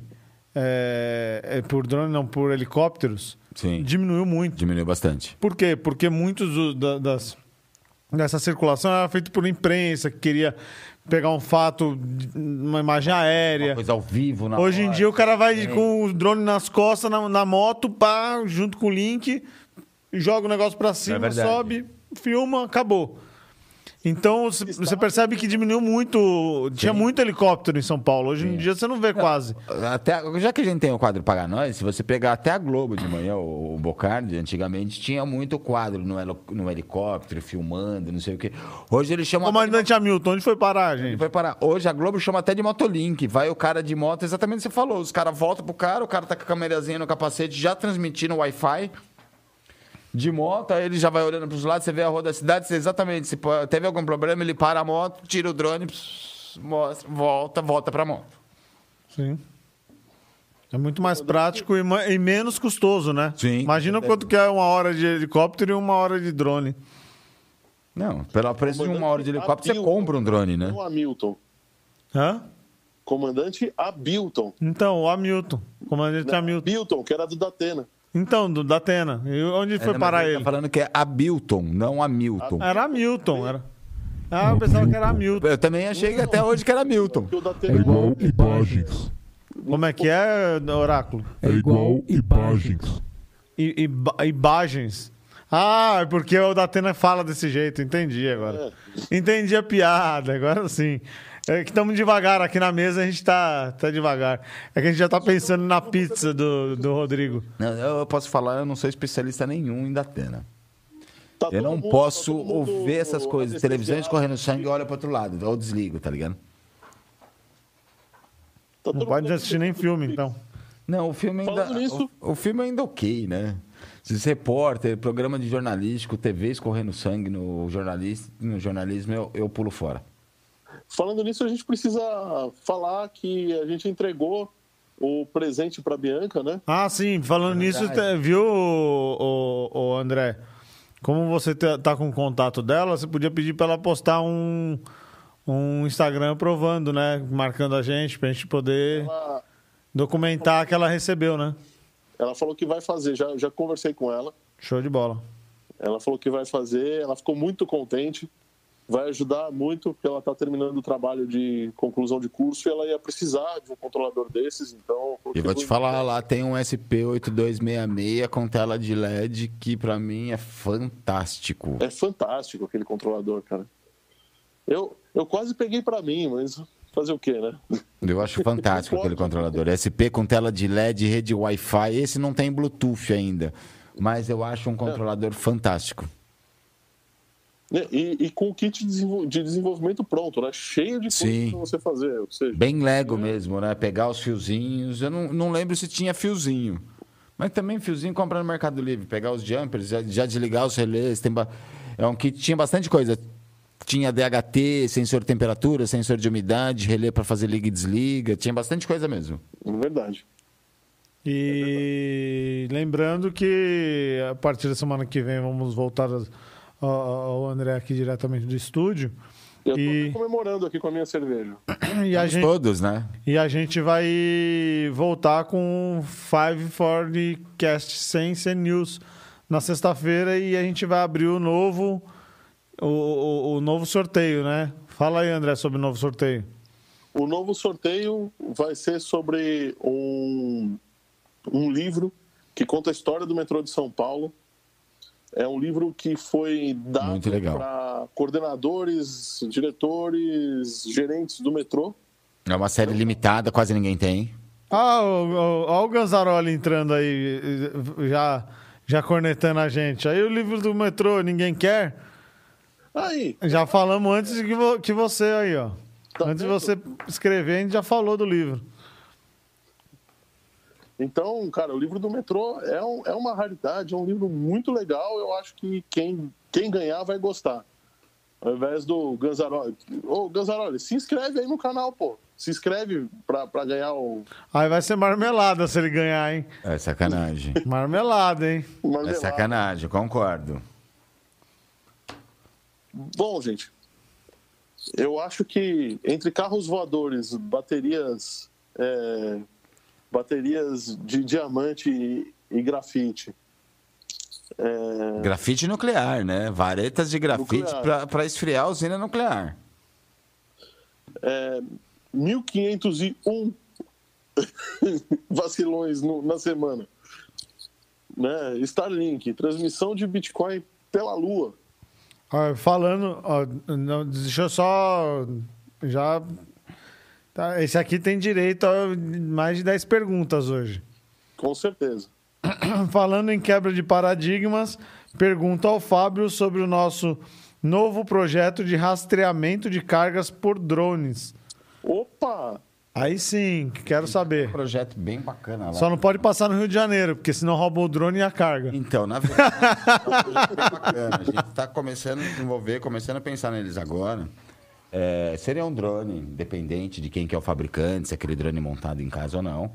por helicópteros, Sim. Diminuiu muito. Diminuiu bastante. Por quê? Porque muitos dessa circulação era feito por imprensa, que queria pegar um fato, uma imagem aérea. Uma coisa ao vivo. Hoje em dia o cara vai com o drone nas costas, na moto, junto com o link, joga o negócio pra cima, sobe, filma, acabou. Então, você percebe que diminuiu muito. Tinha muito helicóptero em São Paulo. Hoje em dia você não vê quase. Já que a gente tem o quadro Paga Nós, se você pegar até a Globo de manhã, o Bocardi, antigamente tinha muito quadro no helicóptero, filmando, não sei o quê. Hoje ele chama... Comandante Hamilton, onde foi parar, gente? Ele foi parar. Hoje a Globo chama até de motolink. Vai o cara de moto, exatamente o que você falou. Os caras voltam pro cara, o cara tá com a câmerazinha no capacete, já transmitindo o Wi-Fi. De moto, aí ele já vai olhando para os lados, você vê a rua da cidade, você exatamente, se teve algum problema, ele para a moto, tira o drone, mostra, volta para a moto. Sim. É muito mais prático e menos custoso, né? Sim. Imagina quanto que é 1 hora de helicóptero e 1 hora de drone. Não, pelo preço de 1 hora de helicóptero, você compra um drone, né? Não Hamilton. Hã? Comandante Hamilton. Então, o Hamilton. Comandante Hamilton. Hamilton, que era do Datena. Então, do Datena. E onde foi parar Mas ele? Tá falando que é Hamilton, não Hamilton. Era Hamilton. Era... Ah, eu pensava que era Hamilton. Eu também achei que até hoje que era Hamilton. Porque o É Datena igual imagens. Como é que é, Oráculo? É igual imagens. Imagens. Ah, é porque o Datena fala desse jeito. Entendi agora. Entendi a piada, agora sim. É que estamos devagar aqui na mesa, a gente tá devagar. É que a gente já tá pensando na pizza do Rodrigo. Não, eu posso falar, eu não sou especialista nenhum em Datena. Tá Eu todo não mundo- posso tá todo mundo ouvir essas coisas. anestesiado. Televisão escorrendo sangue e olha pro outro lado. Ou desligo, tá ligado? Tá Não todo pode mundo- assistir nem filme, então. Não, o filme ainda. Falando nisso- O filme ainda ok, né? Esses repórter, programa de jornalístico, TV escorrendo sangue no jornalismo, eu pulo fora. Falando nisso, a gente precisa falar que a gente entregou o presente para Bianca, né? Ah, sim, falando nisso, verdade. viu, o André? Como você tá com o contato dela, você podia pedir para ela postar um Instagram provando, né? Marcando a gente, pra gente poder Ela, documentar que ela recebeu, né? ela falou que vai fazer, já conversei com ela. Show de bola. Ela falou que vai fazer, ela ficou muito contente, vai ajudar muito, porque ela está terminando o trabalho de conclusão de curso e ela ia precisar de um controlador desses, então... E vou te falar, lá tem um SP8266 com tela de LED que pra mim é fantástico. É fantástico aquele controlador, cara. Eu quase peguei para mim, mas fazer o quê, né? Eu acho fantástico aquele controlador. SP com tela de LED, rede Wi-Fi. Esse não tem Bluetooth ainda, mas eu acho um controlador fantástico. E com o kit de desenvolvimento pronto, né? Cheio de Sim. coisas para você fazer. Ou seja, Bem Lego mesmo, né? Pegar os fiozinhos. Eu não lembro se tinha fiozinho. Mas também fiozinho comprar no Mercado Livre. Pegar os jumpers, já desligar os relés. É um kit, tinha bastante coisa. Tinha DHT, sensor de temperatura, sensor de umidade, relé para fazer liga e desliga. Tinha bastante coisa mesmo. verdade. E lembrando que a partir da semana que vem vamos voltar ao André aqui diretamente do estúdio. Eu tô E- comemorando aqui com a minha cerveja. E a Estamos gente, todos, né? e a gente vai voltar com 540 Cast sem News na sexta-feira e a gente vai abrir o novo sorteio, né? Fala aí, André, sobre o novo sorteio. O novo sorteio vai ser sobre um livro que conta a história do metrô de São Paulo. É um livro que foi dado Muito legal. para coordenadores, diretores, gerentes do metrô. É uma série limitada, quase ninguém tem. Ah, ó o Ganzaroli entrando aí, já cornetando a gente. Aí o livro do metrô, ninguém quer? Aí, Já falamos antes que você aí, ó. Tá Antes de vendo? você escrever, a gente já falou do livro. então, cara, o livro do metrô é uma raridade, é um livro muito legal. Eu acho que quem ganhar vai gostar. Ao invés do Ganzaroli. Ô, Ganzaroli, se inscreve aí no canal, pô. Se inscreve pra ganhar o Aí vai ser marmelada se ele ganhar, hein? É sacanagem. Marmelada, hein? É marmelada. sacanagem, concordo. Bom, gente, eu acho que entre carros voadores, baterias de diamante e grafite, Grafite nuclear, né? Varetas de grafite Nuclear. para esfriar a usina nuclear. 1.501 vacilões na semana, né? Starlink, transmissão de Bitcoin pela Lua. Ó, falando, ó, não, deixa eu só. Já. Tá, esse aqui tem direito a mais de 10 perguntas hoje. Com certeza. Falando em quebra de paradigmas, pergunta ao Fábio sobre o nosso novo projeto de rastreamento de cargas por drones. Opa! Aí sim, quero saber. Projeto bem bacana lá. Só não pode passar no Rio de Janeiro, porque senão rouba o drone e a carga. Então, na verdade, é um projeto bem bacana. A gente está começando a desenvolver, começando a pensar neles agora. Seria um drone, independente de quem que é o fabricante, se é aquele drone montado em casa ou não.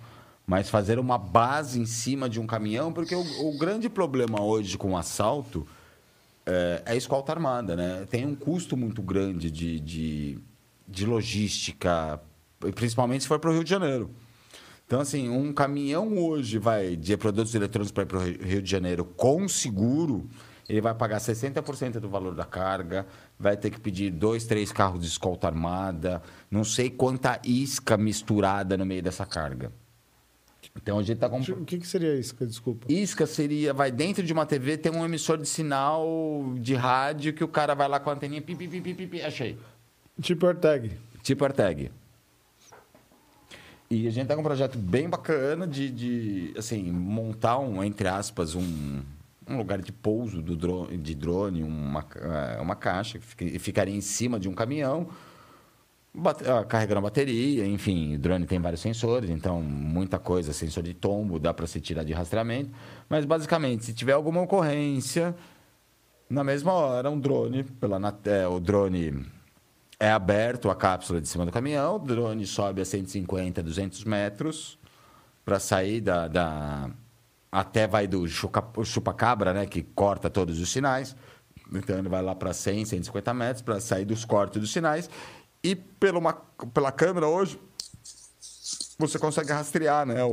mas fazer uma base em cima de um caminhão, porque o grande problema hoje com o assalto é a escolta armada, né? Tem um custo muito grande de logística, principalmente se for para o Rio de Janeiro. Então, assim, um caminhão hoje vai de produtos eletrônicos para ir para o Rio de Janeiro com seguro, ele vai pagar 60% do valor da carga, vai ter que pedir 2, 3 carros de escolta armada, não sei quanta isca misturada no meio dessa carga. Então, a gente está comprando... O que seria isca? Desculpa. Isca seria, vai dentro de uma TV, tem um emissor de sinal de rádio que o cara vai lá com a anteninha, achei. Tipo AirTag. Tipo AirTag. E a gente está com um projeto bem bacana de assim, montar entre aspas, um lugar de pouso de drone, uma caixa que ficaria em cima de um caminhão, carregando a bateria, enfim, o drone tem vários sensores, então muita coisa, sensor de tombo, dá para se tirar de rastreamento, mas basicamente, se tiver alguma ocorrência, na mesma hora, um drone, o drone é aberto, a cápsula de cima do caminhão, o drone sobe a 150, 200 metros para sair até vai do chupa-cabra, né, que corta todos os sinais, então ele vai lá para 100, 150 metros para sair dos cortes dos sinais. E pela câmera hoje, você consegue rastrear, né,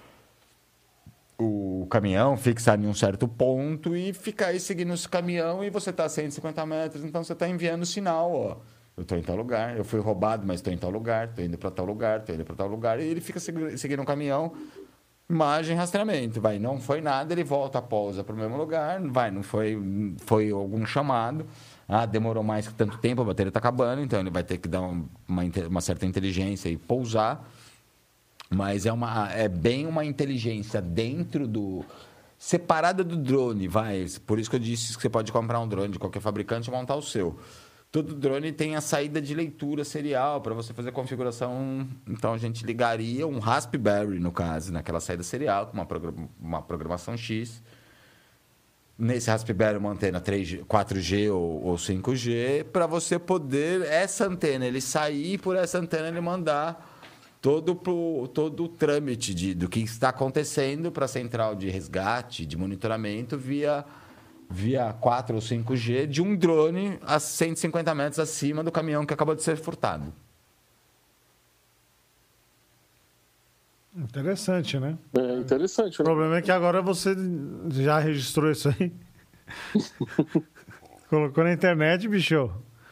o caminhão, fixar em um certo ponto e ficar aí seguindo esse caminhão e você está a 150 metros, então você está enviando sinal, ó. Eu estou em tal lugar, eu fui roubado, mas estou em tal lugar, estou indo para tal lugar, estou indo para tal lugar. E ele fica seguindo o caminhão, imagem, rastreamento. Vai, não foi nada, ele volta, pousa para o mesmo lugar, não foi algum chamado. Ah, demorou mais que tanto tempo, a bateria está acabando, então ele vai ter que dar uma certa inteligência e pousar. Mas é bem uma inteligência dentro separada do drone, vai. Por isso que eu disse que você pode comprar um drone de qualquer fabricante e montar o seu. Todo drone tem a saída de leitura serial para você fazer configuração. Então, a gente ligaria um Raspberry, no caso, naquela saída serial, com uma programação X. Nesse Raspberry, uma antena 3G, 4G ou 5G, para você poder, essa antena, ele sair por essa antena, ele mandar todo o trâmite do que está acontecendo para a central de resgate, de monitoramento, via 4 ou 5G, de um drone a 150 metros acima do caminhão que acabou de ser furtado. Interessante, né? É interessante. O problema é que agora você já registrou isso aí. Colocou na internet, bicho.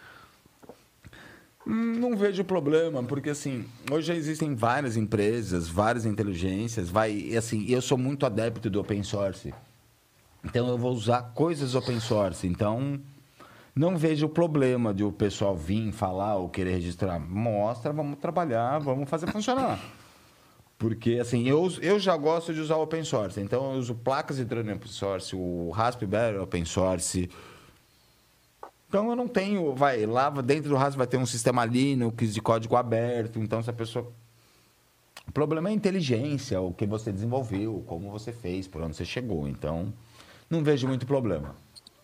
Não vejo problema, porque assim, hoje já existem várias empresas, várias inteligências, assim, eu sou muito adepto do open source. Então eu vou usar coisas open source. Então não vejo problema de o pessoal vir falar ou querer registrar. Mostra, vamos trabalhar, vamos fazer funcionar. Porque, assim, eu já gosto de usar o open source. Então, eu uso placas de drone open source, o Raspberry open source. Então, eu não tenho... lá dentro do Raspberry vai ter um sistema Linux de código aberto. Então, se a pessoa... O problema é a inteligência, o que você desenvolveu, como você fez, por onde você chegou. Então, não vejo muito problema.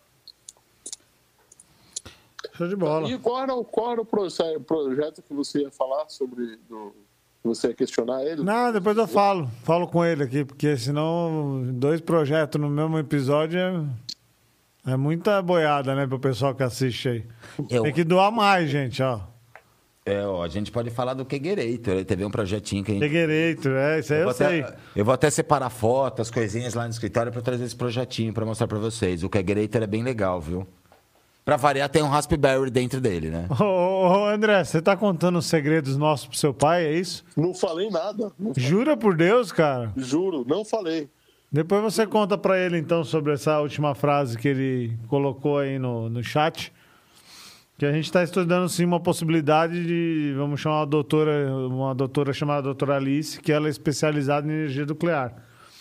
Show de bola. E qual era o projeto que você ia falar sobre... Você ia questionar ele? Não, depois eu falo. Falo com ele aqui, porque senão 2 projetos no mesmo episódio é muita boiada, né, pro pessoal que assiste aí. Tem que doar mais, gente, ó. A gente pode falar do Kegerator. Ele teve um projetinho que a gente... Kegerator, isso aí eu sei. Eu vou até separar fotos, as coisinhas lá no escritório para trazer esse projetinho para mostrar para vocês. O Kegerator é bem legal, viu? Pra variar, tem um Raspberry dentro dele, né? Ô, André, você tá contando os segredos nossos pro seu pai, é isso? Não falei nada. Jura por Deus, cara? Juro, não falei. Depois você conta pra ele, então, sobre essa última frase que ele colocou aí no chat. Que a gente tá estudando, sim, uma possibilidade de... Vamos chamar uma doutora chamada doutora Alice, que ela é especializada em energia nuclear.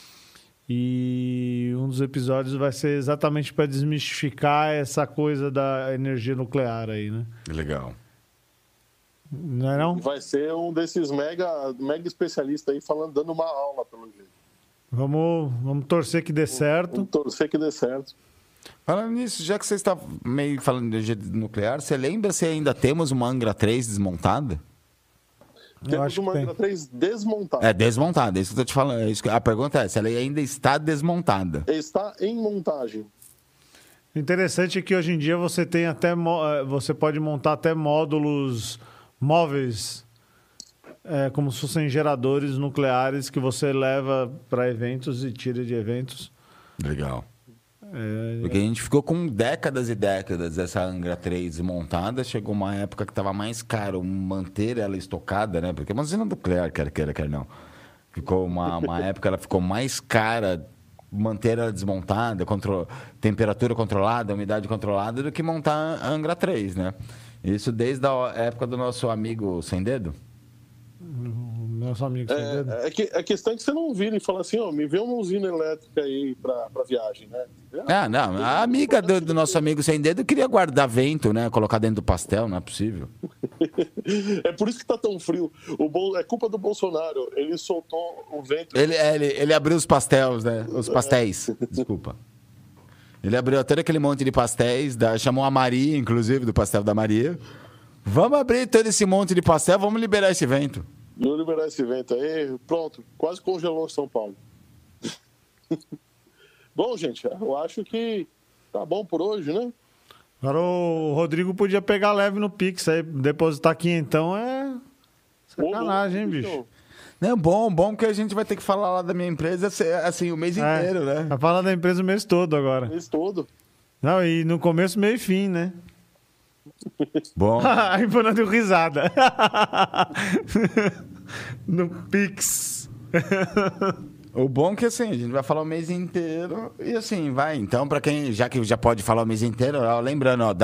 E um dos episódios vai ser exatamente para desmistificar essa coisa da energia nuclear aí, né? Legal. Não é não? Vai ser um desses mega especialistas aí dando uma aula, pelo jeito. Vamos torcer que dê certo. Vamos torcer que dê certo. Falando nisso, já que você está meio falando de energia nuclear, você lembra se ainda temos uma Angra 3 desmontada? Eu Temos acho uma que Angra tem. 3 desmontada. É desmontada, é isso que eu tô te falando. A pergunta é se ela ainda está desmontada. Está em montagem. Interessante é que hoje em dia você tem até você pode montar até módulos móveis, como se fossem geradores nucleares que você leva para eventos e tira de eventos. Legal. Porque a gente ficou com décadas e décadas dessa Angra 3 desmontada. Chegou uma época que estava mais caro manter ela estocada, né? Porque é uma usina nuclear, quer queira, quer não. Ficou uma época, ela ficou mais cara manter ela desmontada, temperatura controlada, umidade controlada, do que montar a Angra 3, né? Isso desde a época do nosso amigo Sem Dedo. Nosso amigo sem dedo. A questão é que você não vira e fala assim, ó, me vê uma usina elétrica aí pra viagem, né? Não. A amiga do nosso amigo Sem Dedo queria guardar vento, né? Colocar dentro do pastel, não é possível. É por isso que tá tão frio. É culpa do Bolsonaro. Ele soltou o vento. Ele abriu os pastéis, né? Os pastéis, desculpa. Ele abriu todo aquele monte de pastéis, chamou a Maria, inclusive, do pastel da Maria. Vamos abrir todo esse monte de pastel, vamos liberar esse vento. Vamos liberar esse vento aí. Pronto, quase congelou São Paulo. Bom, gente, eu acho que tá bom por hoje, né? Agora o Rodrigo podia pegar leve no Pix aí, depositar aqui então é sacanagem, hein, bicho? Não, bom que a gente vai ter que falar lá da minha empresa assim o mês inteiro, né? Vai falar da empresa o mês todo agora. O mês todo. Não, e no começo, meio e fim, né? Bom. A Ivana deu risada. No Pix. O bom é que assim, a gente vai falar o mês inteiro e assim, vai. Então, para quem já que já pode falar o mês inteiro, ó, lembrando, ó,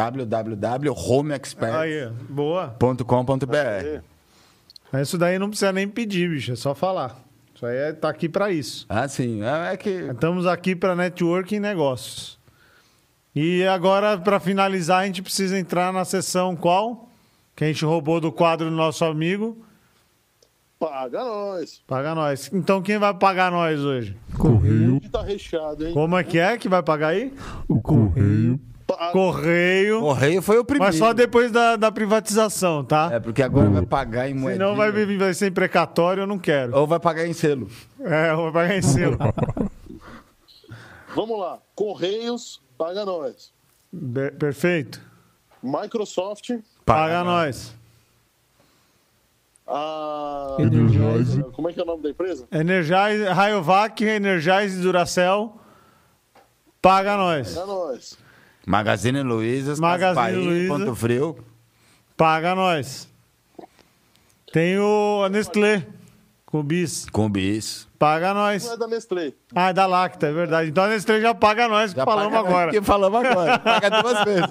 www.homeexpert.com.br. Isso daí não precisa nem pedir, bicho, é só falar. Isso aí tá aqui para isso. Ah, sim. É que Estamos aqui para network e negócios. E agora, para finalizar, a gente precisa entrar na sessão qual? Que a gente roubou do quadro do nosso amigo. Paga nós. Paga nós. Então, quem vai pagar nós hoje? Correio. Hoje tá recheado, hein? Como é que vai pagar aí? O correio. Correio. Correio foi o primeiro. Mas só depois da privatização, tá? É, porque agora vai pagar em moedinha. Senão vai ser precatório, eu não quero. Ou vai pagar em selo. Vai pagar em selo. Vamos lá. Correios, paga nós. Perfeito. Microsoft, Paga nós. Energize. Como é que é o nome da empresa? Energize, Rayovac, Energize Duracell. Paga nós. Paga nós. Magazine Luiza, Magazine Luiza. Ponto Frio. Paga nós. Tem a Nestlé, com o Bis. Com bis. Paga Não nós. é da Nestlé. Ah, é da Lacta, é verdade. Então a Nestlé já paga nós, que Já falamos paga agora. Que falamos agora. Paga duas vezes.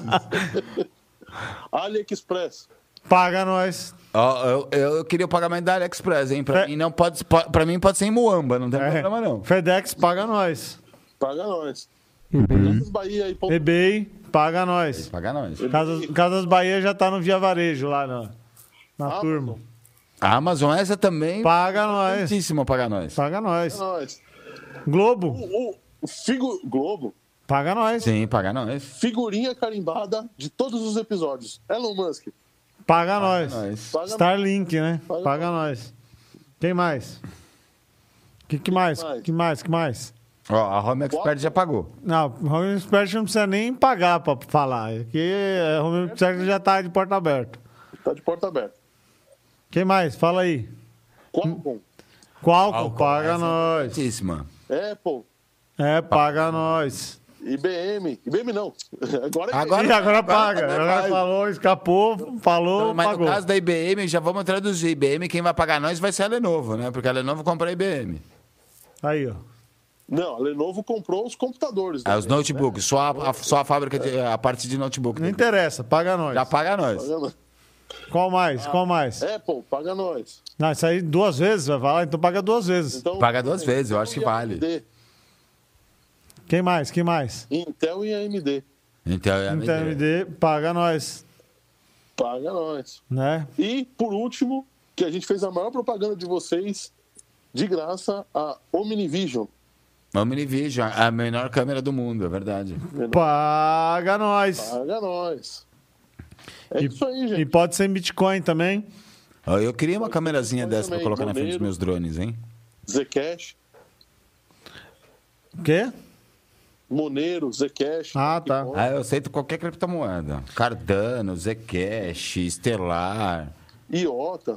AliExpress. Paga nós. Ó, eu queria o pagamento da AliExpress, hein? Pra mim não pode, pra mim pode ser em Muamba, não tem problema não. FedEx, paga nós. Paga nós. eBay. Casas Bahia aí. eBay, paga nós. Paga nós. Casas Bahia já tá no Via Varejo lá na Amazon. turma. A Amazon, essa também. Paga nós. Muitíssimo pagar nós. Paga nós. Paga nós. Globo, O Globo. paga nós. Sim, paga nós. Figurinha carimbada de todos os episódios. Elon Musk. Paga nós. nós. Paga Starlink, né? Paga Paga nós. Quem mais? Que mais? Que mais? Ó, a Home Expert já pagou. Não, Home Expert não precisa nem pagar pra falar. Aqui a Home Expert já tá de porta aberta. Tá de porta aberta. Quem mais? Fala aí. Qualcomm, paga nós. Muitíssima. Apple. Paga nós. IBM. IBM não. Agora- E agora paga. também Agora vai. falou, escapou, falou, Mas pagou. no caso da IBM, já vamos traduzir. IBM, quem vai pagar nós vai ser a Lenovo, né? Porque a Lenovo comprou a IBM. Aí, ó. Não, a Lenovo comprou os computadores. Os notebooks, só a fábrica, a parte de notebook. Não interessa, paga nós. Já paga nós. Paga nós. Qual mais? Qual mais? Apple, paga nós. Não, isso aí 2 vezes, vai falar, então paga 2 vezes. Então, Paga 2 vezes, eu acho que vale. AMD. Quem mais? Quem mais? Intel e AMD. Então, é a Então, MD, paga nós, Paga nós. né? E, por último, que a gente fez a maior propaganda de vocês, de graça, a Omnivision. A Omnivision, a menor câmera do mundo, é verdade. Paga nós. Paga nós. É isso aí, E gente. pode ser em Bitcoin também. Ó, eu queria uma câmerazinha dessa pra também, colocar na frente dos Monero. meus drones, hein? Zcash, O quê? Monero, Zcash. Ah, tá. Ah, eu aceito qualquer criptomoeda. Cardano, Zcash, Stellar. IOTA.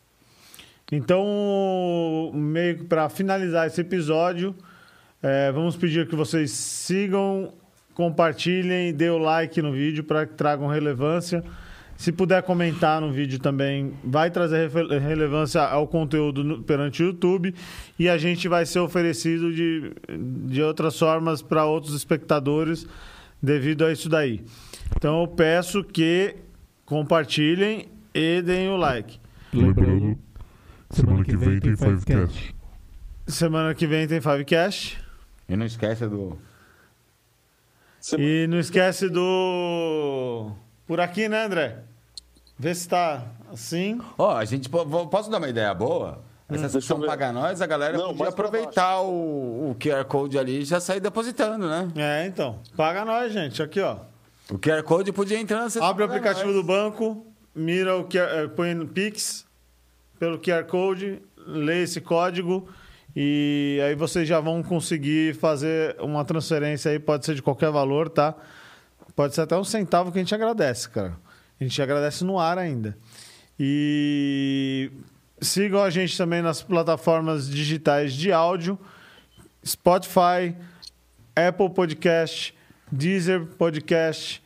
Então, meio que para finalizar esse episódio, vamos pedir que vocês sigam, compartilhem, dê o like no vídeo para que tragam relevância. Se puder comentar no vídeo também, vai trazer relevância ao conteúdo perante o YouTube e a gente vai ser oferecido de outras formas para outros espectadores devido a isso daí. Então eu peço que compartilhem e deem o like. Lembrando, semana que vem tem Fivecast. Semana que vem tem Fivecast. E não esquece do... E não esquece do... Por aqui, né, André? Vê se tá assim. Ó, a gente... Posso dar uma ideia boa? Essa sessão eu ver. Paga Nós, a galera Não, podia mais pra aproveitar o QR Code ali e já sair depositando, né? Então. Paga nós, gente. Aqui, ó. O QR Code podia entrar na sessão Abre o Paga aplicativo Nós. do banco, mira o QR, põe no Pix pelo QR Code, lê esse código e aí vocês já vão conseguir fazer uma transferência aí, pode ser de qualquer valor, tá? Pode ser até um centavo que a gente agradece, cara. A gente agradece no ar ainda. E sigam a gente também nas plataformas digitais de áudio, Spotify, Apple Podcast, Deezer Podcast,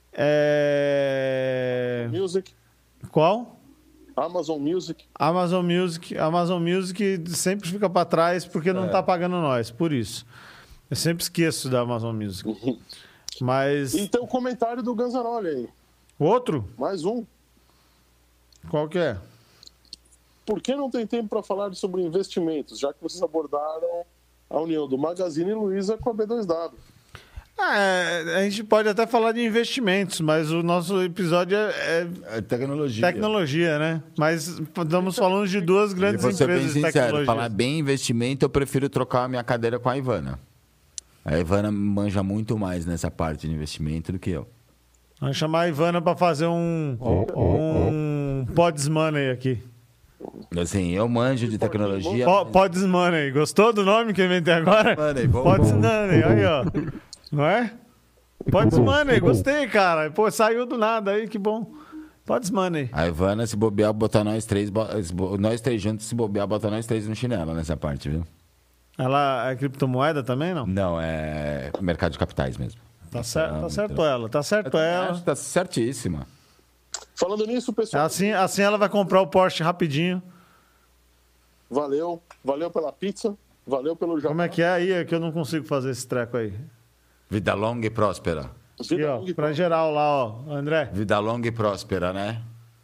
Music, qual? Amazon Music. Amazon Music. Amazon Music sempre fica para trás porque não tá pagando nós, por isso. Eu sempre esqueço da Amazon Music. Mas E tem o comentário do Ganzaroli aí. outro? Mais um. Qual que é? Por que não tem tempo para falar sobre investimentos, já que vocês abordaram a união do Magazine Luiza com a B2W? A gente pode até falar de investimentos, mas o nosso episódio é Tecnologia. tecnologia, né? Mas estamos falando de duas E grandes vou ser bem empresas de sincero, tecnologia. falar bem investimento, eu prefiro trocar a minha cadeira com a Ivana. A Ivana manja muito mais nessa parte de investimento do que eu. Vamos chamar a Ivana para fazer um Pods Money aqui. Assim, eu manjo de tecnologia. Pods Money. Gostou do nome que eu inventei agora? Money, bom, Pods bom. Money, aí, ó. Não é? Pods Money, gostei, cara. Pô, saiu do nada aí, que bom. Pods Money. A Ivana, se bobear, botar nós três juntos, se bobear, botar nós três no chinelo nessa parte, viu? Ela é criptomoeda também, não? Não, é mercado de capitais mesmo. Tá certo ela, tá certo ela. Acho que tá certíssima. Falando nisso, pessoal, Assim ela vai comprar o Porsche rapidinho. valeu. Valeu pela pizza. Valeu pelo jabá. Como é que é aí? É que eu não consigo fazer esse treco aí. Vida longa e próspera. Aqui, Vida ó, longa e pra geral lá, ó. André, Vida longa e próspera, né?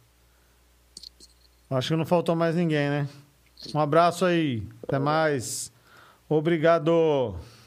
acho que não faltou mais ninguém, né? Um abraço aí. Até mais. Obrigado.